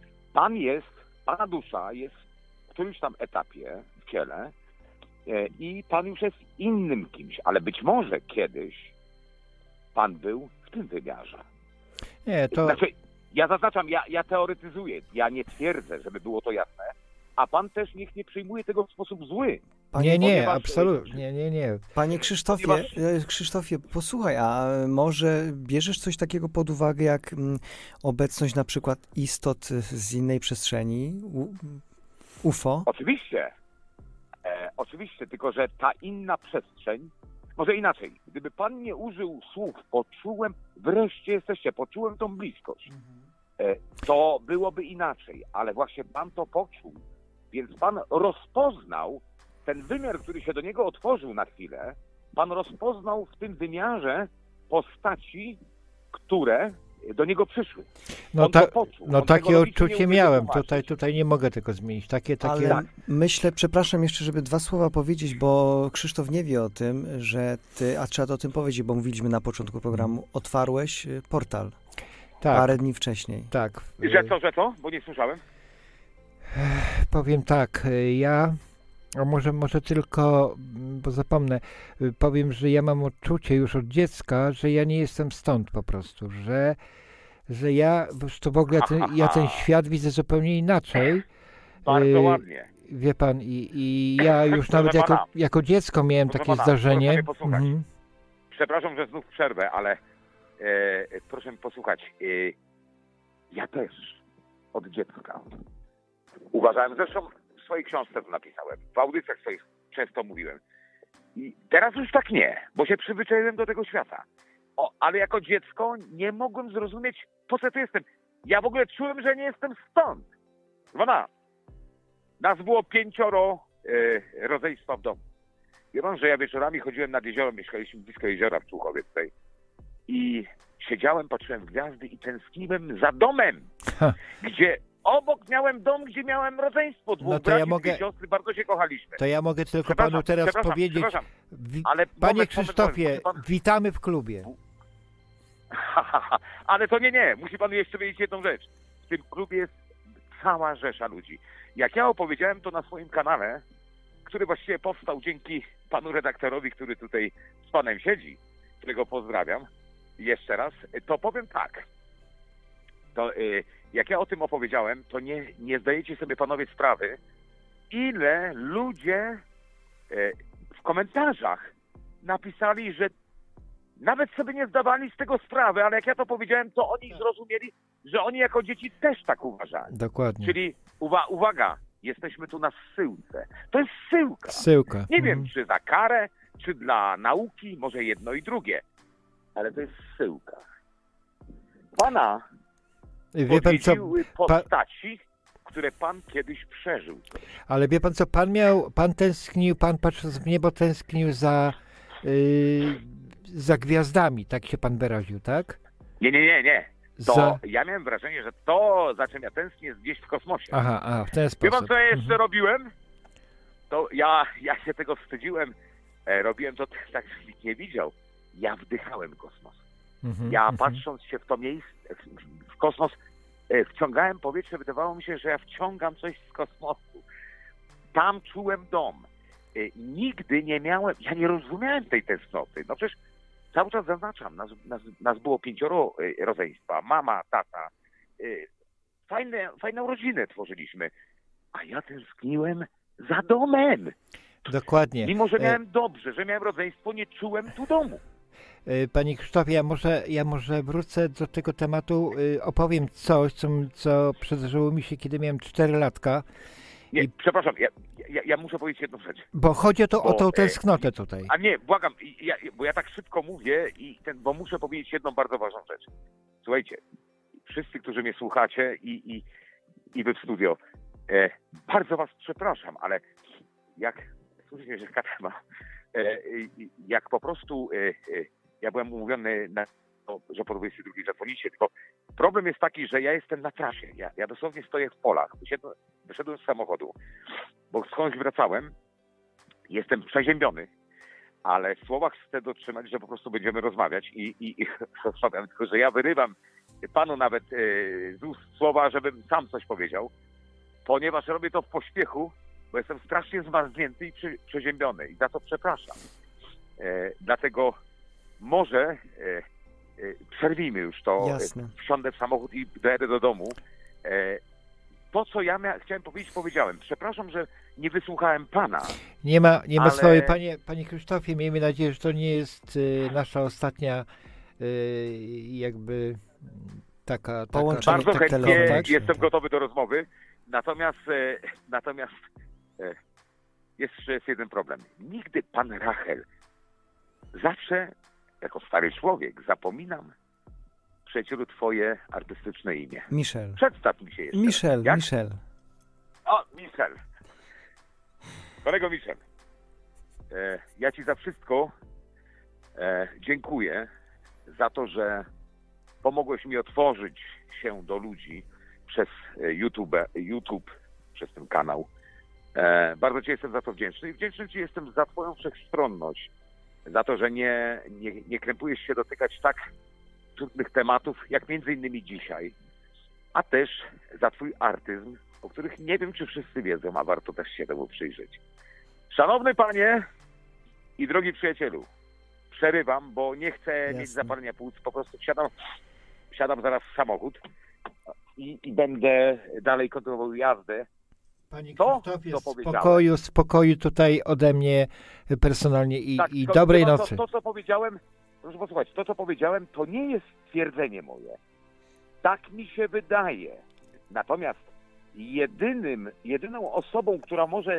pana dusza jest w którymś tam etapie w ciele i pan już jest innym kimś, ale być może kiedyś pan był w tym wymiarze. Nie, to... Znaczy, ja zaznaczam, ja teoretyzuję, ja nie twierdzę, żeby było to jasne, a pan też niech nie przyjmuje tego w sposób zły. Nie, absolutnie, nie. Panie Krzysztofie, posłuchaj, a może bierzesz coś takiego pod uwagę, jak obecność na przykład istot z innej przestrzeni, UFO? Oczywiście, tylko że ta inna przestrzeń, może inaczej, gdyby pan nie użył słów, poczułem tą bliskość, to byłoby inaczej, ale właśnie pan to poczuł, więc pan rozpoznał ten wymiar, który się do niego otworzył na chwilę, pan rozpoznał w tym wymiarze postaci, które do niego przyszły. Takie odczucie miałem. Tutaj nie mogę tego zmienić. Ale tak. Myślę, przepraszam jeszcze, żeby 2 słowa powiedzieć, bo Krzysztof nie wie o tym, że ty, a trzeba to o tym powiedzieć, bo mówiliśmy na początku programu, otwarłeś portal parę dni wcześniej. Tak. Że co? Bo nie słyszałem. Powiem tak, a może tylko, bo zapomnę, powiem, że ja mam odczucie już od dziecka, że ja nie jestem stąd po prostu, że ja to w ogóle ten świat widzę zupełnie inaczej. Bardzo ładnie. Wie pan, i ja już nawet jako dziecko miałem takie zdarzenie. Przepraszam, że znów przerwę, ale proszę mi posłuchać. Ja też od dziecka uważałem, zresztą w swojej książce to napisałem, w audycjach swoich często mówiłem. I teraz już tak nie, bo się przyzwyczaiłem do tego świata. Ale jako dziecko nie mogłem zrozumieć, po co tu jestem. Ja w ogóle czułem, że nie jestem stąd. Nas było 5 rodzeństwa w domu. Wie pan, że ja wieczorami chodziłem nad jezioro, mieszkaliśmy blisko jeziora w Człuchowie tutaj. I siedziałem, patrzyłem w gwiazdy i tęskniłem za domem, gdzie obok miałem dom, gdzie miałem rodzeństwo. Dwóch braci, dwie siostry, bardzo się kochaliśmy. To ja mogę tylko panu teraz powiedzieć, ale panie Krzysztofie, witamy w klubie. Ale to nie. Musi pan jeszcze wiedzieć jedną rzecz. W tym klubie jest cała rzesza ludzi. Jak ja opowiedziałem to na swoim kanale, który właściwie powstał dzięki panu redaktorowi, który tutaj z panem siedzi, którego pozdrawiam jeszcze raz, to powiem tak. To jak ja o tym opowiedziałem, to nie zdajecie sobie panowie sprawy, ile ludzie w komentarzach napisali, że nawet sobie nie zdawali z tego sprawy, ale jak ja to powiedziałem, to oni zrozumieli, że oni jako dzieci też tak uważali. Dokładnie. Czyli uwaga, jesteśmy tu na zsyłce. To jest zsyłka. Zsyłka. Nie wiem, czy za karę, czy dla nauki, może jedno i drugie. Ale to jest zsyłka. Pana odwiedziły postaci, które pan kiedyś przeżył. Ale wie pan co, pan patrząc w niebo tęsknił za gwiazdami, tak się pan wyraził, tak? Nie. Ja miałem wrażenie, że to, za czym ja tęsknię, jest gdzieś w kosmosie. Aha, w ten sposób. Wie pan, co ja jeszcze robiłem? To ja się tego wstydziłem. Robiłem to tak, że nikt nie widział. Ja wdychałem kosmos. Patrząc się w to miejsce, w kosmos, wciągałem powietrze, wydawało mi się, że ja wciągam coś z kosmosu. Tam czułem dom. Nigdy nie miałem, ja nie rozumiałem tej tęsknoty. No przecież cały czas zaznaczam, nas było 5 rodzeństwa, mama, tata. Fajną rodzinę tworzyliśmy. A ja tęskniłem za domem. Dokładnie. Mimo, że miałem dobrze, że miałem rodzeństwo, nie czułem tu domu. Panie Krzysztofie, ja może wrócę do tego tematu, opowiem coś, co przydarzyło mi się, kiedy miałem 4 latka. Przepraszam, ja muszę powiedzieć jedną rzecz. Bo chodzi o tą tęsknotę tutaj. A nie, błagam, bo ja tak szybko mówię, bo muszę powiedzieć jedną bardzo ważną rzecz. Słuchajcie, wszyscy, którzy mnie słuchacie i wy w studio, bardzo was przepraszam, ale słyszycie, że katema, jak po prostu ja byłem umówiony że po 22 zadzwonicie, tylko problem jest taki, że ja jestem na trasie. Ja dosłownie stoję w polach. Wyszedłem z samochodu, bo skądś wracałem. Jestem przeziębiony, ale w słowach chcę dotrzymać, że po prostu będziemy rozmawiać i rozmawiam, tylko że ja wyrywam panu nawet z ust słowa, żebym sam coś powiedział, ponieważ robię to w pośpiechu, bo jestem strasznie zmarznięty i przeziębiony i za to przepraszam. Dlatego może przerwijmy już to. Jasne. Wsiądę w samochód i dojadę do domu. To, co ja chciałem powiedzieć, powiedziałem. Przepraszam, że nie wysłuchałem pana. Nie ma sprawy. Panie Krzysztofie, miejmy nadzieję, że to nie jest nasza ostatnia jakby taka połączenie. Bardzo chętnie jestem gotowy do rozmowy. Natomiast jeszcze jest jeden problem. Nigdy pan Rachel, zawsze jako stary człowiek zapominam, przyjacielu, twoje artystyczne imię. Michel. Przedstaw mi się jeszcze. Michel. O, Michel. Kolego Michel, ja ci za wszystko dziękuję, za to, że pomogłeś mi otworzyć się do ludzi przez YouTube, przez ten kanał. Bardzo ci jestem za to wdzięczny i wdzięczny ci jestem za twoją wszechstronność, za to, że nie krępujesz się dotykać tak trudnych tematów, jak między innymi dzisiaj, a też za twój artyzm, o których nie wiem, czy wszyscy wiedzą, a warto też się temu przyjrzeć. Szanowny panie i drogi przyjacielu, przerywam, bo nie chcę mieć zapalenia płuc, po prostu wsiadam zaraz w samochód i będę dalej kontynuował jazdę. Panie Krzysztofie, spokoju tutaj ode mnie personalnie i dobrej nocy. To, co powiedziałem, proszę posłuchać, to, co powiedziałem, to nie jest stwierdzenie moje. Tak mi się wydaje. Natomiast jedyną osobą, która może z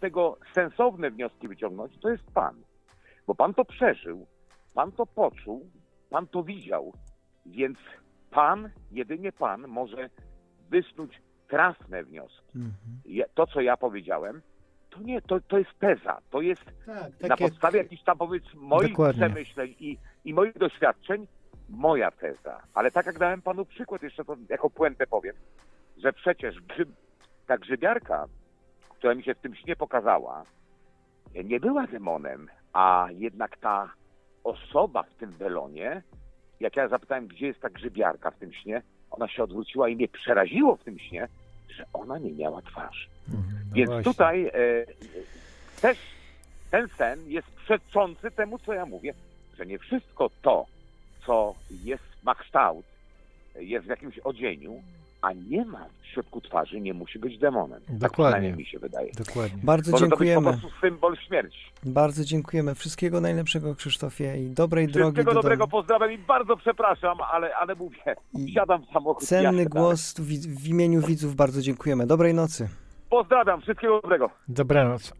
tego sensowne wnioski wyciągnąć, to jest pan. Bo pan to przeżył, pan to poczuł, pan to widział, więc pan, jedynie pan może wysnuć trafne wnioski. To, co ja powiedziałem, to nie, to jest teza, to jest na podstawie jakichś tam, powiedz, moich przemyśleń i moich doświadczeń, moja teza. Ale tak jak dałem panu przykład, jeszcze to jako puentę powiem, że przecież ta grzybiarka, która mi się w tym śnie pokazała, nie była demonem, a jednak ta osoba w tym welonie, jak ja zapytałem, gdzie jest ta grzybiarka w tym śnie, ona się odwróciła i mnie przeraziło w tym śnie, że ona nie miała twarzy. Więc właśnie. Tutaj też ten sen jest przeczący temu, co ja mówię, że nie wszystko to, co ma kształt, jest w jakimś odzieniu, a nie ma w środku twarzy, nie musi być demonem. Dokładnie. Tak przynajmniej mi się wydaje. Dokładnie. Bardzo może dziękujemy. To być po prostu symbol śmierci. Bardzo dziękujemy. Wszystkiego najlepszego, Krzysztofie, i dobrej drogi. Wszystkiego dobrego, pozdrawiam i bardzo przepraszam, ale mówię, wsiadam w samochód. Cenny głos w imieniu widzów, bardzo dziękujemy. Dobrej nocy. Pozdrawiam, wszystkiego dobrego. Dobranoc.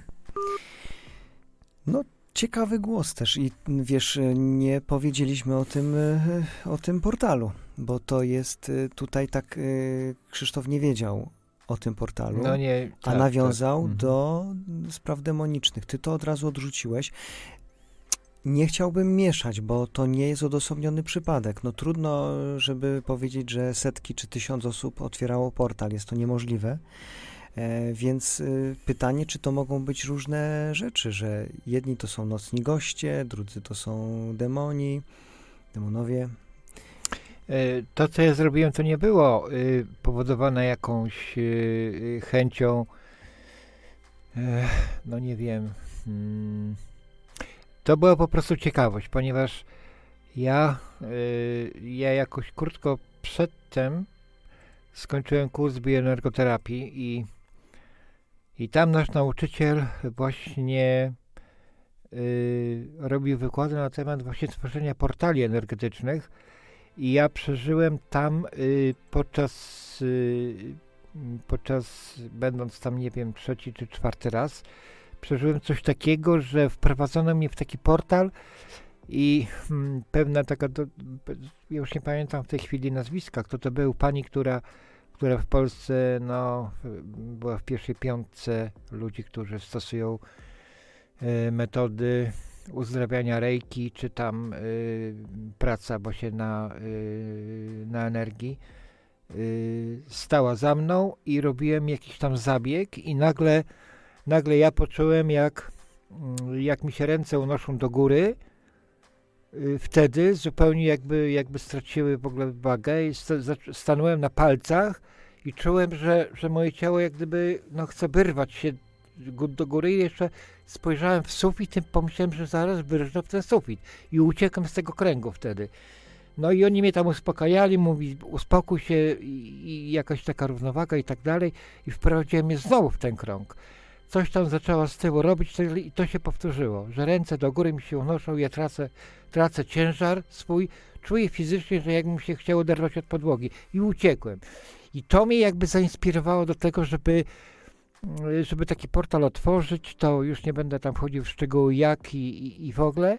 No, ciekawy głos też i wiesz, nie powiedzieliśmy o tym portalu, bo to jest tutaj tak, Krzysztof nie wiedział o tym portalu, no nie, a nawiązał do spraw demonicznych. Ty to od razu odrzuciłeś. Nie chciałbym mieszać, bo to nie jest odosobniony przypadek. No trudno, żeby powiedzieć, że setki czy 1000 osób otwierało portal. Jest to niemożliwe. Więc pytanie, czy to mogą być różne rzeczy, że jedni to są nocni goście, drudzy to są demonowie. To, co ja zrobiłem, to nie było powodowane jakąś chęcią, no nie wiem, to była po prostu ciekawość, ponieważ ja jakoś krótko przedtem skończyłem kurs bioenergoterapii i tam nasz nauczyciel właśnie robił wykłady na temat właśnie tworzenia portali energetycznych i ja przeżyłem tam podczas będąc tam, nie wiem, 3. czy 4. raz, przeżyłem coś takiego, że wprowadzono mnie w taki portal i pewna taka, ja już nie pamiętam w tej chwili nazwiska, kto to był, pani, która w Polsce była w pierwszej 5 ludzi, którzy stosują metody uzdrawiania reiki, czy tam praca właśnie na energii, stała za mną i robiłem jakiś tam zabieg i nagle ja poczułem, jak mi się ręce unoszą do góry. Wtedy zupełnie jakby straciły w ogóle wagę i stanąłem na palcach i czułem, że moje ciało jak gdyby chce wyrwać się do góry i jeszcze spojrzałem w sufit i pomyślałem, że zaraz wyrżnę w ten sufit i uciekam z tego kręgu wtedy. No i oni mnie tam uspokajali, mówi, uspokój się i jakaś taka równowaga i tak dalej i wprowadziłem mnie znowu w ten krąg. Coś tam zaczęło z tyłu robić i to się powtórzyło, że ręce do góry mi się unoszą, ja tracę ciężar swój, czuję fizycznie, że jakbym się chciał oderwać od podłogi i uciekłem. I to mnie jakby zainspirowało do tego, żeby taki portal otworzyć, to już nie będę tam wchodził w szczegóły jak i w ogóle.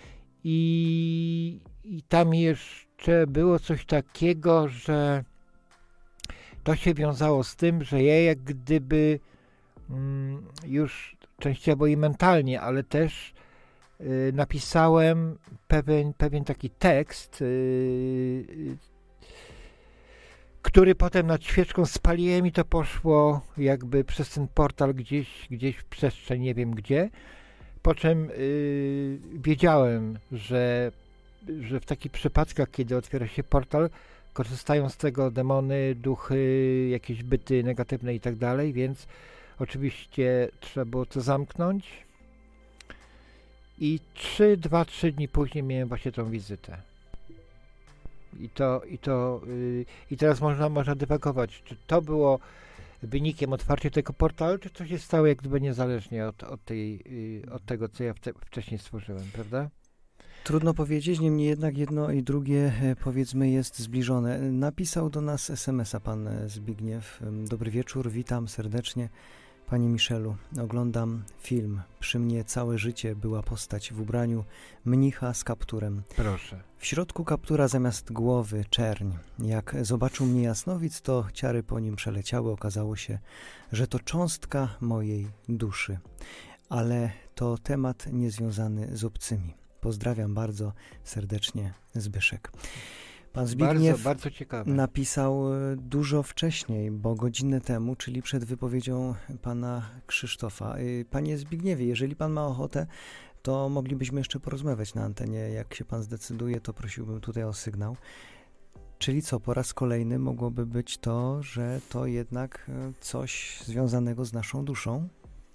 I tam jeszcze było coś takiego, że to się wiązało z tym, że ja jak gdyby już częściowo i mentalnie, ale też napisałem pewien taki tekst, który potem nad świeczką spaliłem i to poszło jakby przez ten portal gdzieś w przestrzeń, nie wiem gdzie. Po czym wiedziałem, że w takich przypadkach, kiedy otwiera się portal, korzystają z tego demony, duchy, jakieś byty negatywne i tak dalej, więc oczywiście trzeba było to zamknąć. I 2-3 dni później miałem właśnie tą wizytę. I teraz można dywagować, czy to było wynikiem otwarcia tego portalu, czy to się stało jak gdyby niezależnie od tego, co ja wcześniej stworzyłem, prawda? Trudno powiedzieć, niemniej jednak jedno i drugie, powiedzmy, jest zbliżone. Napisał do nas SMS-a pan Zbigniew. Dobry wieczór, witam serdecznie. Panie Michelu, oglądam film. Przy mnie całe życie była postać w ubraniu mnicha z kapturem. Proszę. W środku kaptura zamiast głowy czerń. Jak zobaczył mnie jasnowic, to ciary po nim przeleciały. Okazało się, że to cząstka mojej duszy. Ale to temat niezwiązany z obcymi. Pozdrawiam bardzo serdecznie, Zbyszek. Pan Zbigniew bardzo ciekawe. napisał dużo wcześniej, bo godzinę temu, czyli przed wypowiedzią pana Krzysztofa. Panie Zbigniewie, jeżeli pan ma ochotę, to moglibyśmy jeszcze porozmawiać na antenie. Jak się pan zdecyduje, to prosiłbym tutaj o sygnał. Czyli co, po raz kolejny mogłoby być to, że to jednak coś związanego z naszą duszą?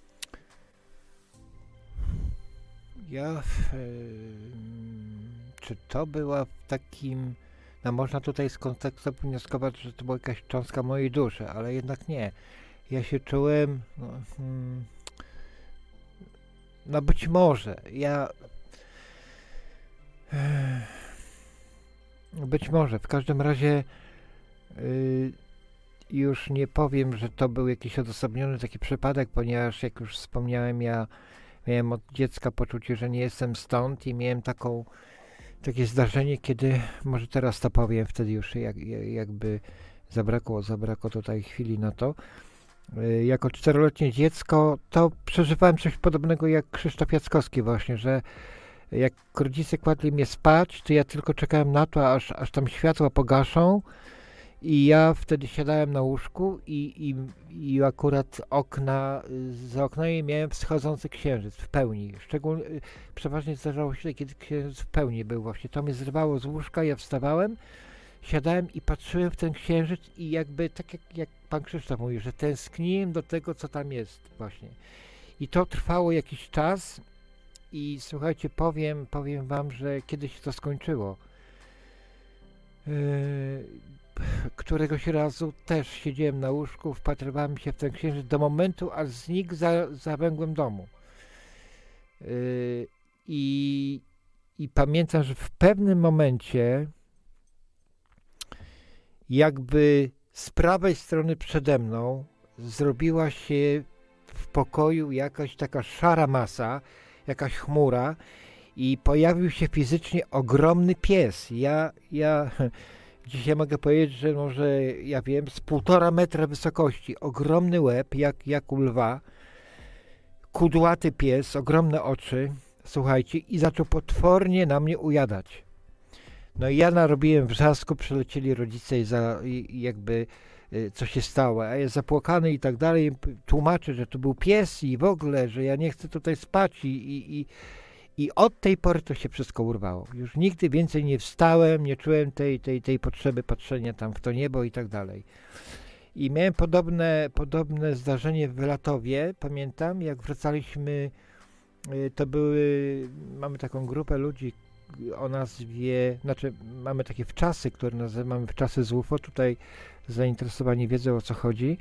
Czy to była w takim... No można tutaj z kontekstu wnioskować, że to była jakaś cząstka mojej duszy, ale jednak nie. Ja się czułem... No być może. Być może. W każdym razie już nie powiem, że to był jakiś odosobniony taki przypadek, ponieważ jak już wspomniałem, ja miałem od dziecka poczucie, że nie jestem stąd i miałem takie zdarzenie, kiedy, może teraz to powiem, wtedy już jakby zabrakło tutaj chwili na to. Jako 4-letnie dziecko to przeżywałem coś podobnego jak Krzysztof Jackowski właśnie, że jak rodzice kładli mnie spać, to ja tylko czekałem na to, aż tam światła pogaszą i ja wtedy siadałem na łóżku i akurat za oknami miałem wschodzący księżyc w pełni. Przeważnie zdarzało się, kiedy księżyc w pełni był właśnie. To mnie zrywało z łóżka, ja wstawałem, siadałem i patrzyłem w ten księżyc i jakby, tak jak pan Krzysztof mówi, że tęskniłem do tego, co tam jest właśnie. I to trwało jakiś czas i słuchajcie, powiem wam, że kiedyś to skończyło. Któregoś razu też siedziałem na łóżku, wpatrywałem się w ten księżyc do momentu, aż znikł za węgłem domu. I pamiętam, że w pewnym momencie jakby z prawej strony przede mną zrobiła się w pokoju jakaś taka szara masa, jakaś chmura i pojawił się fizycznie ogromny pies. Ja dzisiaj mogę powiedzieć, że może, ja wiem, z 1,5 metra wysokości, ogromny łeb, jak u lwa, kudłaty pies, ogromne oczy, słuchajcie, i zaczął potwornie na mnie ujadać. No i ja narobiłem wrzasku, przylecieli rodzice i jakby co się stało, a ja zapłakany i tak dalej, tłumaczę, że to był pies i w ogóle, że ja nie chcę tutaj spać i od tej pory to się wszystko urwało. Już nigdy więcej nie wstałem, nie czułem tej potrzeby patrzenia tam w to niebo i tak dalej. I miałem podobne zdarzenie w Latowie, pamiętam, jak wracaliśmy, mamy taką grupę ludzi o nazwie, mamy takie wczasy, które nazywamy wczasy z UFO, tutaj zainteresowani wiedzą, o co chodzi.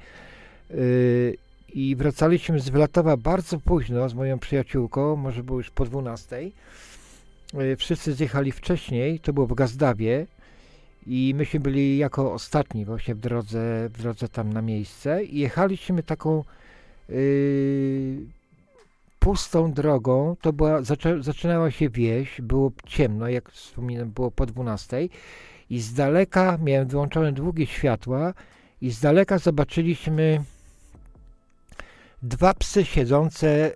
I wracaliśmy z Wlatowa bardzo późno z moją przyjaciółką, może było już po 12. Wszyscy zjechali wcześniej, to było w Gazdawie i myśmy byli jako ostatni właśnie w drodze tam na miejsce i jechaliśmy taką pustą drogą, zaczynała się wieś, było ciemno, jak wspominam, było po 12 i z daleka, miałem wyłączone długie światła i z daleka zobaczyliśmy 2 psy siedzące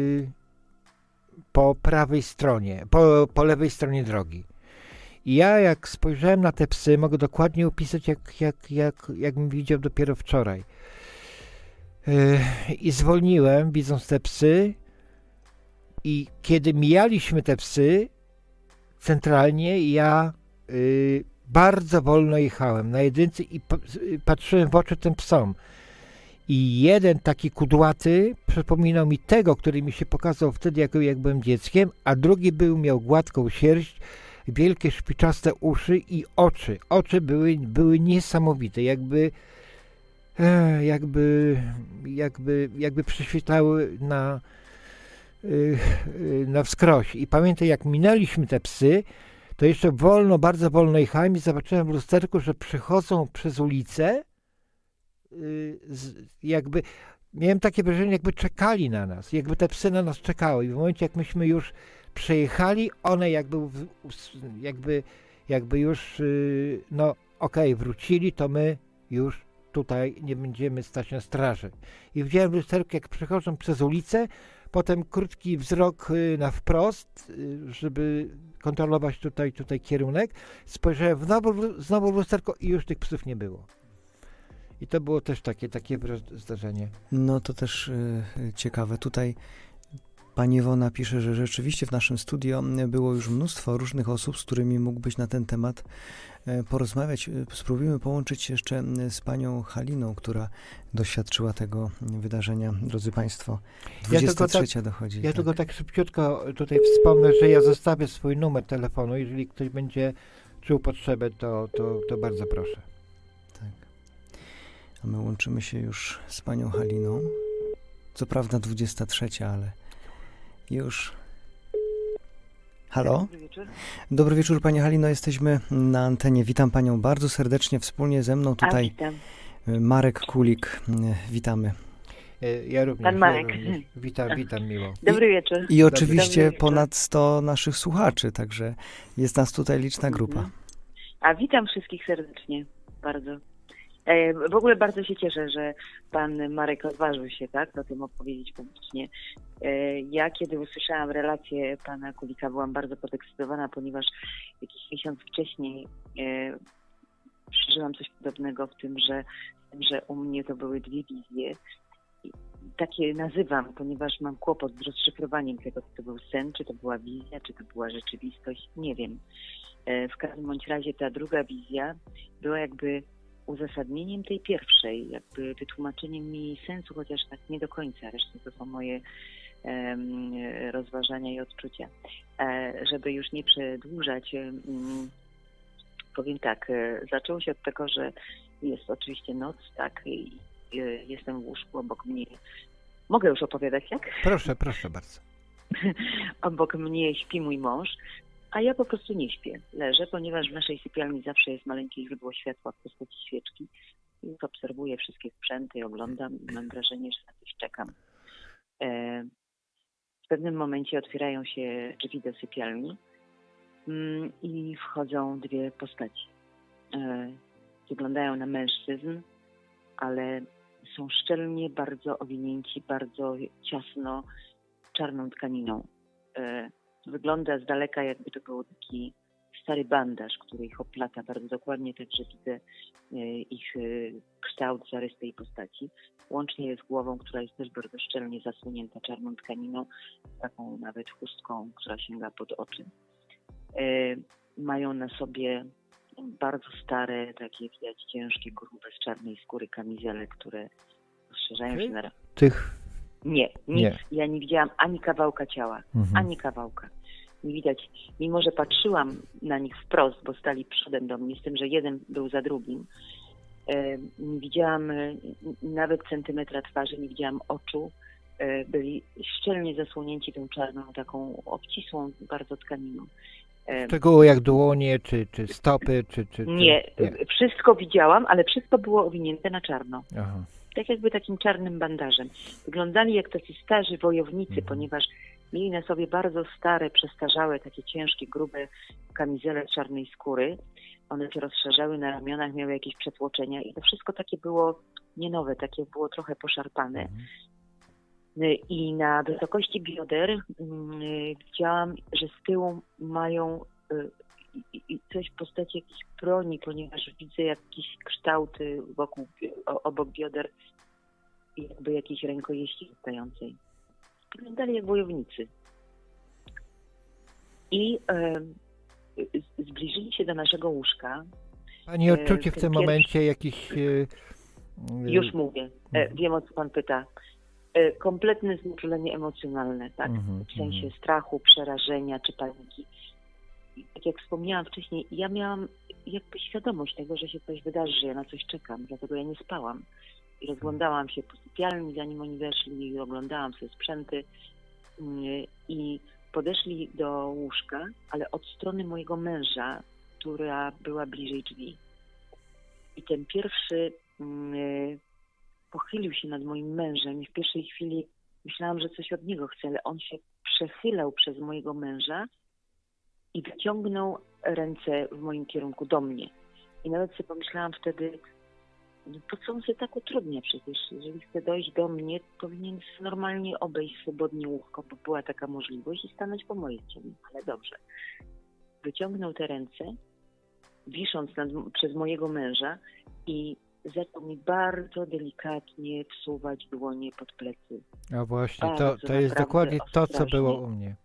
po prawej stronie, po lewej stronie drogi. I ja jak spojrzałem na te psy, mogę dokładnie opisać, jakbym widział dopiero wczoraj. I zwolniłem, widząc te psy, i kiedy mijaliśmy te psy, centralnie ja bardzo wolno jechałem na jedynce i patrzyłem w oczy tym psom. I jeden taki kudłaty przypominał mi tego, który mi się pokazał wtedy, jak byłem dzieckiem, a drugi miał gładką sierść, wielkie szpiczaste uszy i oczy. Oczy były niesamowite, jakby prześwietlały na wskroś. I pamiętam, jak minęliśmy te psy, to jeszcze bardzo wolno jechałem i zobaczyłem w lusterku, że przechodzą przez ulicę, jakby miałem takie wrażenie, jakby czekali na nas, jakby te psy na nas czekały i w momencie, jak myśmy już przejechali, one jakby już, no okej, wrócili, to my już tutaj nie będziemy stać na straży. I widziałem w lusterku, jak przechodzą przez ulicę, potem krótki wzrok na wprost, żeby kontrolować tutaj kierunek. Spojrzałem znowu w lusterko i już tych psów nie było. I to było też takie zdarzenie. No to też ciekawe. Tutaj pani Iwona pisze, że rzeczywiście w naszym studio było już mnóstwo różnych osób, z którymi mógłbyś na ten temat porozmawiać. Spróbujemy połączyć się jeszcze z panią Haliną, która doświadczyła tego wydarzenia. Drodzy państwo, 23 dochodzi. Ja tylko tak szybciutko tutaj wspomnę, że ja zostawię swój numer telefonu. Jeżeli ktoś będzie czuł potrzebę, to bardzo proszę. Tak. A my łączymy się już z panią Haliną. Co prawda 23, ale już. Halo? Dobry wieczór. Dobry wieczór, pani Halino, jesteśmy na antenie. Witam panią bardzo serdecznie, wspólnie ze mną tutaj witam. Marek Kulik. Witamy. Ja również. Pan Marek. Witam miło. Dobry wieczór. I oczywiście Dobry wieczór. ponad 100 naszych słuchaczy, także jest nas tutaj liczna grupa. A witam wszystkich serdecznie, bardzo. W ogóle bardzo się cieszę, że pan Marek odważył się o tym opowiedzieć publicznie. Ja kiedy usłyszałam relację pana Kulika, byłam bardzo podekscytowana, ponieważ jakiś miesiąc wcześniej przeżyłam coś podobnego w tym, że u mnie to były dwie wizje. Takie nazywam, ponieważ mam kłopot z rozszyfrowaniem tego, czy to był sen, czy to była wizja, czy to była rzeczywistość, nie wiem. W każdym bądź razie ta druga wizja była jakby uzasadnieniem tej pierwszej, jakby wytłumaczeniem mi sensu, chociaż tak nie do końca, resztą to są moje rozważania i odczucia. Żeby już nie przedłużać, powiem tak, zaczęło się od tego, że jest oczywiście noc, tak, i jestem w łóżku, obok mnie. Mogę już opowiadać, jak? Proszę bardzo. Obok mnie śpi mój mąż, a ja po prostu nie śpię. Leżę, ponieważ w naszej sypialni zawsze jest maleńkie źródło światła w postaci świeczki. I obserwuję wszystkie sprzęty, oglądam i mam wrażenie, że na coś czekam. W pewnym momencie otwierają się drzwi do sypialni i wchodzą dwie postaci. Wyglądają na mężczyzn, ale są szczelnie bardzo owinięci, bardzo ciasno czarną tkaniną. Wygląda z daleka, jakby to był taki stary bandaż, który ich oplata bardzo dokładnie, także widzę ich kształt, zarys tej postaci. Łącznie z głową, która jest też bardzo szczelnie zasłonięta czarną tkaniną, taką nawet chustką, która sięga pod oczy. Mają na sobie bardzo stare, takie widać ciężkie, grube, z czarnej skóry kamizele, które rozszerzają się na... Nie. Ja nie widziałam ani kawałka ciała, ani kawałka. Nie widać, mimo że patrzyłam na nich wprost, bo stali przodem do mnie, z tym, że jeden był za drugim. Nie widziałam nawet centymetra twarzy, nie widziałam oczu. Byli szczelnie zasłonięci tą czarną, taką obcisłą bardzo tkaniną. Szczegóły jak dłonie, czy stopy, czy... Nie, wszystko widziałam, ale wszystko było owinięte na czarno. Aha. Tak jakby takim czarnym bandażem. Wyglądali jak tacy starzy wojownicy, ponieważ mieli na sobie bardzo stare, przestarzałe, takie ciężkie, grube kamizele czarnej skóry. One się rozszerzały na ramionach, miały jakieś przetłoczenia i to wszystko takie było nie nowe, takie było trochę poszarpane. I na wysokości bioder widziałam, że z tyłu mają coś w postaci jakiejś broni, ponieważ widzę jakieś kształty obok bioder i jakby jakiejś rękojeści stojącej. Wyglądali jak wojownicy. I zbliżyli się do naszego łóżka. Pani odczucie w tym momencie jakiś... Już mówię. Wiem, o co pan pyta. Kompletne znieczulenie emocjonalne, tak? W sensie strachu, przerażenia czy paniki. I tak jak wspomniałam wcześniej, ja miałam jakby świadomość tego, że się coś wydarzy, że ja na coś czekam, dlatego ja nie spałam. I rozglądałam się po sypialni, zanim oni weszli, i oglądałam sobie sprzęty i podeszli do łóżka, ale od strony mojego męża, która była bliżej drzwi. I ten pierwszy pochylił się nad moim mężem i w pierwszej chwili myślałam, że coś od niego chce, ale on się przechylał przez mojego męża i wyciągnął ręce w moim kierunku do mnie. I nawet sobie pomyślałam wtedy, no po co on się tak utrudnia przecież? Jeżeli chce dojść do mnie, powinien normalnie obejść swobodnie łóżko, bo była taka możliwość i stanąć po mojej stronie. Ale dobrze. Wyciągnął te ręce, wisząc przez mojego męża i zaczął mi bardzo delikatnie wsuwać dłonie pod plecy. A właśnie, Bardzo, to jest dokładnie to, co ostrożnie. było u mnie.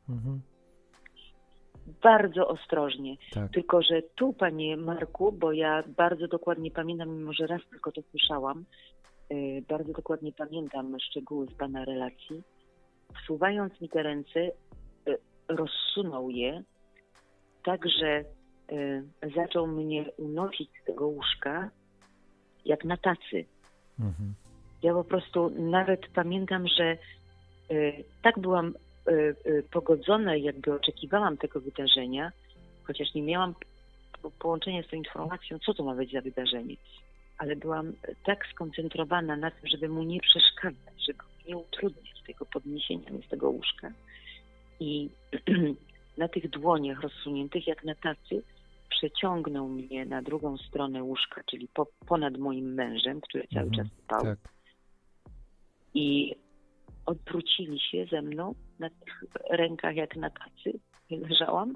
Bardzo ostrożnie. Tak. Tylko że tu, panie Marku, bo ja bardzo dokładnie pamiętam, mimo że raz tylko to słyszałam, bardzo dokładnie pamiętam szczegóły z pana relacji. Wsuwając mi te ręce, rozsunął je tak, że zaczął mnie unosić z tego łóżka jak na tacy. Ja po prostu nawet pamiętam, że tak byłam pogodzona i jakby oczekiwałam tego wydarzenia, chociaż nie miałam połączenia z tą informacją, co to ma być za wydarzenie. Ale byłam tak skoncentrowana na tym, żeby mu nie przeszkadzać, żeby nie utrudniać tego podniesienia mnie z tego łóżka. I na tych dłoniach rozsuniętych jak na tacy przeciągnął mnie na drugą stronę łóżka, czyli ponad moim mężem, który cały czas spał. Tak. I odwrócili się ze mną na tych rękach jak na tacy. Leżałam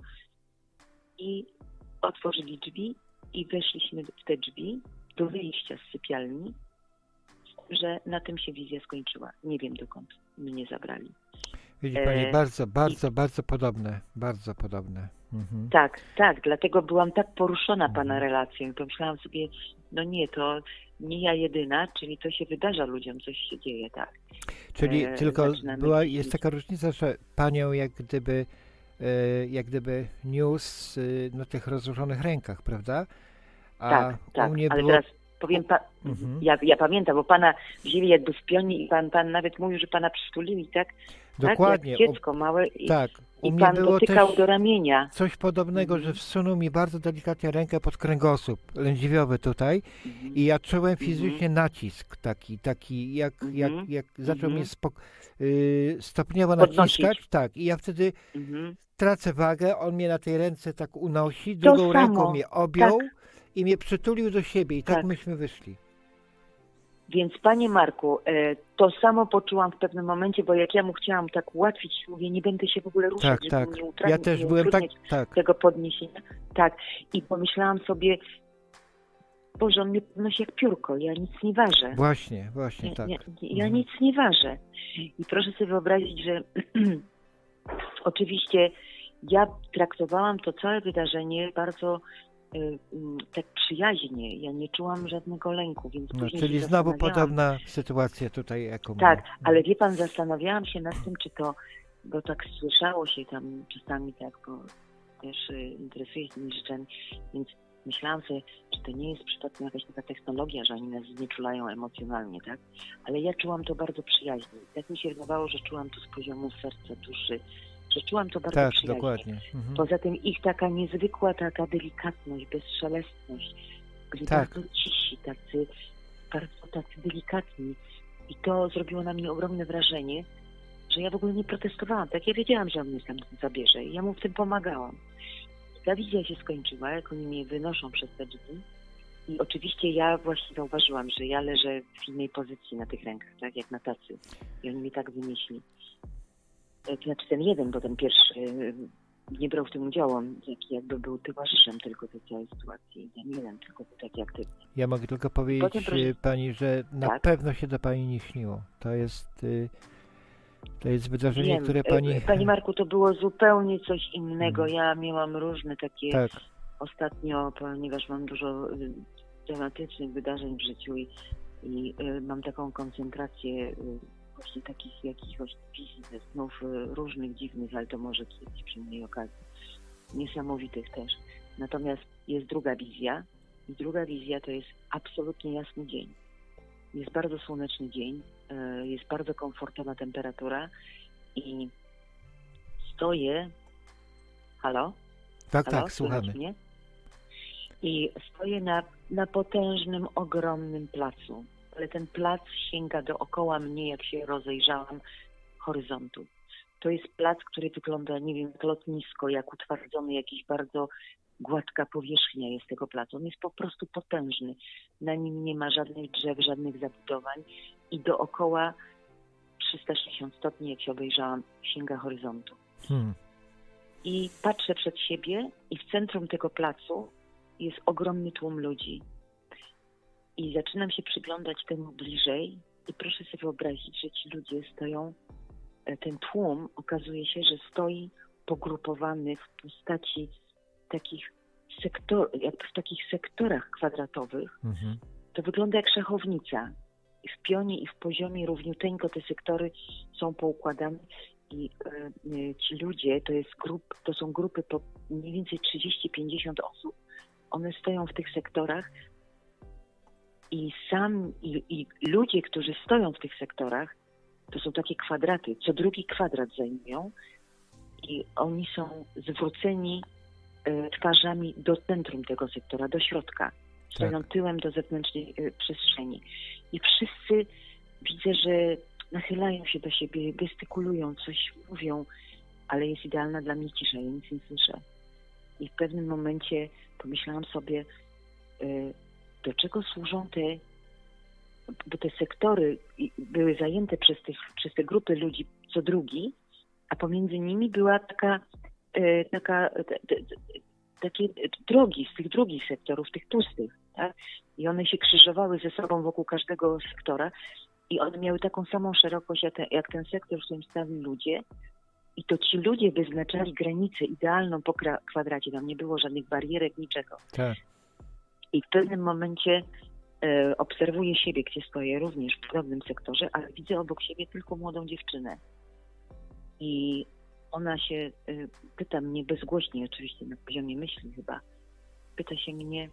i otworzyli drzwi i weszliśmy w te drzwi do wyjścia z sypialni, że na tym się wizja skończyła. Nie wiem, dokąd mnie zabrali. Widzi pani, bardzo podobne. Bardzo podobne. Tak, dlatego byłam tak poruszona pana relacją i pomyślałam sobie, no nie, to nie ja jedyna, czyli to się wydarza ludziom, coś się dzieje, tak. Czyli tylko jest taka różnica, że panią jak gdyby niósł na tych rozłożonych rękach, prawda? A tak, u mnie ale było... teraz powiem, ja pamiętam, bo pana wzięli jakby w pionie i pan nawet mówił, że pana przytulili, tak? Dokładnie. Tak, jak dziecko małe i u mnie pan było dotykał też do ramienia. coś podobnego, że wsunął mi bardzo delikatnie rękę pod kręgosłup lędźwiowy tutaj i ja czułem fizycznie nacisk taki jak zaczął mnie stopniowo naciskać. Tak, i ja wtedy tracę wagę, on mnie na tej ręce tak unosi, drugą ręką mnie objął i mnie przytulił do siebie i tak myśmy wyszli. Więc panie Marku, to samo poczułam w pewnym momencie, bo jak ja mu chciałam tak ułatwić, mówię, nie będę się w ogóle ruszać, żeby nie utrudniać, ja też byłem tego podniesienia. Tak, i pomyślałam sobie, Boże, on mnie podnosi jak piórko, ja nic nie ważę. Właśnie, tak. Ja nic nie ważę. I proszę sobie wyobrazić, że oczywiście ja traktowałam to całe wydarzenie bardzo tak przyjaźnie. Ja nie czułam żadnego lęku, więc czyli znowu podobna sytuacja tutaj, jaką tak, ale wie pan, zastanawiałam się nad tym, czy to, bo tak słyszało się tam czasami tak, bo też interesuję się tymi rzeczami, więc myślałam sobie, czy to nie jest przypadkiem jakaś taka technologia, że oni nas znieczulają emocjonalnie, tak? Ale ja czułam to bardzo przyjaźnie. Tak mi się wydawało, że czułam to z poziomu serca, duszy, że czułam to bardzo przyjaźnie. Dokładnie. Poza tym ich taka niezwykła taka delikatność, bezszelestność, byli bardzo cisi, bardzo tacy delikatni. I to zrobiło na mnie ogromne wrażenie, że ja w ogóle nie protestowałam. Tak, ja wiedziałam, że on mnie tam zabierze i ja mu w tym pomagałam. Ta wizja się skończyła, jak oni mnie wynoszą przez te drzwi. I oczywiście ja właśnie zauważyłam, że ja leżę w innej pozycji na tych rękach, tak, jak na tacy. I oni mnie tak wynieśli. To znaczy ten jeden, bo ten pierwszy nie brał w tym udziału, on jakby był towarzyszem tylko tej całej sytuacji. Ten jeden, tylko był taki aktywny. Ja mogę tylko powiedzieć pani, że na pewno się to pani nie śniło. To jest wydarzenie, które pani... Panie Marku, to było zupełnie coś innego. Ja miałam różne takie ostatnio, ponieważ mam dużo dramatycznych wydarzeń w życiu i mam taką koncentrację właśnie takich jakichś wizji ze snów różnych, dziwnych, ale to może kiedyś przy innej okazji. Niesamowitych też. Natomiast jest druga wizja i druga wizja to jest absolutnie jasny dzień. Jest bardzo słoneczny dzień, jest bardzo komfortowa temperatura i stoję... Halo? Tak, słuchamy. Mnie? I stoję na potężnym, ogromnym placu. ale ten plac sięga dookoła mnie, jak się rozejrzałam, horyzontu. To jest plac, który wygląda, nie wiem, jak lotnisko, jak utwardzony, jakiś bardzo gładka powierzchnia jest tego placu. On jest po prostu potężny. Na nim nie ma żadnych drzew, żadnych zabudowań i dookoła 360 stopni, jak się obejrzałam, sięga horyzontu. I patrzę przed siebie i w centrum tego placu jest ogromny tłum ludzi. I zaczynam się przyglądać temu bliżej i proszę sobie wyobrazić, że ci ludzie stoją, ten tłum okazuje się, że stoi pogrupowany w postaci takich jakby w takich sektorach kwadratowych. To wygląda jak szachownica. I w pionie i w poziomie równiuteńko te sektory są poukładane i ci ludzie, to są grupy po mniej więcej 30-50 osób. One stoją w tych sektorach i ludzie, którzy stoją w tych sektorach, to są takie kwadraty, co drugi kwadrat zajmują i oni są zwróceni twarzami do centrum tego sektora, do środka. Stoją tyłem do zewnętrznej przestrzeni. I wszyscy widzę, że nachylają się do siebie, gestykulują, coś mówią, ale jest idealna dla mnie cisza, ja nic nie słyszę. I w pewnym momencie pomyślałam sobie, do czego służą bo te sektory były zajęte przez te grupy ludzi co drugi, a pomiędzy nimi była takie drogi z tych drugich sektorów, tych pustych, tak? I one się krzyżowały ze sobą wokół każdego sektora i one miały taką samą szerokość jak ten sektor, w którym stali ludzie. I to ci ludzie wyznaczali granicę idealną po kwadracie. Tam nie było żadnych barierek, niczego. Tak. I w pewnym momencie obserwuję siebie, gdzie stoję również w podobnym sektorze, ale widzę obok siebie tylko młodą dziewczynę. I ona się pyta mnie bezgłośnie, oczywiście na poziomie myśli chyba, pyta się mnie,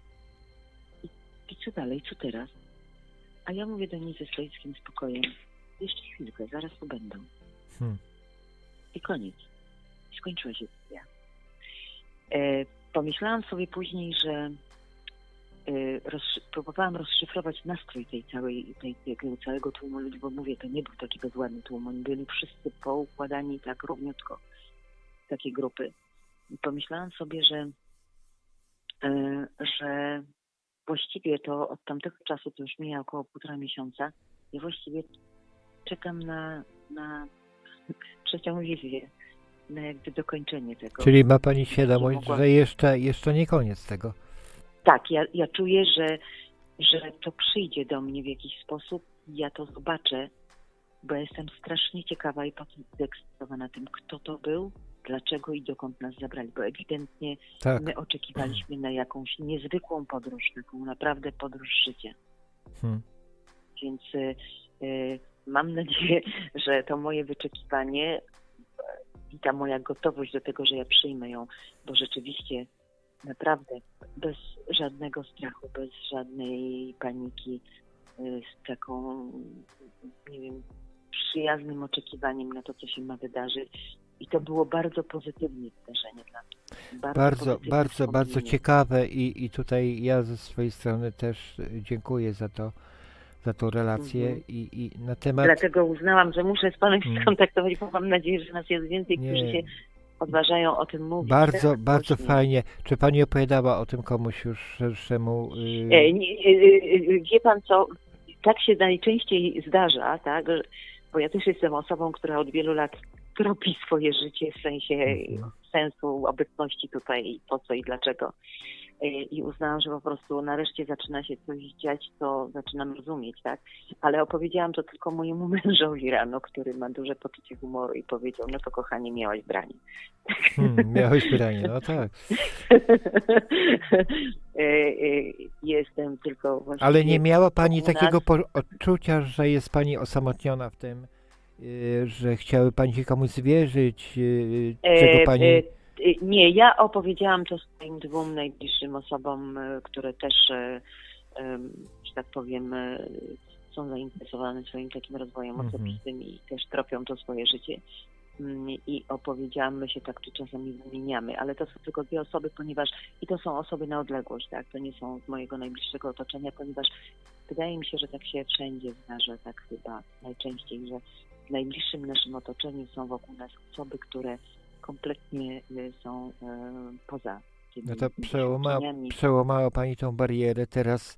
i co dalej, co teraz? A ja mówię do niej ze stoickim spokojem, jeszcze chwilkę, zaraz tu będą. I koniec. I skończyła się dnia. Pomyślałam sobie później, że próbowałam rozszyfrować nastrój tego całego tłumu ludzi, bo mówię, to nie był taki bezładny tłum. Oni byli wszyscy poukładani tak równiutko w takie grupy. I pomyślałam sobie, że właściwie to od tamtego czasu, to już mija około 1,5 miesiąca, ja właściwie czekam na trzecią wizję, na jakby dokończenie tego. Czyli ma Pani świadomość, że jeszcze nie koniec tego. Tak, ja czuję, że to przyjdzie do mnie w jakiś sposób, ja to zobaczę, bo jestem strasznie ciekawa i podekscytowana tym, kto to był, dlaczego i dokąd nas zabrali, bo ewidentnie my oczekiwaliśmy na jakąś niezwykłą podróż, taką naprawdę podróż życia. Więc mam nadzieję, że to moje wyczekiwanie i ta moja gotowość do tego, że ja przyjmę ją, bo rzeczywiście naprawdę bez żadnego strachu, bez żadnej paniki, z taką, nie wiem, przyjaznym oczekiwaniem na to, co się ma wydarzyć. I to było bardzo pozytywne zdarzenie dla mnie. Bardzo ciekawe i tutaj ja ze swojej strony też dziękuję za tą relację i na temat... Dlatego uznałam, że muszę z Panem się skontaktować, bo mam nadzieję, że nas jest więcej, którzy się odważają o tym mówić. Bardzo fajnie. Czy Pani opowiadała o tym komuś już szerszemu? Wie Pan co, tak się najczęściej zdarza, tak? Bo ja też jestem osobą, która od wielu lat tropi swoje życie w sensie sensu obecności tutaj i po co i dlaczego. I uznałam, że po prostu nareszcie zaczyna się coś dziać, co zaczynam rozumieć, tak? Ale opowiedziałam to tylko mojemu mężowi rano, który ma duże poczucie humoru i powiedział, no to kochanie, miałaś branie. Miałeś branie, no tak. Jestem tylko właściwie... Ale nie miała Pani takiego odczucia, że jest Pani osamotniona w tym, że chciały Pani się komuś zwierzyć, czego Pani... Nie, ja opowiedziałam to swoim 2 najbliższym osobom, które też, że tak powiem, są zainteresowane swoim takim rozwojem osobistym i też tropią to swoje życie. i opowiedziałam, my się tak czy czasami wymieniamy, ale to są tylko 2 osoby, ponieważ i to są osoby na odległość, tak, to nie są z mojego najbliższego otoczenia, ponieważ wydaje mi się, że tak się wszędzie zdarza, tak chyba najczęściej, że w najbliższym naszym otoczeniu są wokół nas osoby, które kompletnie są poza tymi No to doświadczeniami. przełamała Pani tą barierę, teraz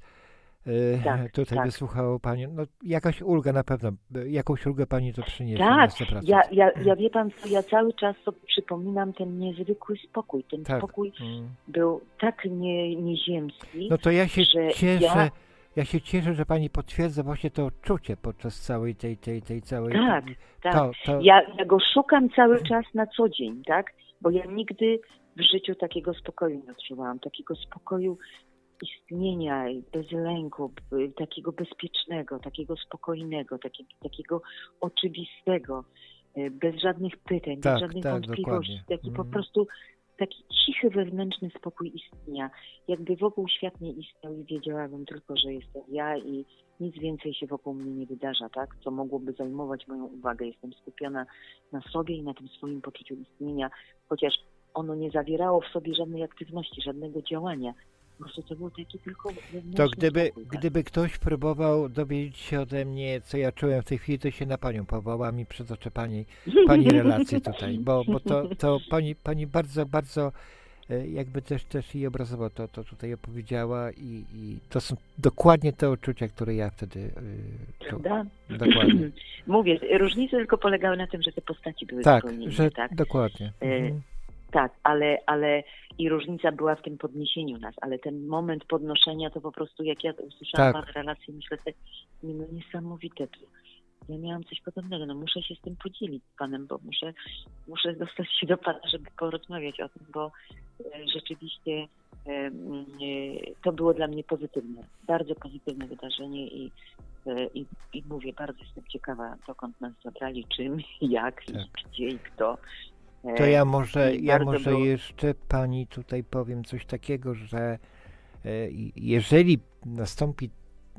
tutaj tak. wysłuchało Pani, no jakaś ulga na pewno, jakąś ulgę Pani to przyniesie Tak, na 100%. ja wie pan co, ja cały czas sobie przypominam ten niezwykły spokój. Ten spokój był tak nieziemski. No to ja się że cieszę, ja się cieszę, że Pani potwierdza właśnie to odczucie podczas całej tej całej... Tak. To... Ja go szukam cały czas na co dzień, tak? Bo ja nigdy w życiu takiego spokoju nie odczuwałam, takiego spokoju istnienia, bez lęku, takiego bezpiecznego, takiego spokojnego, takiego oczywistego, bez żadnych pytań, bez żadnych wątpliwości. Taki po prostu taki cichy, wewnętrzny spokój istnienia. Jakby wokół świat nie istniał i wiedziałabym tylko, że jestem ja i nic więcej się wokół mnie nie wydarza, tak? Co mogłoby zajmować moją uwagę. Jestem skupiona na sobie i na tym swoim poczuciu istnienia, chociaż ono nie zawierało w sobie żadnej aktywności, żadnego działania. Po prostu to był taki tylko wewnętrzny To spokój, gdyby ktoś próbował dowiedzieć się ode mnie, co ja czułem w tej chwili, to się na Panią powoła mi przed oczy Pani relacje tutaj, bo to Pani bardzo, bardzo jakby też i obrazowo to tutaj opowiedziała i to są dokładnie te odczucia, które ja wtedy czułem. Dokładnie. Mówię, różnice tylko polegały na tym, że te postaci były zupełnie inne, tak? Dokładnie. Tak, ale i różnica była w tym podniesieniu nas, ale ten moment podnoszenia to po prostu, jak ja usłyszałam Pana relację, myślę sobie, no niesamowite to. Ja miałam coś podobnego, no muszę się z tym podzielić z Panem, bo muszę dostać się do Pana, żeby porozmawiać o tym, bo rzeczywiście to było dla mnie pozytywne, bardzo pozytywne wydarzenie i mówię, bardzo jestem ciekawa, dokąd nas zabrali, czym, jak, i gdzie i kto. To ja może jeszcze Pani tutaj powiem coś takiego, że jeżeli nastąpi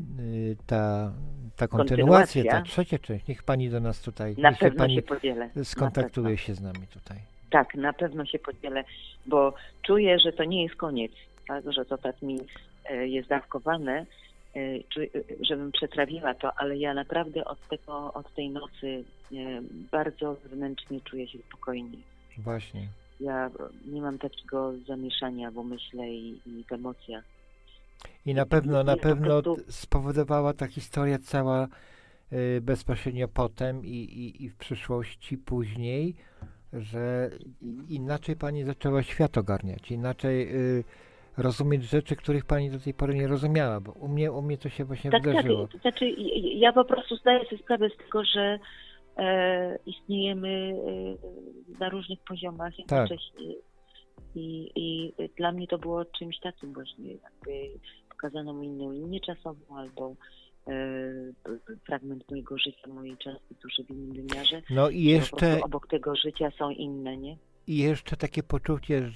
ta kontynuacja, ta trzecia część, niech Pani do nas tutaj, na pewno Pani się podzielę. Skontaktuje się z nami tutaj. Tak, na pewno się podzielę, bo czuję, że to nie jest koniec, tak, że to tak mi jest dawkowane, żebym przetrawiła to, ale ja naprawdę od tej nocy bardzo wewnętrznie czuję się spokojnie. Właśnie. Ja nie mam takiego zamieszania w umyśle i w emocjach. I na pewno spowodowała ta historia cała bezpośrednio potem i w przyszłości, później, że inaczej Pani zaczęła świat ogarniać, inaczej rozumieć rzeczy, których Pani do tej pory nie rozumiała, bo u mnie to się właśnie wydarzyło. Tak, znaczy ja po prostu zdaję sobie sprawę z tego, że istniejemy na różnych poziomach jednocześnie. I dla mnie to było czymś takim właśnie, jakby pokazano mi inną linię czasową albo fragment mojego życia, mojej części duszy w innym wymiarze. No i jeszcze obok tego życia są inne, nie? I jeszcze takie poczucie,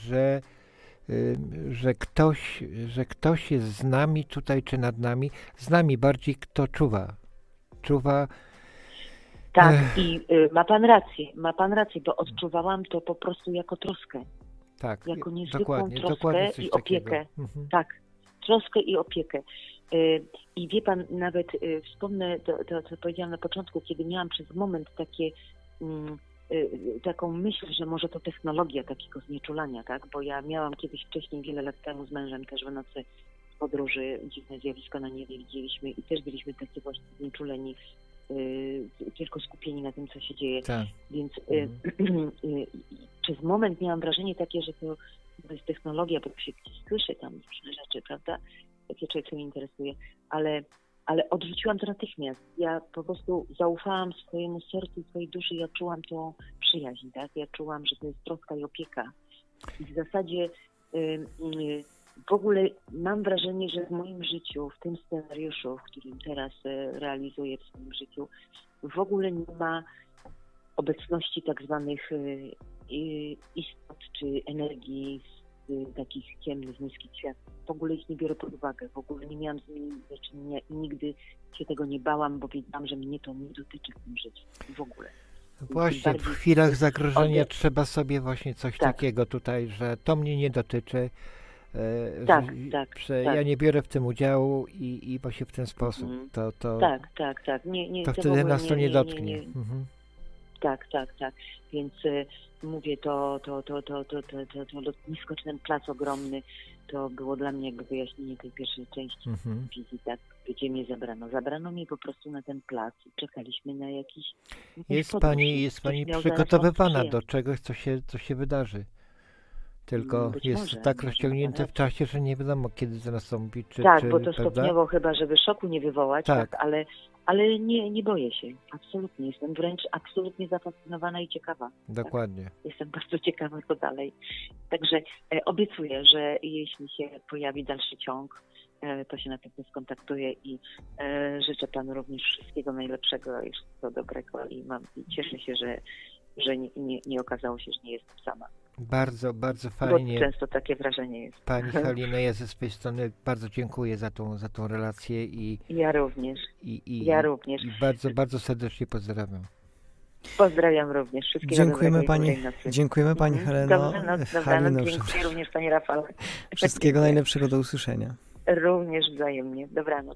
że ktoś jest z nami tutaj, czy nad nami, z nami bardziej, kto czuwa. Tak, i ma pan rację, bo odczuwałam to po prostu jako troskę. Tak, jako niezwykłą troskę i opiekę. Tak, troskę i opiekę. I wie pan, nawet wspomnę to, co powiedziałam na początku, kiedy miałam przez moment taką myśl, że może to technologia takiego znieczulania, tak? Bo ja miałam kiedyś wcześniej, wiele lat temu z mężem też w nocy podróży, dziwne zjawisko na niebie widzieliśmy i też byliśmy tacy właśnie znieczuleni, tylko skupieni na tym, co się dzieje. Tak. Więc przez moment miałam wrażenie takie, że to jest technologia, bo się słyszy tam różne rzeczy, prawda? Takie człowiek się interesuje, ale odrzuciłam to natychmiast. Ja po prostu zaufałam swojemu sercu, swojej duszy, ja czułam tą przyjaźń, tak? Ja czułam, że to jest troska i opieka. I w zasadzie w ogóle mam wrażenie, że w moim życiu, w tym scenariuszu, w którym teraz realizuję w swoim życiu, w ogóle nie ma obecności tak zwanych istot czy energii z takich ciemnych, niskich światów. W ogóle ich nie biorę pod uwagę, w ogóle nie miałam z nimi do czynienia i nigdy się tego nie bałam, bo wiedziałam, że mnie to nie dotyczy w tym życiu. W ogóle. Właśnie w chwilach zagrożenia trzeba sobie właśnie coś takiego tutaj, że to mnie nie dotyczy, ja nie biorę w tym udziału i właśnie w ten sposób. Tak. To wtedy nas to nie dotknie. Tak. Więc mówię, to lotnisko, czy ten plac ogromny, to było dla mnie jakby wyjaśnienie tej pierwszej części wizyty, gdzie mnie zabrano. Zabrano mnie po prostu na ten plac i czekaliśmy na jakiś... Jest pani przygotowywana do czegoś, co się wydarzy. Tylko jest tak rozciągnięte w czasie, że nie wiadomo, kiedy to nastąpi. Bo to stopniowo chyba, żeby szoku nie wywołać, ale nie boję się. Absolutnie. Jestem wręcz absolutnie zafascynowana i ciekawa. Dokładnie. Jestem bardzo ciekawa, co dalej. Także obiecuję, że jeśli się pojawi dalszy ciąg, to się na pewno skontaktuję i życzę panu również wszystkiego najlepszego i wszystkiego dobrego i cieszę się, że nie okazało się, że nie jestem sama. Bardzo, bardzo fajnie. Bo często takie wrażenie jest. Pani Halina, ja ze swojej strony bardzo dziękuję za tą relację i ja również. Ja również. I bardzo, bardzo serdecznie pozdrawiam. Pozdrawiam również. Wszystkiego dziękujemy pani Heleno. Dziękuję również pani Rafale. Wszystkiego najlepszego, do usłyszenia. Również wzajemnie. Dobranoc.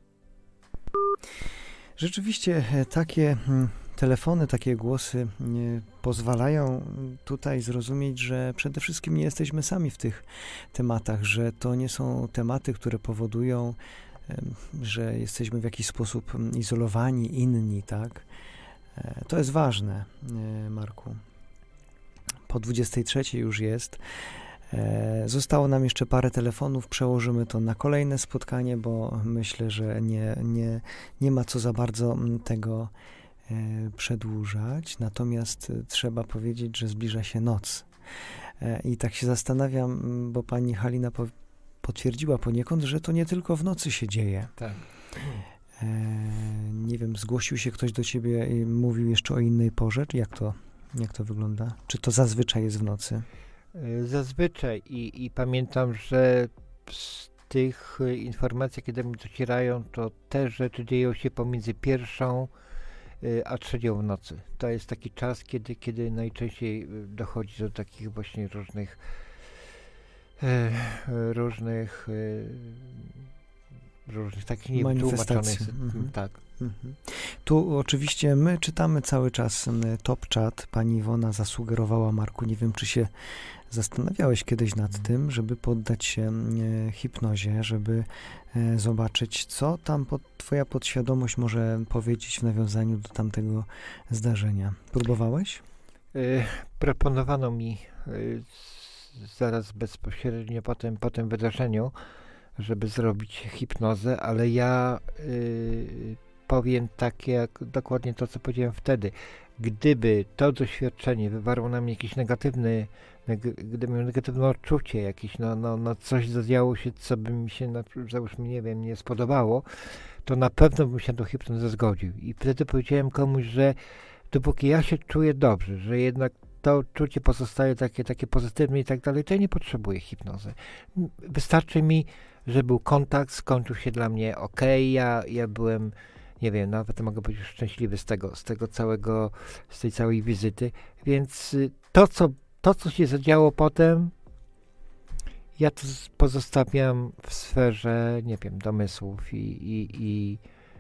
Rzeczywiście takie telefony, takie głosy pozwalają tutaj zrozumieć, że przede wszystkim nie jesteśmy sami w tych tematach, że to nie są tematy, które powodują, że jesteśmy w jakiś sposób izolowani, inni, tak? To jest ważne, Marku. Po 23 już jest. Zostało nam jeszcze parę telefonów, przełożymy to na kolejne spotkanie, bo myślę, że nie ma co za bardzo tego przedłużać, natomiast trzeba powiedzieć, że zbliża się noc. I tak się zastanawiam, bo pani Halina potwierdziła poniekąd, że to nie tylko w nocy się dzieje. Tak. Nie wiem, zgłosił się ktoś do ciebie i mówił jeszcze o innej porze? Jak to wygląda? Czy to zazwyczaj jest w nocy? Zazwyczaj i pamiętam, że z tych informacji, kiedy mi docierają, to te rzeczy dzieją się pomiędzy 1 a 3 w nocy. To jest taki czas, kiedy najczęściej dochodzi do takich właśnie różnych takich niewytłumaczonych. Tak. Tu oczywiście my czytamy cały czas Top Chat. Pani Iwona zasugerowała, Marku, nie wiem, czy się zastanawiałeś kiedyś nad tym, żeby poddać się hipnozie, żeby zobaczyć, co tam twoja podświadomość może powiedzieć w nawiązaniu do tamtego zdarzenia. Próbowałeś? Proponowano mi zaraz bezpośrednio po tym wydarzeniu, żeby zrobić hipnozę, ale ja powiem dokładnie to, co powiedziałem wtedy. Gdyby to doświadczenie wywarło na mnie jakieś gdyby miał negatywne odczucie jakieś, coś zadziało się, co by mi się, załóżmy, nie wiem, nie spodobało, to na pewno bym się na tą hipnozę zgodził. I wtedy powiedziałem komuś, że dopóki ja się czuję dobrze, że jednak to uczucie pozostaje takie pozytywne i tak dalej, to ja nie potrzebuję hipnozy. Wystarczy mi, że był kontakt, skończył się dla mnie ja byłem, nie wiem, nawet mogę być szczęśliwy z tej całej wizyty, więc to, co się zadziało potem, ja to pozostawiam w sferze, nie wiem, domysłów i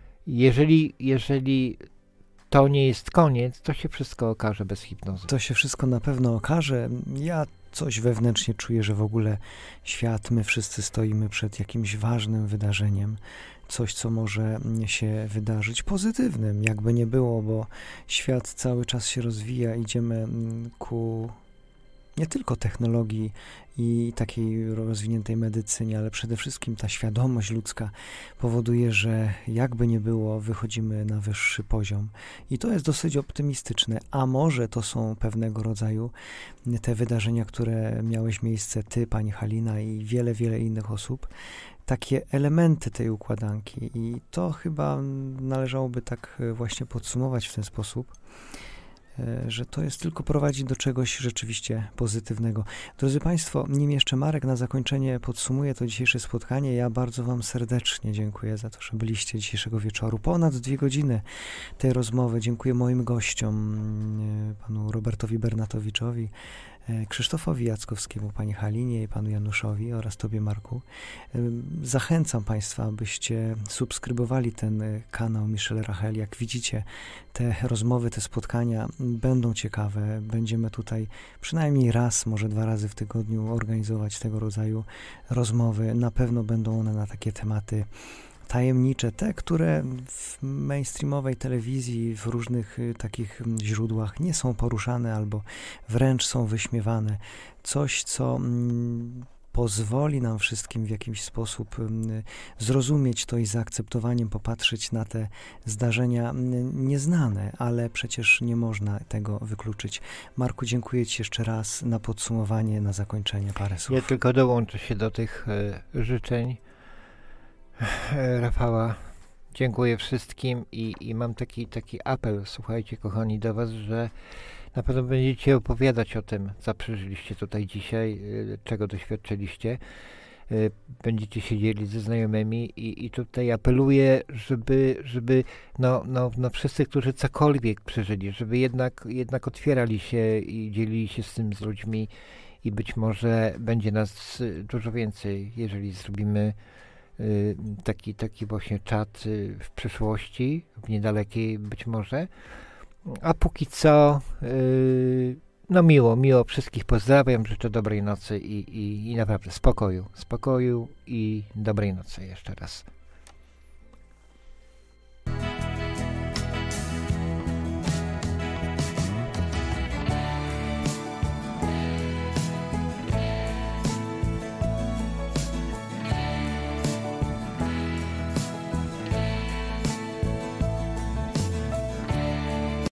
jeżeli to nie jest koniec, to się wszystko okaże bez hipnozy. To się wszystko na pewno okaże. Ja coś wewnętrznie czuję, że w ogóle świat, my wszyscy stoimy przed jakimś ważnym wydarzeniem. Coś, co może się wydarzyć pozytywnym, jakby nie było, bo świat cały czas się rozwija, idziemy ku nie tylko technologii i takiej rozwiniętej medycynie, ale przede wszystkim ta świadomość ludzka powoduje, że jakby nie było, wychodzimy na wyższy poziom. I to jest dosyć optymistyczne. A może to są pewnego rodzaju te wydarzenia, które miałeś miejsce ty, pani Halina i wiele, wiele innych osób, takie elementy tej układanki. I to chyba należałoby tak właśnie podsumować w ten sposób, że to jest tylko prowadzi do czegoś rzeczywiście pozytywnego. Drodzy Państwo, nim jeszcze Marek na zakończenie podsumuje to dzisiejsze spotkanie, ja bardzo Wam serdecznie dziękuję za to, że byliście dzisiejszego wieczoru. Ponad 2 godziny tej rozmowy. Dziękuję moim gościom, panu Robertowi Bernatowiczowi, Krzysztofowi Jackowskiemu, pani Halinie i panu Januszowi oraz tobie, Marku. Zachęcam Państwa, abyście subskrybowali ten kanał Michel Rachel. Jak widzicie, te rozmowy, te spotkania będą ciekawe. Będziemy tutaj przynajmniej raz, może 2 razy w tygodniu organizować tego rodzaju rozmowy. Na pewno będą one na takie tematy tajemnicze, te, które w mainstreamowej telewizji, w różnych takich źródłach nie są poruszane albo wręcz są wyśmiewane. Coś, co pozwoli nam wszystkim w jakiś sposób zrozumieć to i zaakceptowaniem popatrzeć na te zdarzenia nieznane, ale przecież nie można tego wykluczyć. Marku, dziękuję Ci jeszcze raz na podsumowanie, na zakończenie parę słów. Ja tylko dołączę się do tych życzeń Rafała. Dziękuję wszystkim i mam taki apel, słuchajcie kochani, do Was, że na pewno będziecie opowiadać o tym, co przeżyliście tutaj dzisiaj, czego doświadczyliście. Będziecie siedzieli ze znajomymi i tutaj apeluję, żeby wszyscy, którzy cokolwiek przeżyli, żeby jednak otwierali się i dzielili się z tym z ludźmi i być może będzie nas dużo więcej, jeżeli zrobimy taki właśnie czat w przyszłości, w niedalekiej być może. A póki co miło wszystkich pozdrawiam, życzę dobrej nocy i naprawdę spokoju i dobrej nocy jeszcze raz.